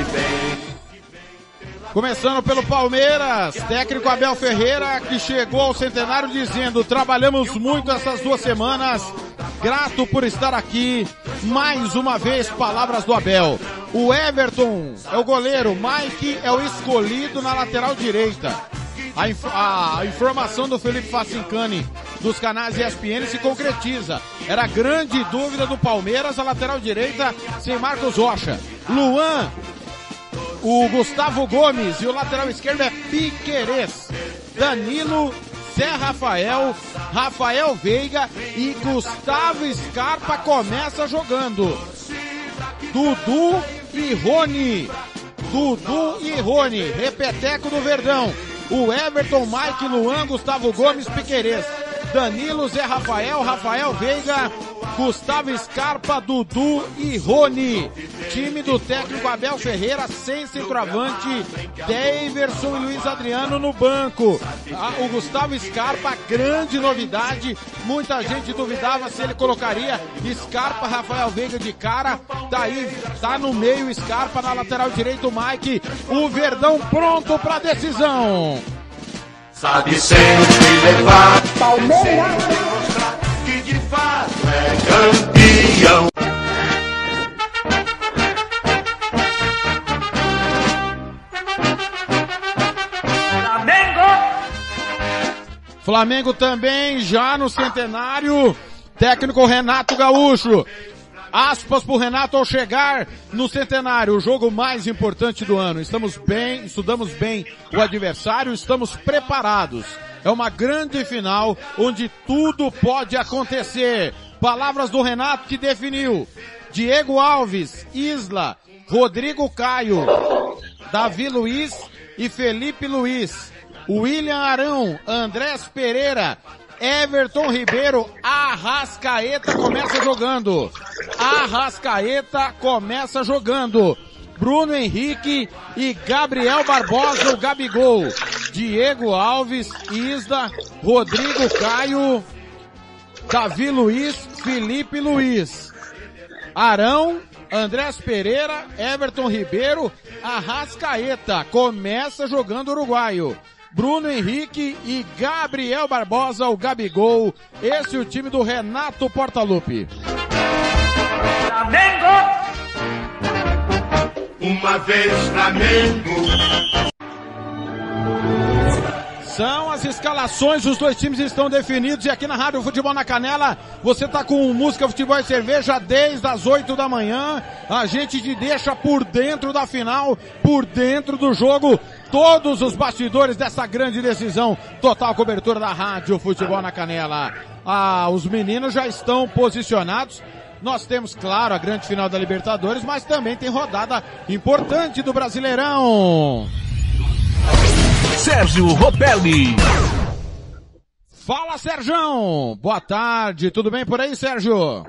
Começando pelo Palmeiras, técnico Abel Ferreira, que chegou ao centenário dizendo: trabalhamos muito essas duas semanas, grato por estar aqui, mais uma vez, palavras do Abel. O Everton é o goleiro, Mike é o escolhido na lateral direita. A, inf a informação do Felipe Facincani dos canais E S P N se concretiza. Era grande dúvida do Palmeiras, a lateral direita sem Marcos Rocha. Luan, o Gustavo Gomes e o lateral esquerdo é Piquerez. Danilo, Zé Rafael, Rafael Veiga e Gustavo Scarpa começa jogando. Dudu e Rony. Dudu e Rony, repeteco do Verdão. O Everton, Mike, Luan, Gustavo Gomes, Piquerez. Danilo, Zé Rafael, Rafael Veiga, Gustavo Scarpa, Dudu e Rony. Time do técnico Abel Ferreira, sem centroavante, Daverson e Luiz Adriano no banco. O Gustavo Scarpa, grande novidade, muita gente duvidava se ele colocaria Scarpa, Rafael Veiga de cara, tá aí, tá no meio Scarpa, na lateral direita o Mike, o Verdão pronto pra decisão. Sabe sempre levar, Palmeiras, mostrar que de fato é campeão. Flamengo também já no centenário, técnico Renato Gaúcho. Aspas pro Renato ao chegar no centenário, o jogo mais importante do ano. Estamos bem, estudamos bem o adversário, estamos preparados. É uma grande final onde tudo pode acontecer. Palavras do Renato que definiu: Diego Alves, Isla, Rodrigo Caio, Davi Luiz e Felipe Luiz, William Arão, Andrés Pereira, Everton Ribeiro, Arrascaeta começa jogando. Arrascaeta começa jogando. Bruno Henrique e Gabriel Barbosa, o Gabigol. Diego Alves, Isla, Rodrigo Caio, Davi Luiz, Felipe Luiz. Arão, Andrés Pereira, Everton Ribeiro, Arrascaeta. Começa jogando o uruguaio. Bruno Henrique e Gabriel Barbosa, o Gabigol. Esse é o time do Renato Portaluppi. Flamengo! Uma vez Flamengo! São as escalações, os dois times estão definidos e aqui na Rádio Futebol na Canela, você tá com música, futebol e cerveja desde as oito da manhã. A gente te deixa por dentro da final, por dentro do jogo, todos os bastidores dessa grande decisão. Total cobertura da Rádio Futebol na Canela. Ah, os meninos já estão posicionados. Nós temos, claro, a grande final da Libertadores, mas também tem rodada importante do Brasileirão. Sérgio Ropelli. Fala, Sérgio. Boa tarde. Tudo bem por aí, Sérgio?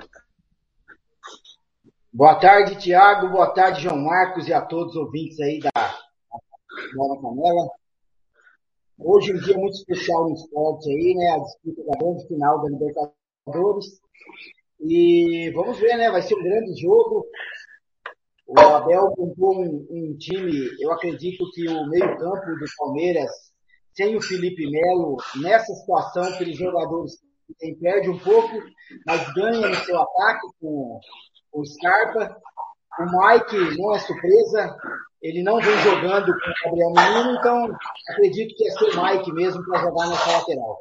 Boa tarde, Thiago. Boa tarde, João Marcos e a todos os ouvintes aí da Bola Canela. Hoje é um dia muito especial no esporte aí, né? A disputa da grande final da Libertadores. E vamos ver, né? Vai ser um grande jogo. O Abel montou um, um time, eu acredito que o meio-campo do Palmeiras, sem o Felipe Melo, nessa situação, aqueles jogadores que perde um pouco, mas ganha no seu ataque com o Scarpa. O Mike não é surpresa, ele não vem jogando com o Gabriel Menino, então acredito que é ser o Mike mesmo para jogar nessa lateral.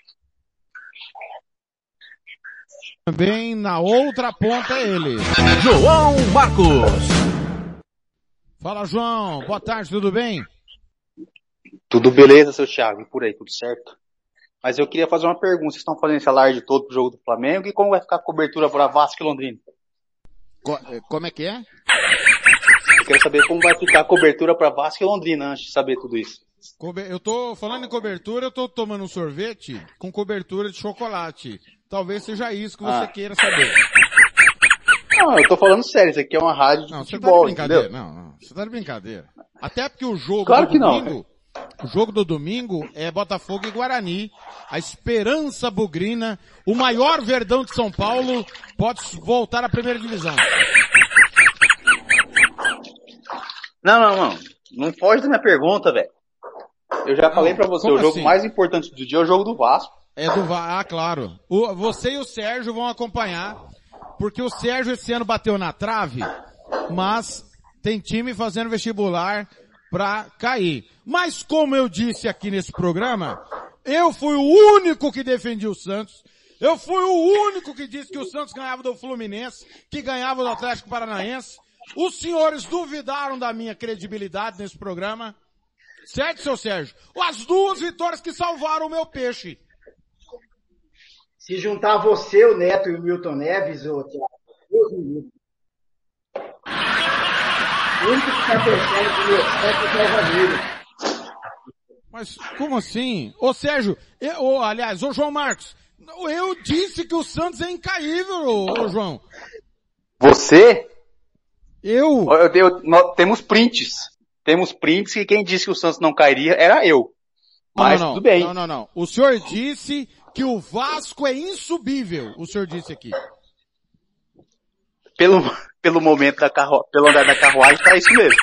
Também na outra ponta é ele. João Marcos. Fala, João. Boa tarde, tudo bem? Tudo beleza, seu Thiago? E por aí, tudo certo? Mas eu queria fazer uma pergunta. Vocês estão fazendo esse alarde todo pro jogo do Flamengo e como vai ficar a cobertura para Vasco e Londrina? Co- como é que é? Eu quero saber como vai ficar a cobertura para Vasco e Londrina antes de saber tudo isso. Cobe- Eu tô falando em cobertura, eu tô tomando um sorvete com cobertura de chocolate. Talvez seja isso que você Ah. queira saber. Não, eu tô falando sério, isso aqui é uma rádio de Não, você tá de futebol, brincadeira. entendeu? Não, não, você tá de brincadeira. Até porque o jogo Claro do que não. domingo, o jogo do domingo é Botafogo e Guarani, a esperança bugrina, o maior Verdão de São Paulo pode voltar à primeira divisão. Não, não, não. Não foge da minha pergunta, velho. Eu já falei pra você, como o jogo assim? mais importante do dia é o jogo do Vasco. É do Va- ah, claro. O, você e o Sérgio vão acompanhar, porque o Sérgio esse ano bateu na trave, mas tem time fazendo vestibular pra cair. Mas como eu disse aqui nesse programa, eu fui o único que defendi o Santos. Eu fui o único que disse que o Santos ganhava do Fluminense, que ganhava do Atlético Paranaense. Os senhores duvidaram da minha credibilidade nesse programa. Certo, seu Sérgio? As duas vitórias que salvaram o meu peixe. Se juntar você, o Neto e o Milton Neves, ô Thiago, Deus me livre. O único que está pensando que meu Santos é o Ramiro. Mas como assim? Ô Sérgio, eu, ô, aliás, ô João Marcos, eu disse que o Santos é incaível, ô, ô João. Você? Eu? Eu, eu- nós temos prints. Temos prints e quem disse que o Santos não cairia era eu. Mas não, não, tudo bem. Não, não, não. O senhor disse que o Vasco é insubível. O senhor disse aqui. Pelo, pelo momento da carruagem, pelo andar da carruagem, tá isso mesmo.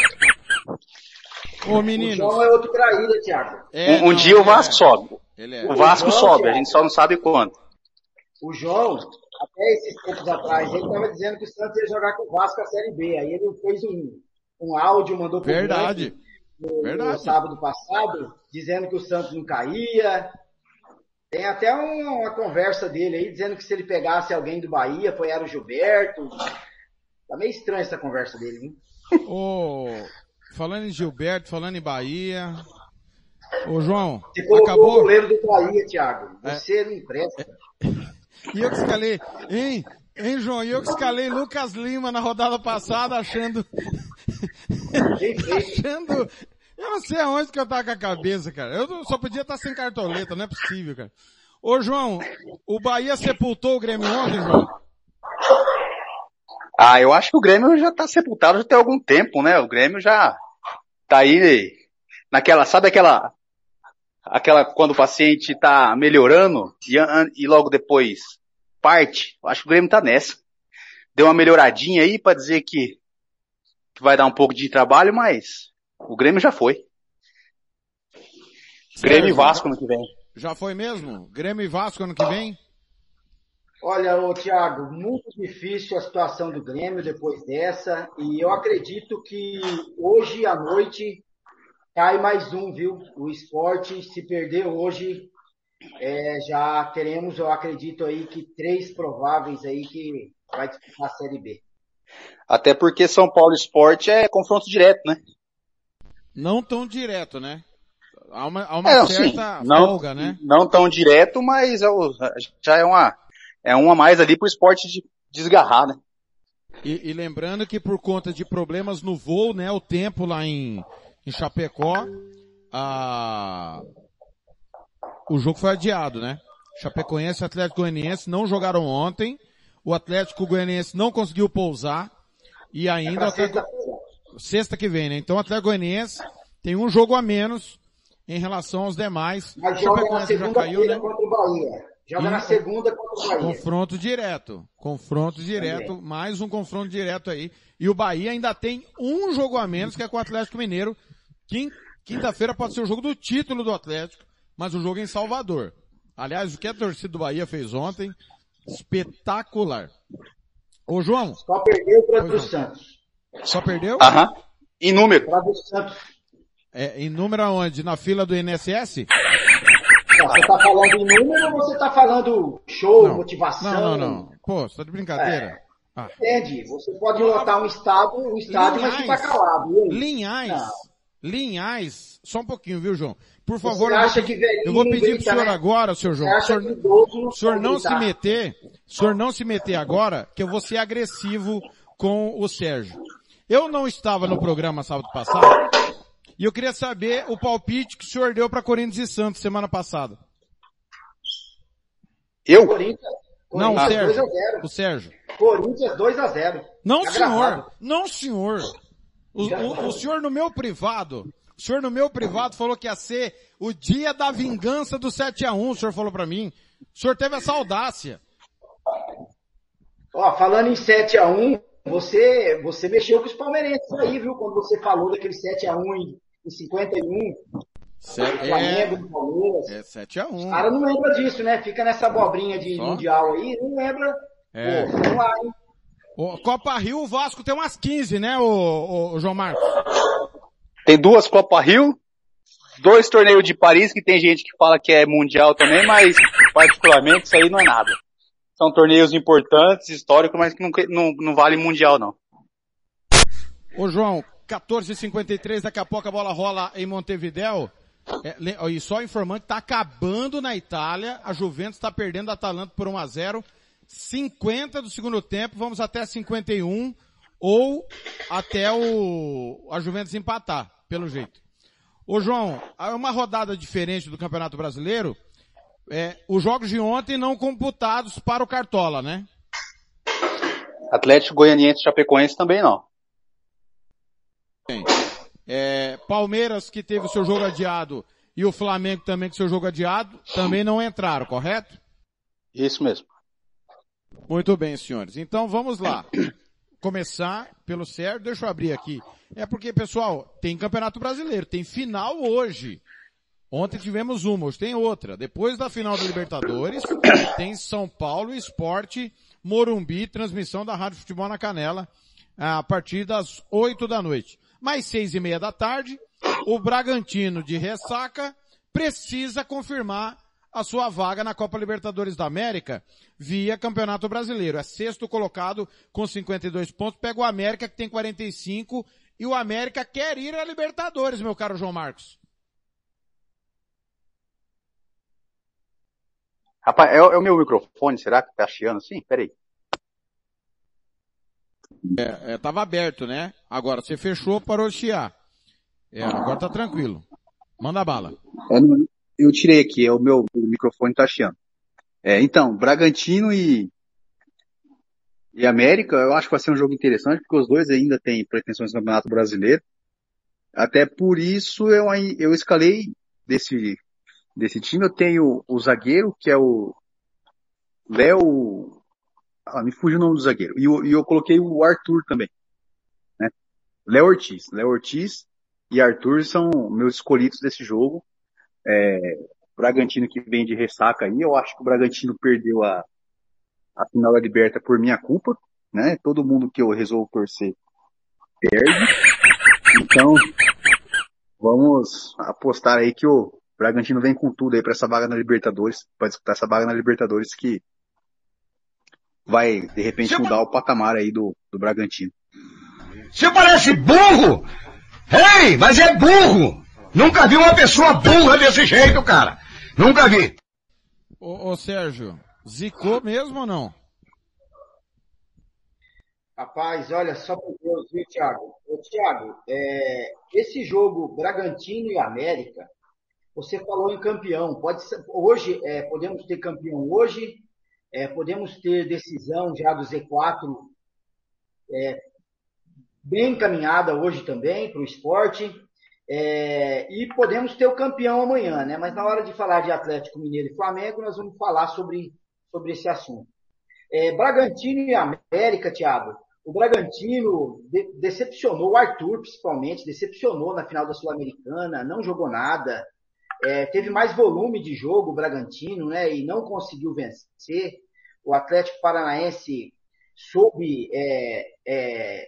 Ô meninos. O João é outro traíra, Thiago. É, um um não, dia o ele Vasco é. sobe. Ele é. O Vasco O João, sobe, a Thiago. gente só não sabe quando. O João, até esses tempos atrás, ele estava dizendo que o Santos ia jogar com o Vasco a Série B. Aí ele fez um, um áudio, mandou pro Verdade. Blank no, Verdade. no sábado passado, dizendo que o Santos não caía. Tem até um- uma conversa dele aí, dizendo que se ele pegasse alguém do Bahia, apoiar o Gilberto. Tá meio estranha essa conversa dele, hein? Ô, falando em Gilberto, falando em Bahia. Ô João, Você colocou o acabou? goleiro do Bahia, Thiago. É. Você não presta. E eu que escalei, hein? Hein, João? E eu que escalei Lucas Lima na rodada passada achando... achando... Eu não sei aonde que eu tava com a cabeça, cara. Eu só podia estar sem cartoleta, não é possível, cara. Ô, João, o Bahia sepultou o Grêmio ontem, João? Ah, eu acho que o Grêmio já tá sepultado já tem algum tempo, né? O Grêmio já tá aí naquela, sabe aquela, aquela quando o paciente tá melhorando e, an- e logo depois parte? Eu acho que o Grêmio tá nessa. Deu uma melhoradinha aí pra dizer que, que vai dar um pouco de trabalho, mas o Grêmio já foi. Grêmio e Vasco ano que vem. Já foi mesmo? Grêmio e Vasco ano que vem? Olha, ô, Thiago, muito difícil a situação do Grêmio depois dessa, e eu acredito que hoje à noite cai mais um, viu? O Sport, se perder hoje, é, já teremos, eu acredito aí, que três prováveis aí que vai disputar a Série B. Até porque São Paulo Sport é confronto direto, né? Não tão direto, né? Há uma, há uma É, certa assim, não, folga, né? não tão direto, mas é o- já é uma, é uma a mais ali pro esporte de desgarrar, né? E, e lembrando que por conta de problemas no voo, né, o tempo lá em, em Chapecó, a... o jogo foi adiado, né? Chapecoense e Atlético Goianiense não jogaram ontem, o Atlético Goianiense não conseguiu pousar, e ainda... o Atlético... Sexta que vem, né? Então o Atlético Goianiense tem um jogo a menos em relação aos demais. Mas O joga na Chapecoense já caiu, segunda-feira né? contra o Bahia. Joga E- na segunda contra o Bahia. Confronto direto. Confronto direto, Também. mais um confronto direto aí. E o Bahia ainda tem um jogo a menos, que é com o Atlético Mineiro. Quin- Quinta-feira pode ser o jogo do título do Atlético, mas o jogo é em Salvador. Aliás, o que a torcida do Bahia fez ontem, espetacular. Ô, João. Só perdeu para Pois o não. Santos. Só perdeu? Aham. Em número. Para o Santos. É, em número aonde? Na fila do I N S S? Você tá falando em número ou você tá falando show, Não. motivação? Não, não, não. Pô, você tá de brincadeira? É. Ah. Entende? Você pode lotar um estado, um estádio, mas ficar calado. E aí? Linhais. Não. Linhais. Só um pouquinho, viu, João? Por Você favor, eu vou acha pedir, que velhinho eu vou pedir grita, pro senhor né? agora, senhor João. Você O acha senhor, que idoso não o senhor pode não se gritar? meter, o senhor não se meter agora, que eu vou ser agressivo com o Sérgio. Eu não estava no programa sábado passado, e eu queria saber o palpite que o senhor deu para Corinthians e Santos semana passada. Eu? Corinthians, Não, o Corinthians Sérgio. dois a zero. O Sérgio. Corinthians dois a zero. Não, Tá senhor. gravado. Não, senhor. O, o, o senhor no meu privado, o senhor no meu privado falou que ia ser o dia da vingança do sete a um, o senhor falou pra mim. O senhor teve essa audácia. Ó, falando em sete a um, você, você mexeu com os palmeirenses aí, viu? Quando você falou daquele sete a um em, em cinquenta e um. Sete- Flamengo, é, do Palmeiras. é sete a um. Os caras não lembram disso, né? Fica nessa abobrinha de Só? mundial aí, não lembra. É. Pô, vamos lá, hein? O Copa Rio, o Vasco tem umas quinze, né, o, o João Marcos? Tem duas Copa Rio, dois torneios de Paris, que tem gente que fala que é mundial também, mas particularmente isso aí não é nada. São torneios importantes, históricos, mas que não, não, não vale mundial não. Ô João, quatorze e cinquenta e três, daqui a pouco a bola rola em Montevidéu. É, le- ó, e só informando que tá acabando na Itália, a Juventus está perdendo a Atalanta por um a zero. cinquenta do segundo tempo, vamos até cinquenta e um, ou até o, a Juventus empatar, pelo jeito. Ô João, é uma rodada diferente do Campeonato Brasileiro, é, os jogos de ontem não computados para o Cartola, né? Atlético Goianiense e Chapecoense também não. Bem, é, Palmeiras, que teve o seu jogo adiado, e o Flamengo também com seu jogo adiado, também não entraram, correto? Isso mesmo. Muito bem, senhores. Então vamos lá. Começar pelo Sérgio, deixa eu abrir aqui. É porque, pessoal, tem Campeonato Brasileiro, tem final hoje. Ontem tivemos uma, hoje tem outra. Depois da final da Libertadores, tem São Paulo Sport, Morumbi, transmissão da Rádio Futebol na Canela, a partir das oito da noite. Mais seis e meia da tarde, o Bragantino de ressaca precisa confirmar a sua vaga na Copa Libertadores da América via Campeonato Brasileiro. É sexto colocado com cinquenta e dois pontos, pega o América que tem quarenta e cinco e o América quer ir à Libertadores, meu caro João Marcos. Rapaz, é, o- é o meu microfone, será que tá chiando assim? Peraí. É, é, tava aberto, né? Agora você fechou, parou de chiar. É, agora tá tranquilo. Manda bala. É, não, eu tirei aqui, é o meu o microfone tá chiando. É, então, Bragantino e, e América, eu acho que vai ser um jogo interessante, porque os dois ainda têm pretensões no Campeonato Brasileiro. Até por isso eu, ai- eu escalei desse, desse time, eu tenho o zagueiro, que é o Léo... Ah, me fugiu o nome do zagueiro. E, eu- e eu coloquei o Arthur também, né? Léo Ortiz. Léo Ortiz e Arthur são meus escolhidos desse jogo. É, Bragantino que vem de ressaca aí, eu acho que o Bragantino perdeu a, a final da Liberta por minha culpa, né? Todo mundo que eu resolvo torcer perde. Então, vamos apostar aí que o Bragantino vem com tudo aí pra essa vaga na Libertadores, pra disputar essa vaga na Libertadores que vai, de repente, mudar o patamar aí do, do Bragantino. Você parece burro! Ei, mas é burro! Nunca vi uma pessoa burra desse jeito, cara! Nunca vi! Ô, ô Sérgio, zicou mesmo ou não? Rapaz, olha, só por Deus, viu, Thiago? Ô, Thiago, é, esse jogo Bragantino e América, você falou em campeão. Pode ser, hoje, é, podemos ter campeão hoje, é, podemos ter decisão já do Z quatro é, bem encaminhada hoje também para o esporte. É, e podemos ter o campeão amanhã, né? Mas na hora de falar de Atlético Mineiro e Flamengo, nós vamos falar sobre, sobre esse assunto. É, Bragantino e América, Thiago. O Bragantino de, decepcionou, o Arthur principalmente, decepcionou na final da Sul-Americana, não jogou nada. É, teve mais volume de jogo o Bragantino, né? E não conseguiu vencer. O Atlético Paranaense soube... É, é,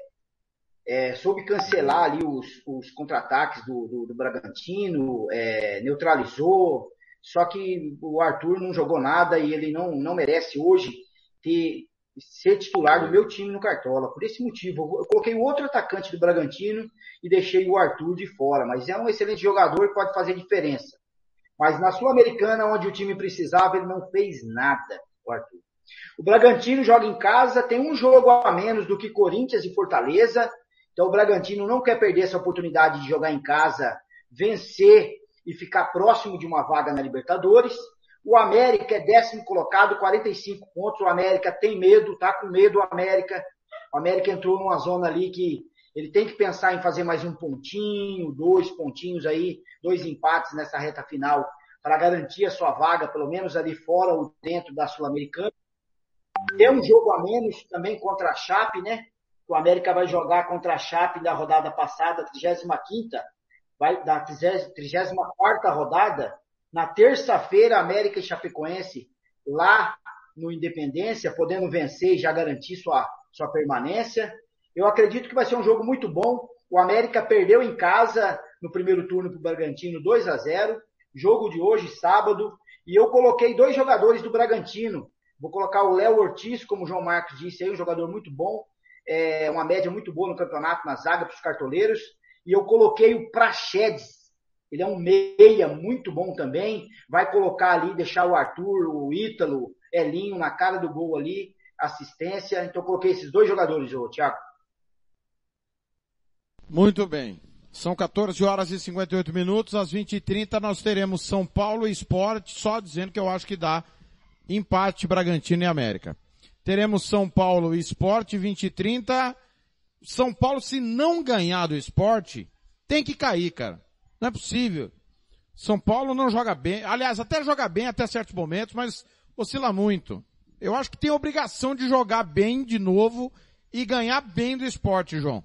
É, soube cancelar ali os, os contra-ataques do, do, do Bragantino, é, neutralizou, só que o Arthur não jogou nada e ele não, não merece hoje ter, ser titular do meu time no Cartola. Por esse motivo, eu coloquei o outro atacante do Bragantino e deixei o Arthur de fora, mas é um excelente jogador e pode fazer diferença. Mas na Sul-Americana, onde o time precisava, ele não fez nada, o Arthur. O Bragantino joga em casa, tem um jogo a menos do que Corinthians e Fortaleza. Então o Bragantino não quer perder essa oportunidade de jogar em casa, vencer e ficar próximo de uma vaga na Libertadores. O América é décimo colocado, quarenta e cinco pontos. O América tem medo, tá com medo o América. O América entrou numa zona ali que ele tem que pensar em fazer mais um pontinho, dois pontinhos aí, dois empates nessa reta final para garantir a sua vaga, pelo menos ali fora ou dentro da Sul-Americana. Tem um jogo a menos também contra a Chape, né? O América vai jogar contra a Chape da rodada passada, trigésima quinta, vai, da trigésima quarta rodada, na terça-feira, América e Chapecoense, lá no Independência, podendo vencer e já garantir sua, sua permanência. Eu acredito que vai ser um jogo muito bom. O América perdeu em casa no primeiro turno para o Bragantino dois a zero, jogo de hoje, sábado, e eu coloquei dois jogadores do Bragantino. Vou colocar o Léo Ortiz, como o João Marcos disse, aí, um jogador muito bom, é uma média muito boa no campeonato, na zaga para os cartoleiros. E eu coloquei o Praxedes. Ele é um meia muito bom também. Vai colocar ali, deixar o Arthur, o Ítalo, Elinho na cara do gol ali, assistência. Então eu coloquei esses dois jogadores, ô, Thiago. Muito bem. São quatorze horas e cinquenta e oito minutos. Às vinte e trinta nós teremos São Paulo e Sport. Só dizendo que eu acho que dá empate Bragantino e América. Teremos São Paulo e Sport, vinte e trinta. São Paulo, se não ganhar do Sport, tem que cair, cara. Não é possível. São Paulo não joga bem. Aliás, até joga bem até certos momentos, mas oscila muito. Eu acho que tem a obrigação de jogar bem de novo e ganhar bem do Sport, João.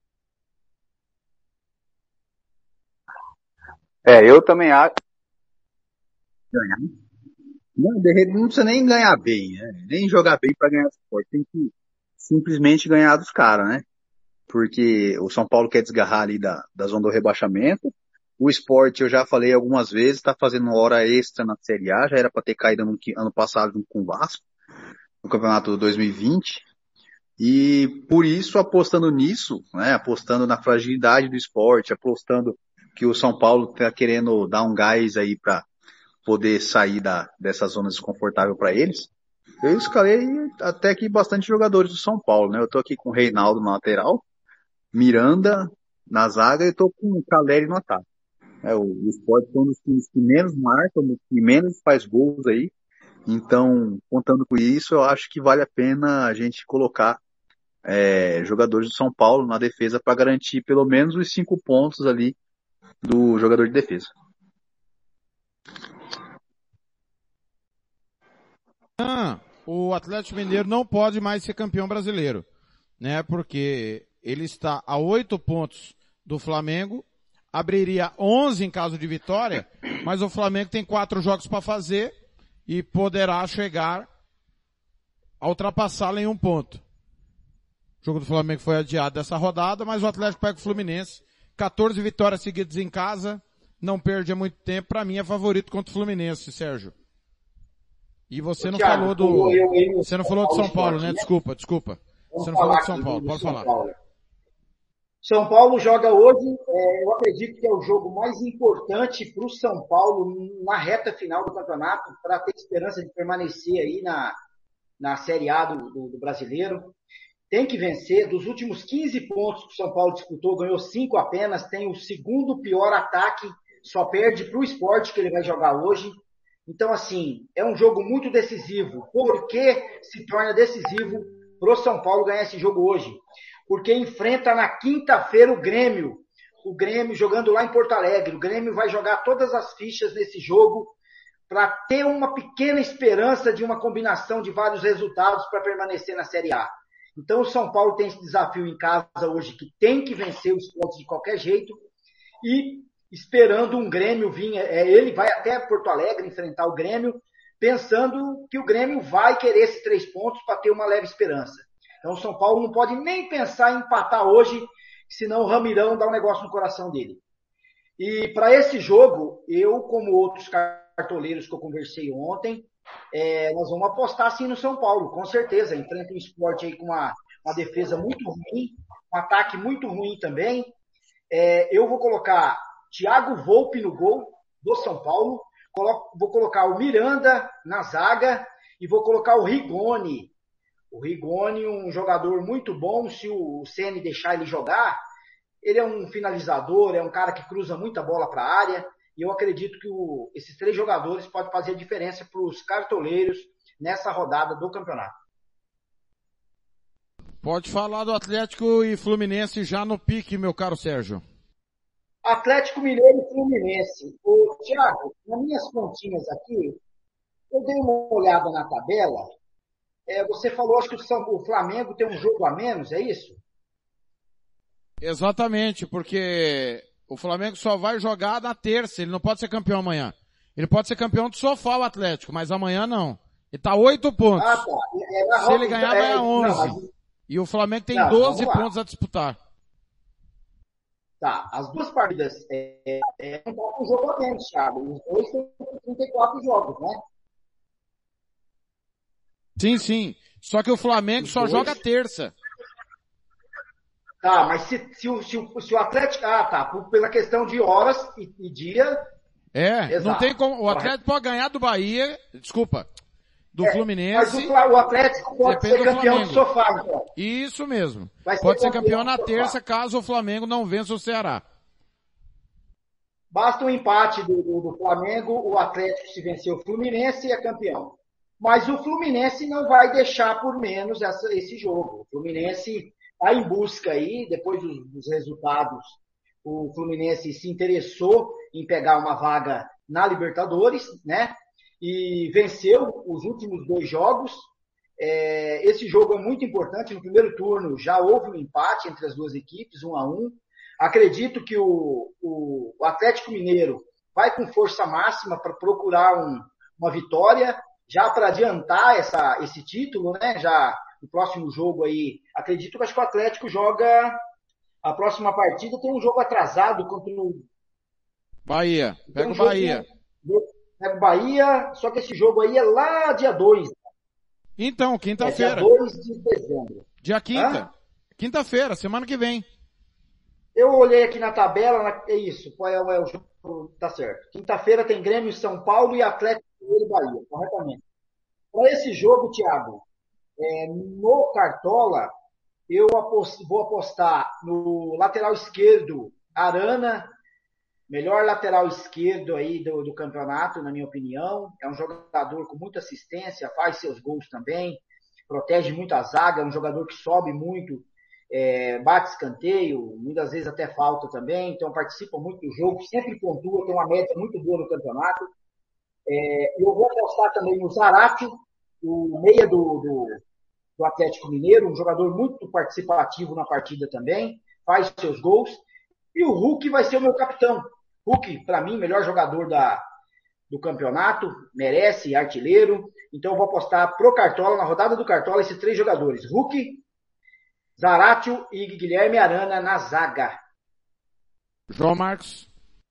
É, eu também acho. Ganhar. Não, de repente não precisa nem ganhar bem, né? Nem jogar bem para ganhar Sport. Tem que simplesmente ganhar dos caras, né? Porque o São Paulo quer desgarrar ali da, da zona do rebaixamento. O Sport, eu já falei algumas vezes, está fazendo hora extra na Série A. Já era para ter caído no, ano passado junto com o Vasco, no Campeonato dois mil e vinte. E por isso, apostando nisso, né? Apostando na fragilidade do Sport, apostando que o São Paulo está querendo dar um gás aí para poder sair da, dessa zona desconfortável para eles, eu escalei até aqui bastante jogadores do São Paulo, né? Eu tô aqui com o Reinaldo na lateral, Miranda na zaga e tô com o Caleri no ataque. É, o, o Sport é um dos times que menos marca, um dos que menos faz gols aí. Então, contando com isso, eu acho que vale a pena a gente colocar é, jogadores do São Paulo na defesa para garantir pelo menos os cinco pontos ali do jogador de defesa. Ah, o Atlético Mineiro não pode mais ser campeão brasileiro, né? Porque ele está a oito pontos do Flamengo, abriria onze em caso de vitória, mas o Flamengo tem quatro jogos para fazer e poderá chegar a ultrapassá-lo em um ponto. O jogo do Flamengo foi adiado dessa rodada, mas o Atlético pega o Fluminense, quatorze vitórias seguidas em casa, não perde há muito tempo, para mim é favorito contra o Fluminense, Sérgio. E você não Thiago, falou do, eu, eu, eu, você não falou de São Paulo, né? Desculpa, desculpa. Você não falou de São Paulo, pode falar. São Paulo joga hoje, é, eu acredito que é o jogo mais importante para o São Paulo na reta final do campeonato, para ter esperança de permanecer aí na, na Série A do, do, do brasileiro. Tem que vencer. Dos últimos quinze pontos que o São Paulo disputou, ganhou cinco apenas, tem o segundo pior ataque, só perde para o Sport, que ele vai jogar hoje. Então, assim, é um jogo muito decisivo. Por que se torna decisivo para o São Paulo ganhar esse jogo hoje? Porque enfrenta na quinta-feira o Grêmio. o Grêmio jogando lá em Porto Alegre. O Grêmio vai jogar todas as fichas nesse jogo para ter uma pequena esperança de uma combinação de vários resultados para permanecer na Série A. Então o São Paulo tem esse desafio em casa hoje, que tem que vencer os pontos de qualquer jeito, e esperando um Grêmio vir, é, ele vai até Porto Alegre enfrentar o Grêmio, pensando que o Grêmio vai querer esses três pontos para ter uma leve esperança. Então o São Paulo não pode nem pensar em empatar hoje, senão o Ramirão dá um negócio no coração dele. E para esse jogo, eu, como outros cartoleiros que eu conversei ontem, é, nós vamos apostar sim no São Paulo, com certeza. Enfrenta um Sport aí com uma, uma defesa muito ruim, um ataque muito ruim também. É, eu vou colocar Thiago Volpi no gol do São Paulo, coloco, vou colocar o Miranda na zaga e vou colocar o Rigoni. O Rigoni, um jogador muito bom, se o Ceni deixar ele jogar, ele é um finalizador, é um cara que cruza muita bola para a área, e eu acredito que o, esses três jogadores podem fazer a diferença para os cartoleiros nessa rodada do campeonato. Pode falar do Atlético e Fluminense já no pique, meu caro Sérgio. Atlético Mineiro e Fluminense. Ô, Thiago, nas minhas continhas aqui, eu dei uma olhada na tabela. É, você falou, acho que o, São, o Flamengo tem um jogo a menos, é isso? Exatamente, porque o Flamengo só vai jogar na terça, ele não pode ser campeão amanhã. Ele pode ser campeão do sofá, o Atlético, mas amanhã não. Ele tá oito pontos. Ah, tá. É, Se ele ganhar, vai a onze. Não, mas... E o Flamengo tem não, doze pontos a disputar. Tá, as duas partidas é, é um pouco jogo a menos, Thiago. Os dois têm trinta e quatro jogos, né? Sim, sim. Só que o Flamengo Os só dois... joga terça. Tá, mas se, se, o, se, o, se o Atlético... Ah, tá. Pela questão de horas e, e dia... É, Exato. Não tem como... O Atlético pode ganhar do Bahia... Desculpa. Do é, Fluminense... Mas o, o Atlético pode ser campeão Flamengo. do sofá, então. Isso mesmo. Vai pode ser campeão campeão na terça, caso o Flamengo não vença o Ceará. Basta um empate do, do, do Flamengo, o Atlético se vencer o Fluminense e é campeão. Mas o Fluminense não vai deixar por menos essa, esse jogo. O Fluminense está em busca aí, depois dos, dos resultados, o Fluminense se interessou em pegar uma vaga na Libertadores, né? E venceu os últimos dois jogos. É, esse jogo é muito importante. No primeiro turno já houve um empate entre as duas equipes, um a um. Acredito que o, o, o Atlético Mineiro vai com força máxima para procurar um, uma vitória, já para adiantar essa, esse título, né? Já no próximo jogo aí, acredito que acho que o Atlético joga a próxima partida, tem um jogo atrasado contra o Bahia. Pega um o Bahia. Pega o Bahia, só que esse jogo aí é lá dia dois. Então, quinta-feira. É dia dois de dezembro. Dia quinta. Hã? Quinta-feira, semana que vem. Eu olhei aqui na tabela, é isso, é o, é o jogo, tá certo. Quinta-feira tem Grêmio São Paulo e Atlético Mineiro e Bahia, corretamente. Para esse jogo, Thiago, é, no Cartola, eu aposto, vou apostar no lateral esquerdo, Arana, melhor lateral esquerdo aí do, do campeonato, na minha opinião. É um jogador com muita assistência, faz seus gols também, protege muito a zaga, é um jogador que sobe muito, é, bate escanteio, muitas vezes até falta também, então participa muito do jogo, sempre pontua, tem uma média muito boa no campeonato. É, eu vou apostar também no Zarate, o meia do, do, do Atlético Mineiro, um jogador muito participativo na partida também, faz seus gols. E o Hulk vai ser o meu capitão. Hulk, para mim, melhor jogador da, do campeonato, merece, artilheiro. Então eu vou apostar pro Cartola, na rodada do Cartola, esses três jogadores. Hulk, Zaratio e Guilherme Arana na zaga. João Marcos.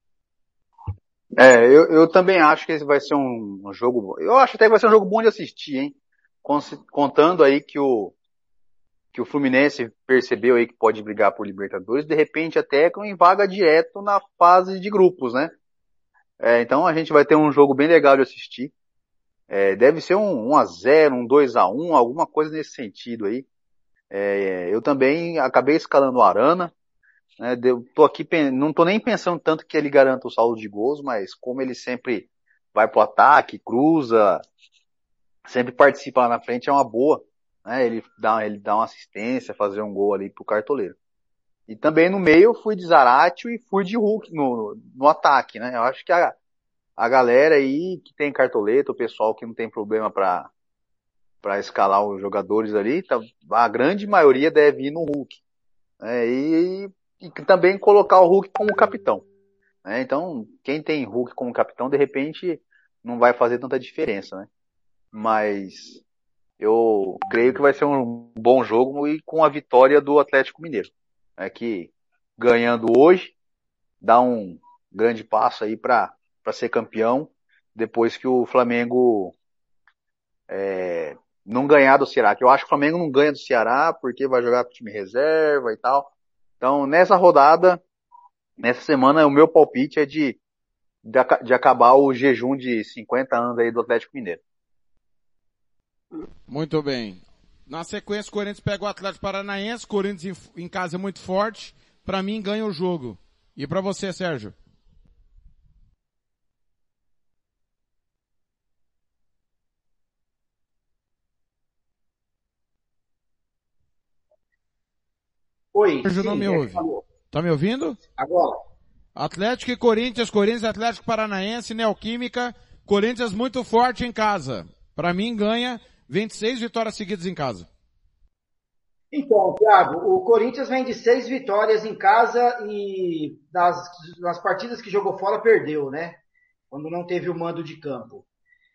É, eu, eu também acho que esse vai ser um, um jogo... Eu acho até que vai ser um jogo bom de assistir, hein? Contando aí que o que o Fluminense percebeu aí que pode brigar por Libertadores, de repente até com vaga direto na fase de grupos, né? É, então a gente vai ter um jogo bem legal de assistir. É, deve ser um um a zero, um dois a um, alguma coisa nesse sentido aí. É, eu também acabei escalando o Arana, né? Eu tô aqui, não tô nem pensando tanto que ele garanta o saldo de gols, mas como ele sempre vai pro ataque, cruza, sempre participa lá na frente, é uma boa. Né, ele dá, ele dá uma assistência, fazer um gol ali pro cartoleiro. E também no meio eu fui de Zaratio e fui de Hulk no, no ataque, né? Eu acho que a, a galera aí que tem cartoleta, o pessoal que não tem problema pra, pra escalar os jogadores ali, tá, a grande maioria deve ir no Hulk. Né? E, e também colocar o Hulk como capitão. Né? Então, quem tem Hulk como capitão, de repente, não vai fazer tanta diferença, né? Mas eu creio que vai ser um bom jogo e com a vitória do Atlético Mineiro. É que ganhando hoje dá um grande passo aí para para ser campeão depois que o Flamengo é, não ganhar do Ceará. Que eu acho que o Flamengo não ganha do Ceará porque vai jogar com o time reserva e tal. Então nessa rodada, nessa semana, o meu palpite é de de, de acabar o jejum de cinquenta anos aí do Atlético Mineiro. Muito bem. Na sequência, o Corinthians pega o Atlético Paranaense, Corinthians em, em casa é muito forte, pra mim ganha o jogo. E pra você, Sérgio? Oi, Sérgio sim, não me é, ouve. falou. Tá me ouvindo? Agora. Atlético e Corinthians, Corinthians, Atlético Paranaense, Neoquímica, Corinthians muito forte em casa. Pra mim ganha vinte e seis vitórias seguidas em casa. Então, Thiago, o Corinthians vem de seis vitórias em casa e nas, nas partidas que jogou fora perdeu, né? Quando não teve o mando de campo.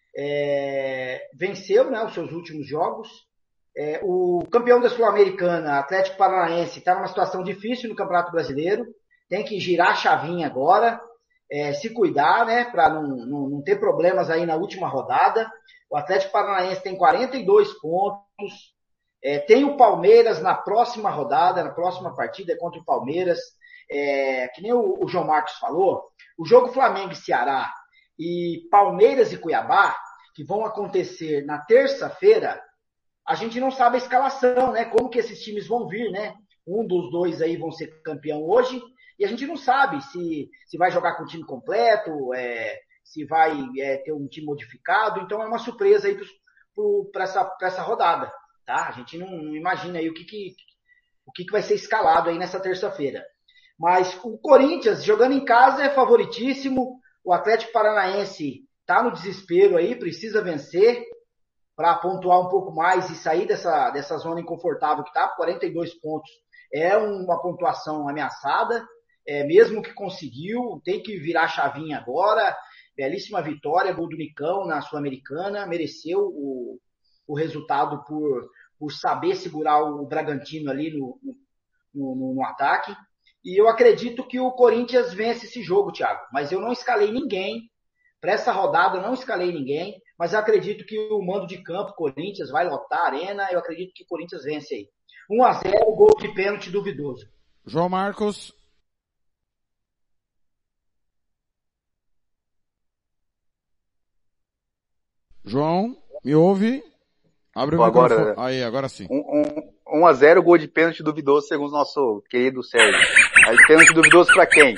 É, venceu, né, os seus últimos jogos. É, o campeão da Sul-Americana, Atlético Paranaense, está numa situação difícil no Campeonato Brasileiro. Tem que girar a chavinha agora, é, se cuidar, né, para não, não, não ter problemas aí na última rodada. O Atlético Paranaense tem quarenta e dois pontos. É, tem o Palmeiras na próxima rodada, na próxima partida contra o Palmeiras. É, que nem o, o João Marcos falou, o jogo Flamengo e Ceará e Palmeiras e Cuiabá, que vão acontecer na terça-feira, a gente não sabe a escalação, né? Como que esses times vão vir, né? Um dos dois aí vão ser campeão hoje, e a gente não sabe se, se vai jogar com o time completo, é, se vai é, ter um time modificado, então é uma surpresa aí para essa, pra essa rodada, tá? A gente não, não imagina aí o que, que, o que, que vai ser escalado aí nessa terça-feira. Mas o Corinthians, jogando em casa, é favoritíssimo, o Atlético Paranaense tá no desespero aí, precisa vencer para pontuar um pouco mais e sair dessa, dessa zona inconfortável que tá, quarenta e dois pontos é uma pontuação ameaçada, é, mesmo que conseguiu, tem que virar a chavinha agora, belíssima vitória, gol do Nicão na Sul-Americana, mereceu o, o resultado por, por saber segurar o Bragantino ali no, no, no, no ataque, e eu acredito que o Corinthians vence esse jogo, Thiago, mas eu não escalei ninguém, para essa rodada eu não escalei ninguém, mas eu acredito que o mando de campo, Corinthians, vai lotar a arena, eu acredito que o Corinthians vence aí. um a zero, gol de pênalti duvidoso. João Marcos. João, me ouve? Abre o agora, microfone. Aí, agora sim. um a zero, gol de pênalti duvidoso, segundo o nosso querido Sérgio. Aí pênalti duvidoso pra quem?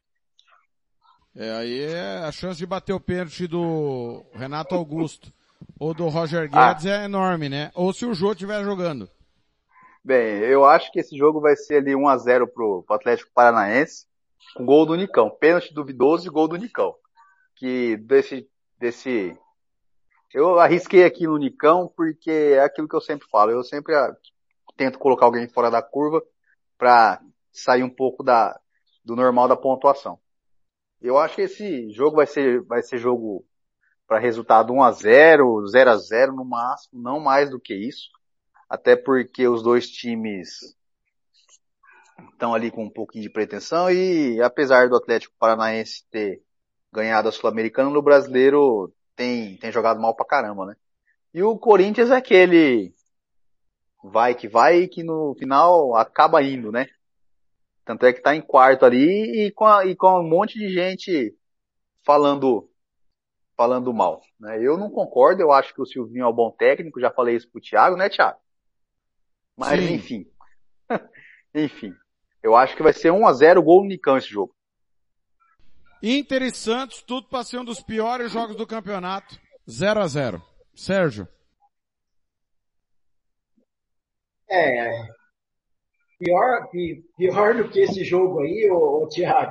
É, aí é a chance de bater o pênalti do Renato Augusto ou do Roger Guedes ah. é enorme, né? Ou se o Jô estiver jogando. Bem, eu acho que esse jogo vai ser ali um a zero pro, pro Atlético Paranaense, com gol do Nicão. Pênalti duvidoso e gol do Nicão. Que desse, desse, eu arrisquei aqui no Nicão porque é aquilo que eu sempre falo. Eu sempre tento colocar alguém fora da curva pra sair um pouco da, do normal da pontuação. Eu acho que esse jogo vai ser, vai ser jogo para resultado um a zero, zero a zero no máximo, não mais do que isso. Até porque os dois times estão ali com um pouquinho de pretensão e apesar do Atlético Paranaense ter ganhado a Sul-Americana, no Brasileiro tem, tem jogado mal pra caramba, né? E o Corinthians é aquele vai que vai e que no final acaba indo, né? Tanto é que tá em quarto ali e com, a, e com um monte de gente falando, falando mal, né? Eu não concordo, eu acho que o Silvinho é um bom técnico, já falei isso pro Thiago, né, Thiago? Mas Sim. enfim, enfim, eu acho que vai ser um a zero gol no Nicão esse jogo. Inter e Santos, tudo para ser um dos piores jogos do campeonato, zero a zero. Sérgio? É, Pior, pi- pior do que esse jogo aí, ô, ô Thiago.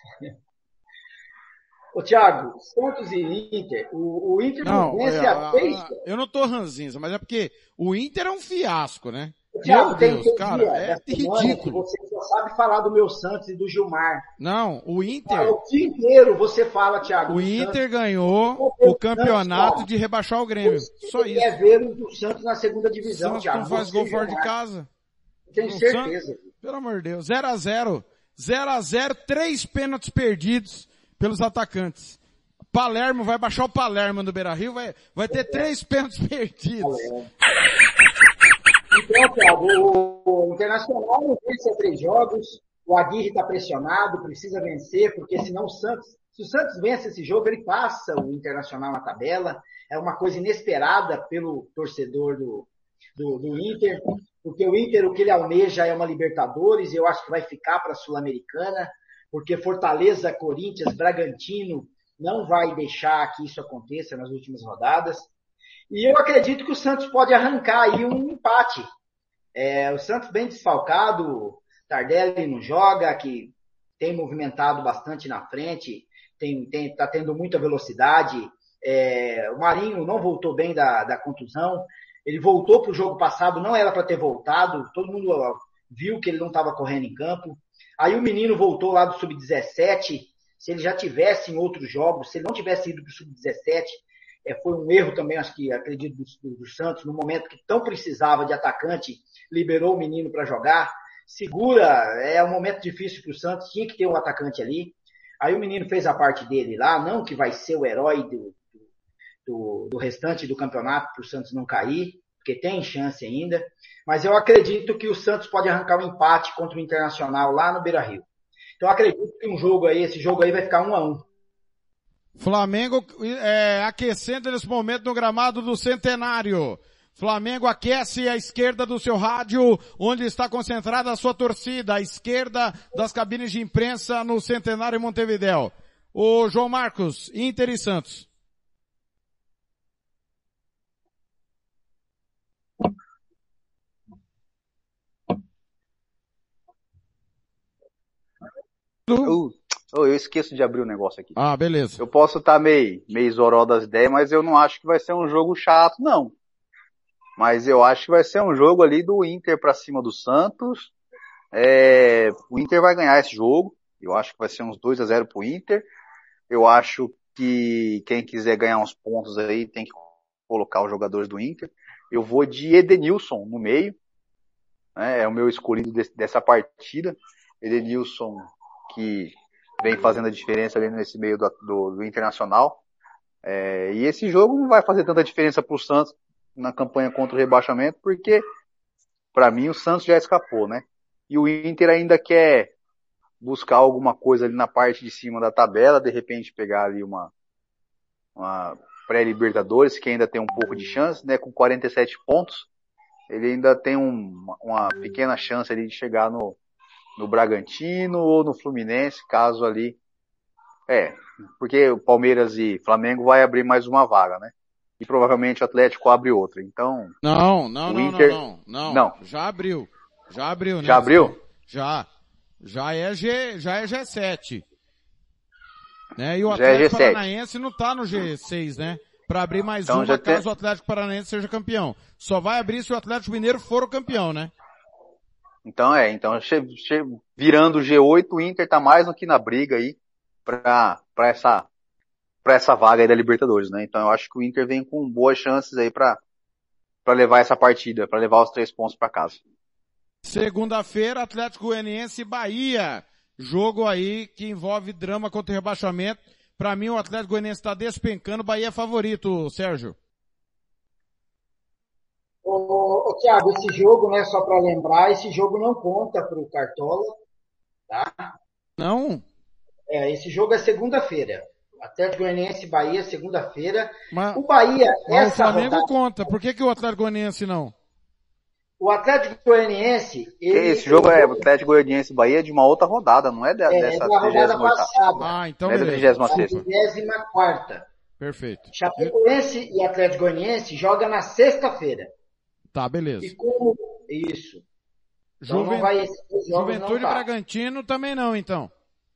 Ô Thiago, Santos e Inter, o, o Inter não Não, vence eu, há três. eu não tô ranzinza, mas é porque o Inter é um fiasco, né? Thiago, Meu tem, Deus, tem cara, dia é da semana ridículo. que você só sabe falar do meu Santos e do Gilmar. Não, o Inter, Fala o dia inteiro você fala, Thiago. o do Inter Santos. ganhou Santos, o campeonato cara. de rebaixar o Grêmio. Só Você isso. quer ver o Santos na segunda O divisão, Santos Thiago. não faz Você gol e fora de Gilmar. casa. Tenho O certeza. Santos, pelo amor de Deus, zero a zero. zero a zero, três pênaltis perdidos pelos atacantes. Palermo, vai baixar o Palermo no Beira-Rio, vai, vai ter três pênaltis perdidos. Então, Thiago, o, o Internacional não vence a três jogos, o Aguirre está pressionado, precisa vencer, porque senão o Santos, se o Santos vence esse jogo, ele passa o Internacional na tabela. É uma coisa inesperada pelo torcedor do, do, do Inter, porque o Inter, o que ele almeja é uma Libertadores, e eu acho que vai ficar para a Sul-Americana, porque Fortaleza, Corinthians, Bragantino não vai deixar que isso aconteça nas últimas rodadas. E eu acredito que o Santos pode arrancar aí um empate. É, o Santos bem desfalcado, Tardelli não joga, que tem movimentado bastante na frente, tem, tem, tá tendo muita velocidade. É, o Marinho não voltou bem da, da contusão, ele voltou para o jogo passado, não era para ter voltado, todo mundo ó, viu que ele não estava correndo em campo. Aí o menino voltou lá do sub dezessete, se ele já tivesse em outros jogos, se ele não tivesse ido para o sub dezessete, é, foi um erro também, acho que acredito, do, do, do Santos, no momento que tão precisava de atacante, liberou o menino para jogar. Segura, é um momento difícil para o Santos, tinha que ter um atacante ali. Aí o menino fez a parte dele lá, não que vai ser o herói do, do, do restante do campeonato para o Santos não cair, porque tem chance ainda, mas eu acredito que o Santos pode arrancar um empate contra o Internacional lá no Beira-Rio. Então eu acredito que um jogo aí, esse jogo aí vai ficar um a um. Flamengo é, aquecendo nesse momento no gramado do Centenário. Flamengo aquece à esquerda do seu rádio, onde está concentrada a sua torcida, à esquerda das cabines de imprensa no Centenário em Montevidéu. O João Marcos, Inter e Santos. Eu, eu esqueço de abrir o negócio aqui. Ah, beleza. Eu posso estar meio, meio zoró das ideias, mas eu não acho que vai ser um jogo chato, não. Mas eu acho que vai ser um jogo ali do Inter pra cima do Santos. É, o Inter vai ganhar esse jogo. Eu acho que vai ser uns dois a zero pro Inter. Eu acho que quem quiser ganhar uns pontos aí tem que colocar os jogadores do Inter. Eu vou de Edenilson no meio. Né, é o meu escolhido desse, dessa partida. Edenilson, que vem fazendo a diferença ali nesse meio do, do, do Internacional. É, e esse jogo não vai fazer tanta diferença pro Santos na campanha contra o rebaixamento, porque para mim o Santos já escapou, né? E o Inter ainda quer buscar alguma coisa ali na parte de cima da tabela, de repente pegar ali uma, uma pré-Libertadores, que ainda tem um pouco de chance, né? Com quarenta e sete pontos, ele ainda tem um, uma pequena chance ali de chegar no, no Bragantino ou no Fluminense, caso ali, é, porque o Palmeiras e Flamengo vai abrir mais uma vaga, né? E provavelmente o Atlético abre outra. Então. Não, não, o não, Inter... não, não, não. Não. Já abriu. Já abriu, né? Já abriu? Já. Já é G, já é G sete. Né? E o Já é Atlético G sete. Paranaense não tá no G seis, né? Pra abrir mais Então uma já caso tem- o Atlético Paranaense seja campeão. Só vai abrir se o Atlético Mineiro for o campeão, né? Então é, então che, che, virando o G oito, o Inter tá mais do que na briga aí pra, pra essa, pra essa vaga aí da Libertadores, né? Então eu acho que o Inter vem com boas chances aí pra, pra levar essa partida, pra levar os três pontos pra casa. Segunda-feira, Atlético Goianiense e Bahia. Jogo aí que envolve drama contra o rebaixamento. Pra mim o Atlético Goianiense tá despencando, Bahia é favorito, Sérgio. Ô, ô, Thiago, esse jogo, né, só para lembrar, esse jogo não conta para o Cartola, tá? Não? É, esse jogo é segunda-feira. Atlético Goianiense e Bahia, segunda-feira. Mas, O Bahia, mas o essa Flamengo rodada, conta. Por que, que o Atlético Goianiense não? o Atlético Goianiense, ele... Esse jogo é Atlético Goianiense e Bahia de uma outra rodada, não é, de, É, é dessa da rodada trigésima oitava. passada. Ah, então Não é da beleza. trigésima sexta. A trigésima quarta. Perfeito. Chapecoense e Atlético Goianiense joga na sexta-feira. Tá, beleza. E como... Isso. Então Juven... não vai esses jogos, Juventude não tá. Bragantino também não, então.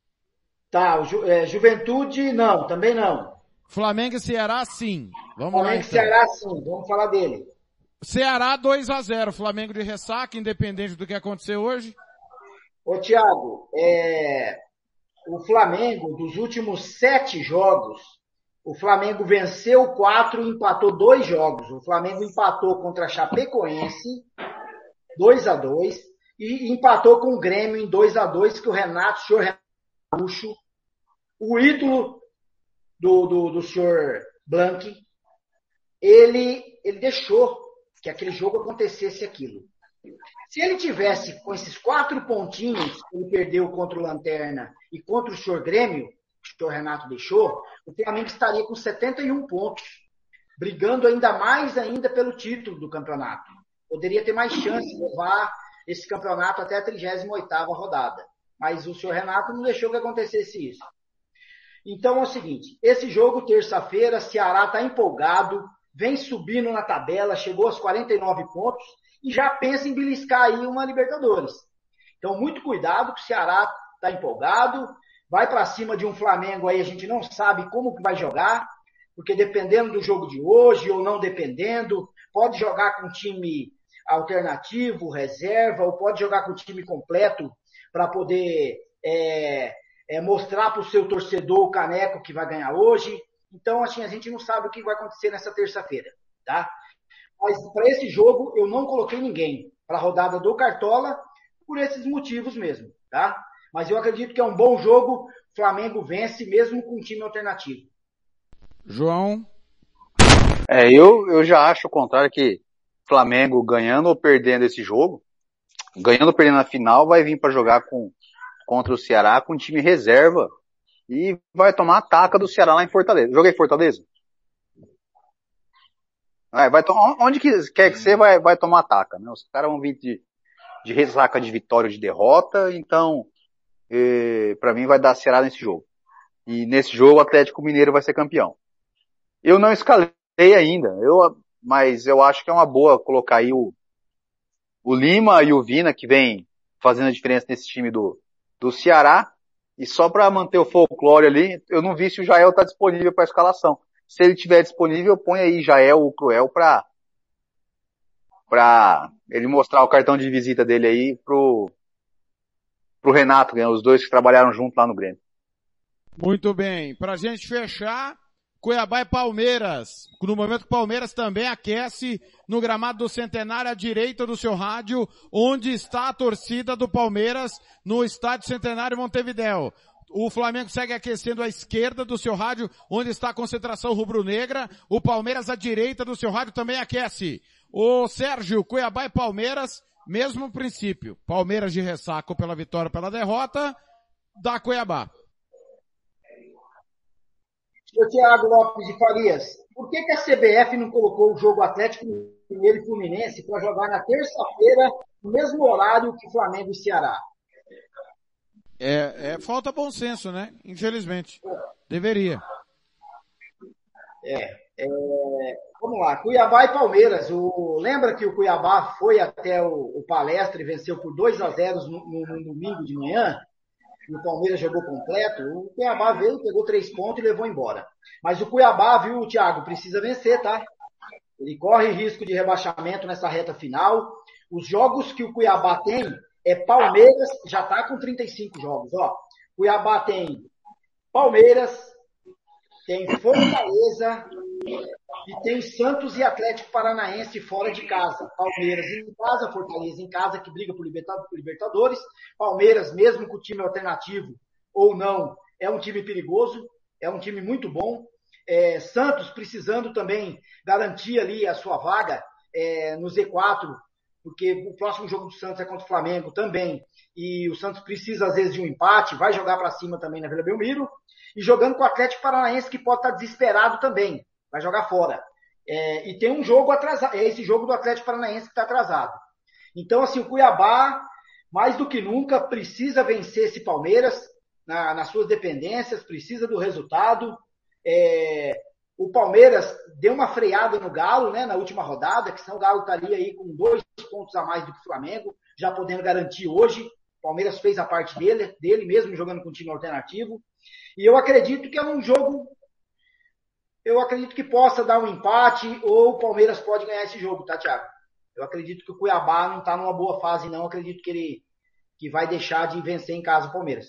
Tá, o Ju, é, Juventude não, também não. Flamengo e Ceará, sim. Vamos Flamengo lá, e então. Ceará sim, vamos falar dele. Ceará dois a zero, Flamengo de ressaca, independente do que acontecer hoje. Ô Thiago, é, o Flamengo, dos últimos sete jogos, o Flamengo venceu quatro e empatou dois jogos. O Flamengo empatou contra a Chapecoense, dois a dois, e empatou com o Grêmio em dois a dois, que o Renato, o senhor Renato Gaúcho, o ídolo do, do, do senhor Blanc, ele, ele deixou que aquele jogo acontecesse aquilo. Se ele tivesse com esses quatro pontinhos que ele perdeu contra o Lanterna e contra o senhor Grêmio, que o senhor Renato deixou, o Flamengo estaria com setenta e um pontos, brigando ainda mais ainda pelo título do campeonato. Poderia ter mais chance de levar esse campeonato até a trigésima oitava rodada. Mas o senhor Renato não deixou que acontecesse isso. Então é o seguinte, esse jogo, terça-feira, Ceará está empolgado, vem subindo na tabela, chegou aos quarenta e nove pontos e já pensa em beliscar aí uma Libertadores. Então muito cuidado, que o Ceará está empolgado, vai para cima de um Flamengo aí, a gente não sabe como que vai jogar, porque dependendo do jogo de hoje ou não dependendo, pode jogar com time alternativo, reserva, ou pode jogar com o time completo para poder é, é, mostrar para o seu torcedor o caneco que vai ganhar hoje. Então, assim, a gente não sabe o que vai acontecer nessa terça-feira, tá? Mas para esse jogo eu não coloquei ninguém para a rodada do Cartola por esses motivos mesmo, tá? Mas eu acredito que é um bom jogo, o Flamengo vence mesmo com um time alternativo. João? É, eu, eu já acho o contrário, que Flamengo ganhando ou perdendo esse jogo, ganhando ou perdendo na final, vai vir para jogar com, contra o Ceará com time reserva e vai tomar a taca do Ceará lá em Fortaleza. Joguei em Fortaleza? Vai, vai to- onde que quer que você vai, vai tomar a taca, né? Os caras vão vir de, de ressaca de vitória ou de derrota, então eh, para mim vai dar Ceará nesse jogo. E nesse jogo o Atlético Mineiro vai ser campeão. Eu não escalei ainda, eu, mas eu acho que é uma boa colocar aí o, o Lima e o Vina, que vem fazendo a diferença nesse time do, do Ceará. E só para manter o folclore ali, eu não vi se o Jael está disponível para a escalação. Se ele estiver disponível, põe aí Jael ou Cruel para para ele mostrar o cartão de visita dele aí pro, pro Renato, né? Os dois que trabalharam junto lá no Grêmio. Muito bem. Pra gente fechar, Cuiabá e Palmeiras. No momento que o Palmeiras também aquece no gramado do Centenário à direita do seu rádio, onde está a torcida do Palmeiras no Estádio Centenário Montevidéu. O Flamengo segue aquecendo à esquerda do seu rádio, onde está a concentração rubro-negra. O Palmeiras à direita do seu rádio também aquece. O Sérgio, Cuiabá e Palmeiras, mesmo princípio. Palmeiras de ressaca pela vitória, pela derrota, da Cuiabá. Senhor Thiago Lopes de Farias, por que, que a C B F não colocou o jogo Atlético Mineiro e Fluminense para jogar na terça-feira, no mesmo horário que Flamengo e Ceará? É, é, falta bom senso, né? Infelizmente. Deveria. É, é, vamos lá, Cuiabá e Palmeiras. O, lembra que o Cuiabá foi até o, o Palestra e venceu por dois a zero no, no, no domingo de manhã? E o Palmeiras jogou completo. O Cuiabá veio, pegou três pontos e levou embora. Mas o Cuiabá, viu, Thiago, precisa vencer, tá? Ele corre risco de rebaixamento nessa reta final. Os jogos que o Cuiabá tem é Palmeiras, já tá com trinta e cinco jogos, ó. Cuiabá tem Palmeiras, tem Fortaleza e tem Santos e Atlético Paranaense fora de casa. Palmeiras em casa, Fortaleza em casa, que briga por Libertadores. Palmeiras, mesmo com o time alternativo ou não, é um time perigoso, é um time muito bom. É, Santos precisando também garantir ali a sua vaga é, no Z quatro, porque o próximo jogo do Santos é contra o Flamengo também, e o Santos precisa às vezes de um empate, vai jogar para cima também na Vila Belmiro, e jogando com o Atlético Paranaense, que pode estar desesperado também, vai jogar fora. É, e tem um jogo atrasado, é esse jogo do Atlético Paranaense que está atrasado. Então, assim, o Cuiabá, mais do que nunca, precisa vencer esse Palmeiras na, nas suas dependências, precisa do resultado. É, o Palmeiras deu uma freada no Galo, né, na última rodada, que senão o Galo estaria aí com dois pontos a mais do que o Flamengo. já podendo garantir hoje. O Palmeiras fez a parte dele, dele mesmo, jogando com um time alternativo. E eu acredito que é um jogo, eu acredito que possa dar um empate, ou o Palmeiras pode ganhar esse jogo, tá, Thiago? Eu acredito que o Cuiabá não está numa boa fase, não. Eu acredito que ele que vai deixar de vencer em casa o Palmeiras.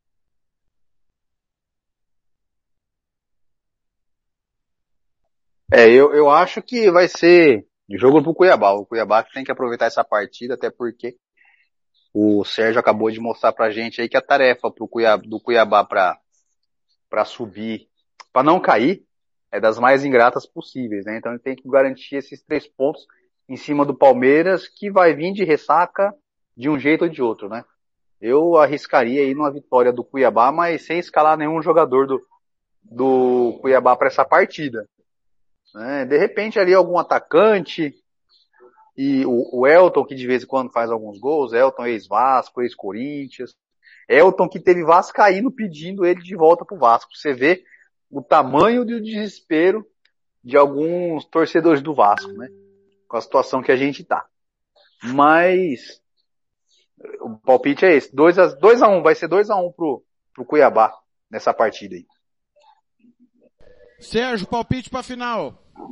É, eu, eu acho que vai ser jogo pro Cuiabá. O Cuiabá tem que aproveitar essa partida, até porque o Sérgio acabou de mostrar pra gente aí que a tarefa pro Cuiabá, do Cuiabá pra, pra subir, pra não cair, é das mais ingratas possíveis, né? Então ele tem que garantir esses três pontos em cima do Palmeiras, que vai vir de ressaca de um jeito ou de outro, né? Eu arriscaria aí numa vitória do Cuiabá, mas sem escalar nenhum jogador do, do Cuiabá para essa partida. Né? De repente ali algum atacante, e o, o Elton, que de vez em quando faz alguns gols, Elton ex-Vasco, ex-Corinthians, Elton que teve vascaíno pedindo ele de volta pro Vasco. Você vê o tamanho do desespero de alguns torcedores do Vasco, né? Com a situação que a gente tá. Mas o palpite é esse, dois a um, vai ser dois a um pro, pro Cuiabá nessa partida aí. Sérgio, palpite pra final.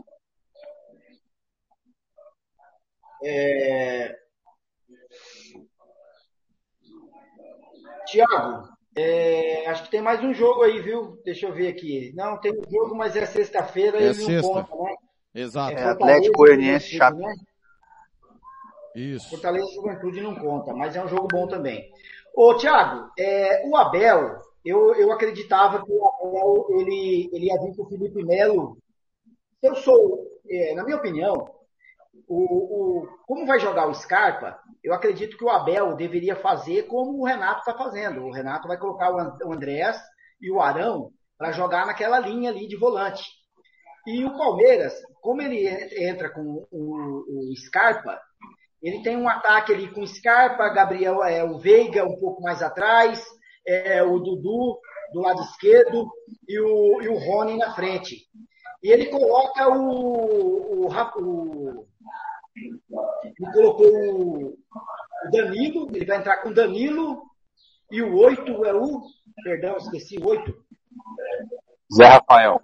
É... Tiago, é... acho que tem mais um jogo aí, viu? Deixa eu ver aqui. Não, tem um jogo, mas é sexta-feira e É não sexta. conta, né? Exato. É, É Atlético Goianiense, Chape. né? Isso. Fortaleza e Juventude não conta, mas é um jogo bom também. Ô, Thiago, é, o Abel, eu, eu acreditava que o Abel, ele, ele ia vir com o Felipe Melo. Eu sou, é, na minha opinião, o, o, como vai jogar o Scarpa, eu acredito que o Abel deveria fazer como o Renato está fazendo. O Renato vai colocar o Andrés e o Arão para jogar naquela linha ali de volante. E o Palmeiras, como ele entra com o, o Scarpa, ele tem um ataque ali com Scarpa, Gabriel, é, o Veiga um pouco mais atrás, é, o Dudu do lado esquerdo e o, e o Rony na frente. E ele coloca o... o, o ele colocou o, o Danilo, ele vai entrar com o Danilo e o oito é o... Perdão, esqueci o oito. Zé Rafael.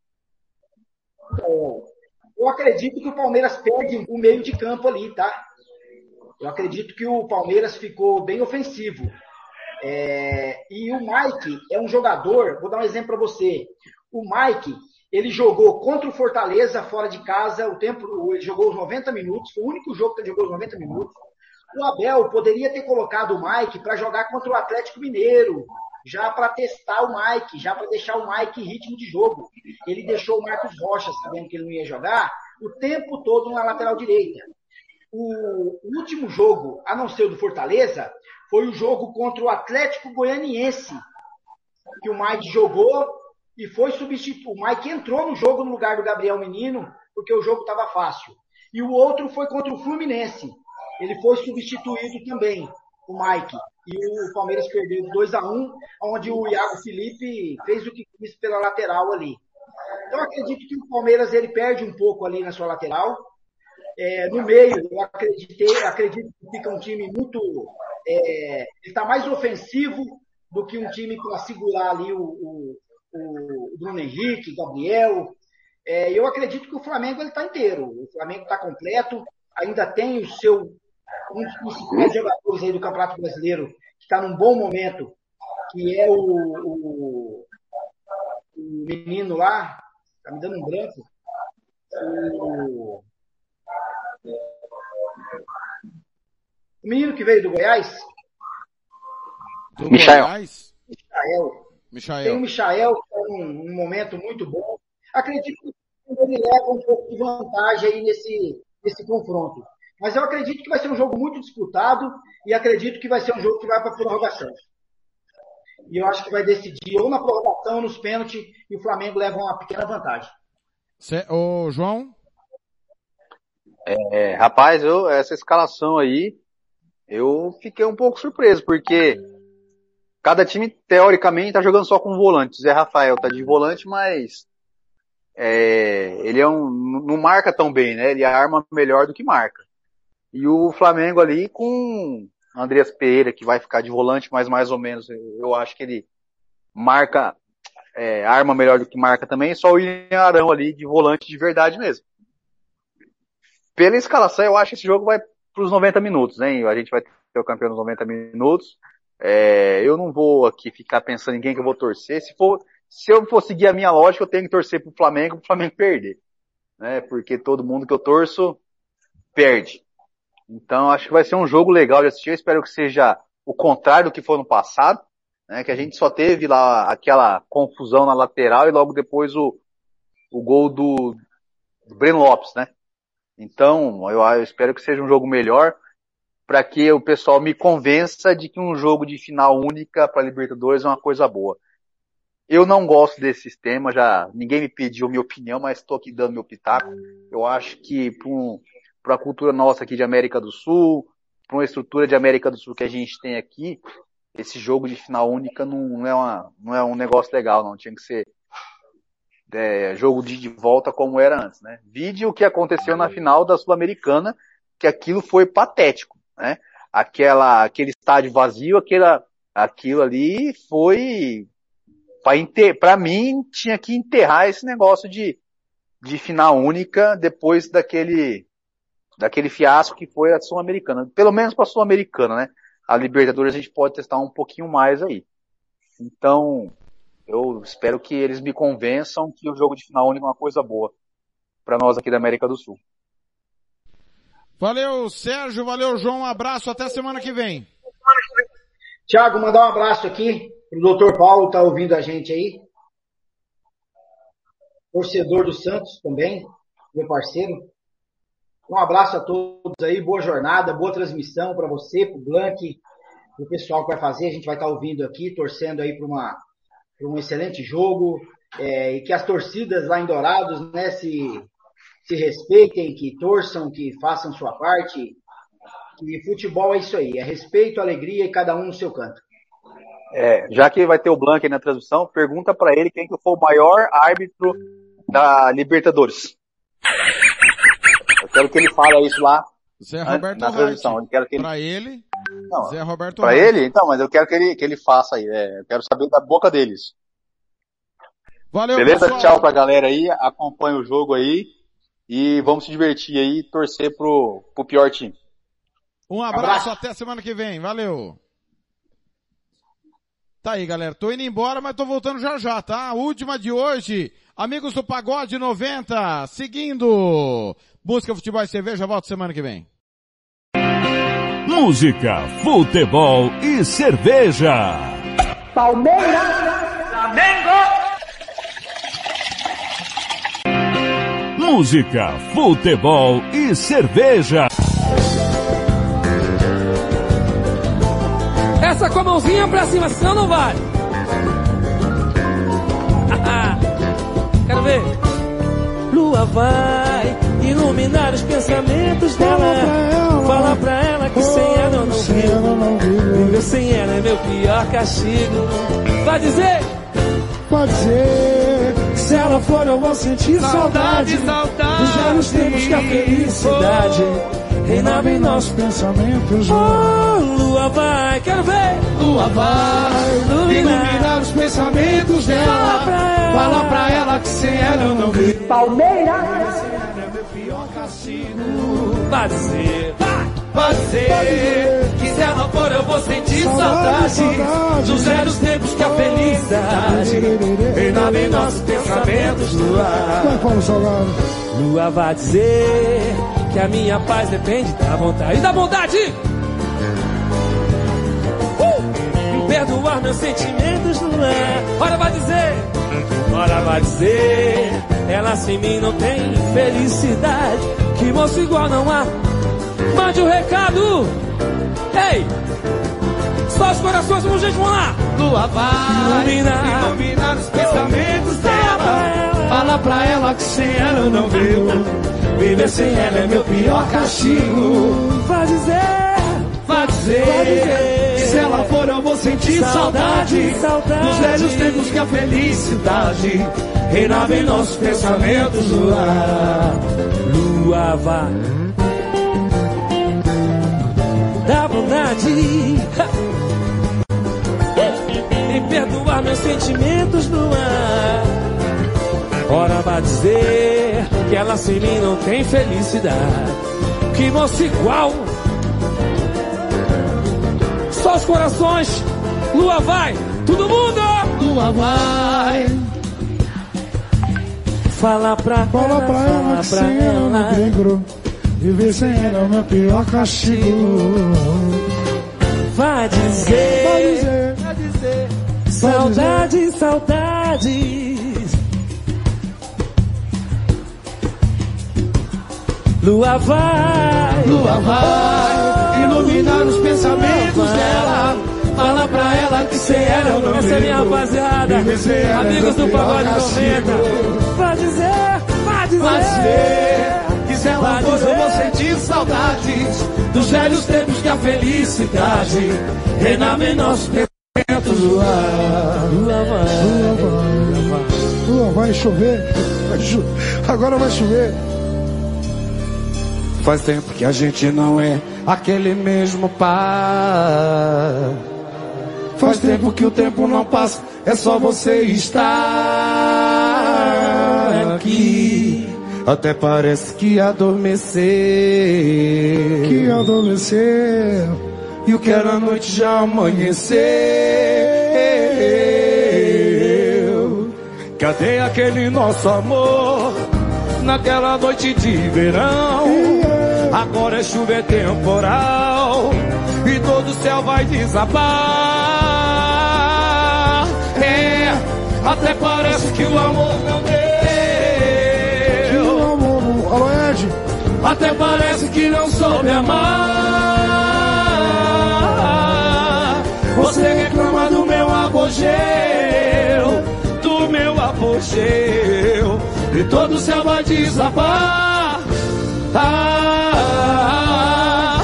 Eu acredito que o Palmeiras perde o meio de campo ali, tá? Eu acredito que o Palmeiras ficou bem ofensivo. É, e o Mike é um jogador, vou dar um exemplo para você. O Mike, ele jogou contra o Fortaleza fora de casa, o tempo, ele jogou os noventa minutos, foi o único jogo que ele jogou os noventa minutos. O Abel poderia ter colocado o Mike para jogar contra o Atlético Mineiro, já para testar o Mike, já para deixar o Mike em ritmo de jogo. Ele deixou o Marcos Rocha, sabendo que ele não ia jogar, o tempo todo na lateral direita. O último jogo, a não ser o do Fortaleza, foi o jogo contra o Atlético Goianiense, que o Mike jogou e foi substituído. O Mike entrou no jogo no lugar do Gabriel Menino, porque o jogo estava fácil. E o outro foi contra o Fluminense. Ele foi substituído também, o Mike. E o Palmeiras perdeu de dois a um, onde o Iago Felipe fez o que quis pela lateral ali. Então, eu acredito que o Palmeiras ele perde um pouco ali na sua lateral. É, no meio, eu acreditei, acredito que fica um time muito... É, ele está mais ofensivo do que um time para segurar ali o, o, o Bruno Henrique, Gabriel. É, eu acredito que o Flamengo está inteiro. O Flamengo está completo, ainda tem o seu... um dos principais jogadores aí do Campeonato Brasileiro, que está num bom momento, que é o, o, o menino lá, está me dando um branco, o... O menino que veio do Goiás? Do Michael. Goiás? Michael. Michael. Tem o Michael, que é um, um momento muito bom. Acredito que ele leva um pouco de vantagem aí nesse, nesse confronto. Mas eu acredito que vai ser um jogo muito disputado e acredito que vai ser um jogo que vai para a prorrogação. E eu acho que vai decidir ou na prorrogação ou nos pênaltis e o Flamengo leva uma pequena vantagem. Cê, ô, João? É, rapaz, eu, essa escalação aí, eu fiquei um pouco surpreso, porque cada time, teoricamente, tá jogando só com volante. Zé Rafael tá de volante, mas é, ele é um, não marca tão bem, né? Ele arma melhor do que marca. E o Flamengo ali com Andreas Pereira, que vai ficar de volante, mas mais ou menos, eu acho que ele marca, é, arma melhor do que marca também, só o William Arão ali de volante de verdade mesmo. Pela escalação, eu acho que esse jogo vai para os noventa minutos, né? A gente vai ter o campeão nos noventa minutos. É, eu não vou aqui ficar pensando em quem que eu vou torcer. Se for, se eu for seguir a minha lógica, eu tenho que torcer pro Flamengo, pro Flamengo perder, né? Porque todo mundo que eu torço perde. Então, acho que vai ser um jogo legal de assistir. Eu espero que seja o contrário do que foi no passado, né? Que a gente só teve lá aquela confusão na lateral e logo depois o, o gol do, do Breno Lopes, né? Então, eu, eu espero que seja um jogo melhor para que o pessoal me convença de que um jogo de final única para Libertadores é uma coisa boa. Eu não gosto desse sistema, já ninguém me pediu minha opinião, mas estou aqui dando meu pitaco. Eu acho que para a cultura nossa aqui de América do Sul, para uma estrutura de América do Sul que a gente tem aqui, esse jogo de final única não, não, é, uma, não é um negócio legal, não. Tinha que ser é, jogo de, de volta como era antes, né? Vide o que aconteceu na final da Sul-Americana, que aquilo foi patético, né? Aquela, aquele estádio vazio, aquela, aquilo ali foi, para mim, tinha que enterrar esse negócio de, de final única depois daquele, daquele fiasco que foi a Sul-Americana. Pelo menos para a Sul-Americana, né? A Libertadores a gente pode testar um pouquinho mais aí. Então, eu espero que eles me convençam que o jogo de final única é uma coisa boa para nós aqui da América do Sul. Valeu, Sérgio, valeu, João, um abraço, até semana que vem. Thiago, mandar um abraço aqui pro doutor Paulo, tá ouvindo a gente aí. Torcedor do Santos também, meu parceiro. Um abraço a todos aí, boa jornada, boa transmissão para você, pro Blank, pro pessoal que vai fazer, a gente vai estar tá ouvindo aqui, torcendo aí para uma para um excelente jogo, é, e que as torcidas lá em Dourados, né, se, se respeitem, que torçam, que façam sua parte. E futebol é isso aí, é respeito, alegria e cada um no seu canto. É, já que vai ter o Blanc aí na transmissão, pergunta para ele quem que foi o maior árbitro da Libertadores. Eu quero que ele fale isso lá Zé Roberto na transmissão. Eu quero que ele... Para ele, Não, Zé Roberto Para ele? Então, mas eu quero que ele, que ele faça aí. É, eu quero saber da boca deles. Valeu, beleza? pessoal. Tchau pra galera aí. Acompanha o jogo aí. E vamos se divertir aí e torcer pro, pro pior time. Um abraço, até semana que vem. Valeu. Tá aí, galera. Tô indo embora, mas tô voltando já já, tá? A última de hoje. Amigos do Pagode noventa. Seguindo. Música, futebol e cerveja. Volto semana que vem. Música, futebol e cerveja. Palmeiras. Flamengo. Música, futebol e cerveja. Essa com a mãozinha pra cima, senão não vale. Quero ver. Lua vai iluminar os pensamentos dela. Fala pra ela que sem ela eu não vivo. Viver sem ela é meu pior castigo. Vai dizer, pode dizer, se ela for eu vou sentir saudade, saudade dos velhos tempos que a felicidade reinava em nossos pensamentos. Oh, lua vai, quero ver. Lua vai iluminar, iluminar os pensamentos dela. Fala pra ela, fala pra ela que sem ela eu não vivo. Palmeiras. Vai dizer, vai dizer, que se ela for eu vou sentir saudade, saudade dos velhos tempos que a felicidade reinava em nossos pensamentos. Lua, Lua vai dizer que a minha paz depende da vontade e da bondade. Uh! Em perdoar meus sentimentos, Lua. Ora vai dizer, ora vai dizer, ela sem mim não tem felicidade. Que moço igual não há. Mande o um recado. Ei, só os corações, vamos gente, vamos lá. Lua vai iluminar, iluminar os pensamentos dela. Fala pra ela que sem ela eu não vivo. Viver sem ela é meu pior castigo. Vai dizer, vai dizer, vai dizer que se ela for eu vou sentir saudade, saudade dos velhos tempos que a felicidade reinava em nossos pensamentos. Lua, Lua vai. saudade e perdoar meus sentimentos no ar. Ora vai dizer que ela sem mim não tem felicidade. Que moça igual. Só os corações. Lua vai, todo mundo. Lua vai. Fala pra Fala ela, pra ela que sem ela não negro. Viver sem ela é o meu pior castigo. Vai dizer, vai dizer, vai dizer. Saudades, saudades. Lua vai, Lua vai iluminar os pensamentos dela. Fala pra ela que sem ela eu não essa é minha rapaziada, amigos do Pagode noventa. Vai dizer, vai dizer, vai dizer que se ela for eu vou sentir saudades dos velhos tempos que a felicidade reinava em nossos pensamentos. Lua, Lua vai, Lua vai, Lua vai chover, vai cho... agora vai chover. Faz tempo que a gente não é aquele mesmo par. Faz tempo que o tempo não passa, é só você estar aqui. Até parece que adormeceu. Que adormeceu. E o que era a noite já amanheceu. Cadê aquele nosso amor? Naquela noite de verão. Agora é chuva, é temporal. E todo o céu vai desabar. É, até parece que o amor não deu. Que o amor, alô Ed. Até parece que não soube amar. Você reclama do meu apogeu, do meu apogeu. E todo o céu vai desabar. Ah,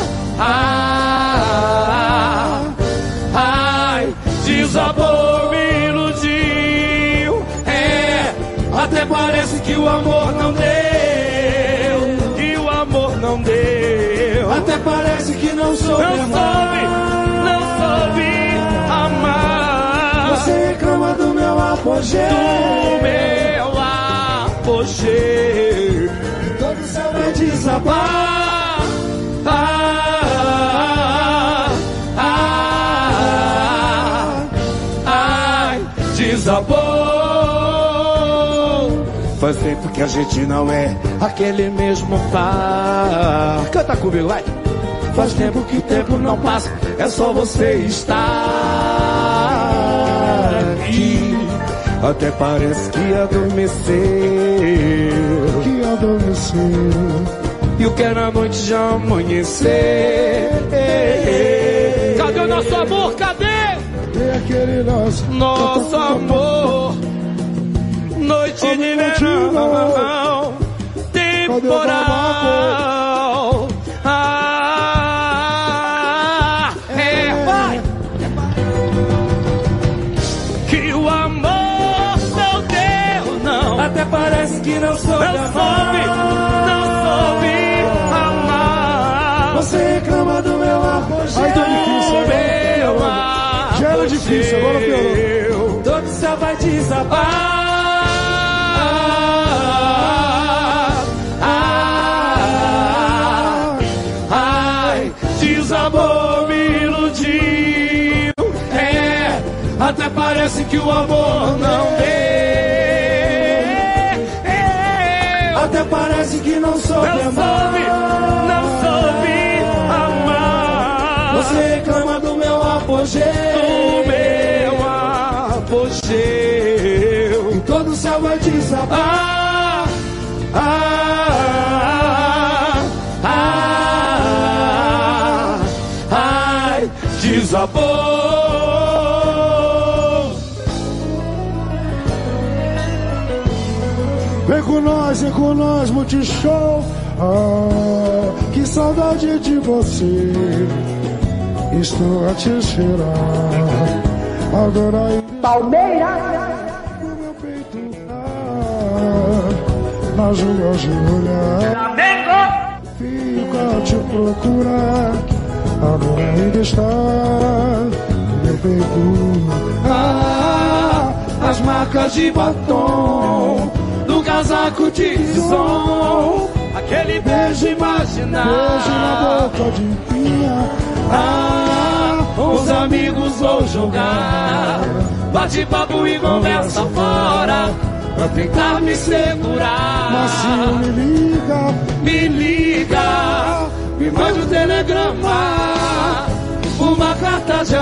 ah, ah, ai, desabou, me iludiu. É, até parece que o amor não deu. E o amor não deu. Até parece que não soube não amar. Soube, não soube amar. Você reclama do meu apogeu, do meu apogeu. Todo o céu vai desabar. Ah, ah, ah, ai, desabou. Faz tempo que a gente não é aquele mesmo par. Canta comigo, vai. Faz tempo que o tempo não passa, é só você estar aqui. Até parece que adormeceu. Que adormeceu. E o que era noite já amanheceu. Cadê o nosso amor? Cadê? Cadê aquele nosso Nosso amor. Noite de verão. Temporal. Ah, é, vai. Que o amor não deu, não. Até parece que não soube amar. Não soube amar. Você reclama do meu apogeu. Ai, tá difícil, agora já era difícil, agora piorou. Todo céu vai desabar. Ah, ai, desabou, me iludiu. É, até parece que o amor não deu. Até parece que não soube não amar. Soube, não soube amar. Você reclama do meu apogeu. Do meu apogeu. E todo o céu vai desabar. Ah, ah, ah, ai, desabou. Vem com nós, vem com nós, Multishow. Ah, que saudade de você. Estou a te esperar. Agora aí. Palmeiras. Na Júlia, Júlia. Flamengo. Fico a te procurar. Agora ainda está no meu peito. Ah, as marcas de batom no casaco de som, aquele beijo imaginário, beijo na boca de minha. Ah, os amigos vão jogar bate-papo e conversa fora pra tentar me segurar. Mas se me liga, me liga, me manda um telegrama, uma carta de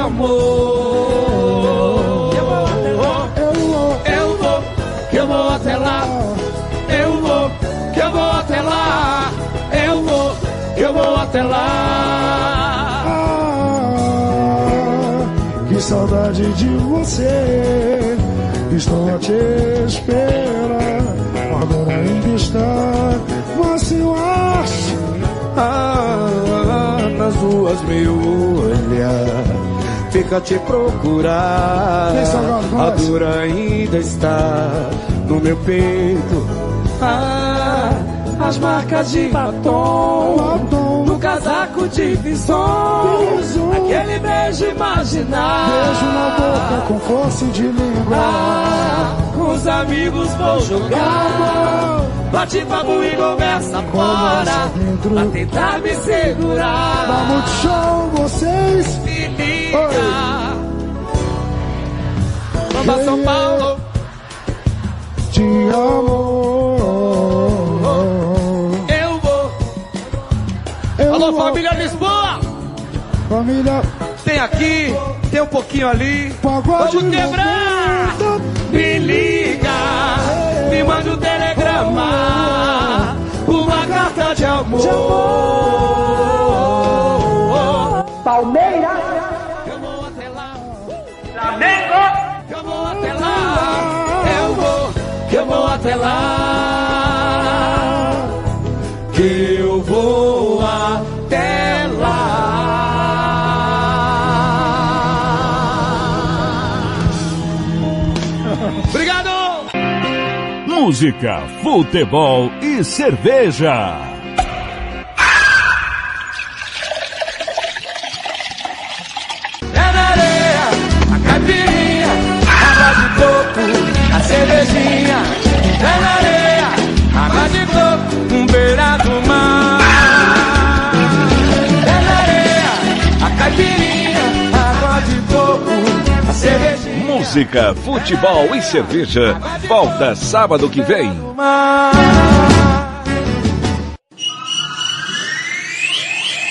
amor. Eu vou, eu vou, eu vou, que eu vou até lá. Eu vou, que eu vou até lá. Eu vou, que eu vou até lá. Ah, que saudade de você. Estou a te esperar. Agora ainda está, mas eu acho. Ah, nas ruas meu olhar fica a te procurar. A dor ainda está no meu peito. Ah, as marcas de batom, batom no casaco de visão, aquele beijo imaginário, beijo na boca com força de língua. Ah, os amigos vão jogar bate-papo e conversa fora pra tentar me segurar. Dá muito show, vocês. Me liga. Vamos São Paulo. Te amo. Eu vou. Eu Alô, vou. família Lisboa. Família. Tem aqui, tem um pouquinho ali. Pagode Vamos quebrar. Me liga. Me manda um telegrama, uma carta de amor. Palmeiras. Eu vou até lá. Flamengo. Eu vou até lá. Eu vou, que eu vou até lá. Que eu vou até lá. Obrigado. Música, futebol e cerveja. É na areia, a caipirinha, água de coco, a cervejinha. É na areia, água de coco, um beira do mar. É na areia, a caipirinha, água de coco, a cervejinha. Música, futebol e cerveja. Volta sábado que vem. Mar.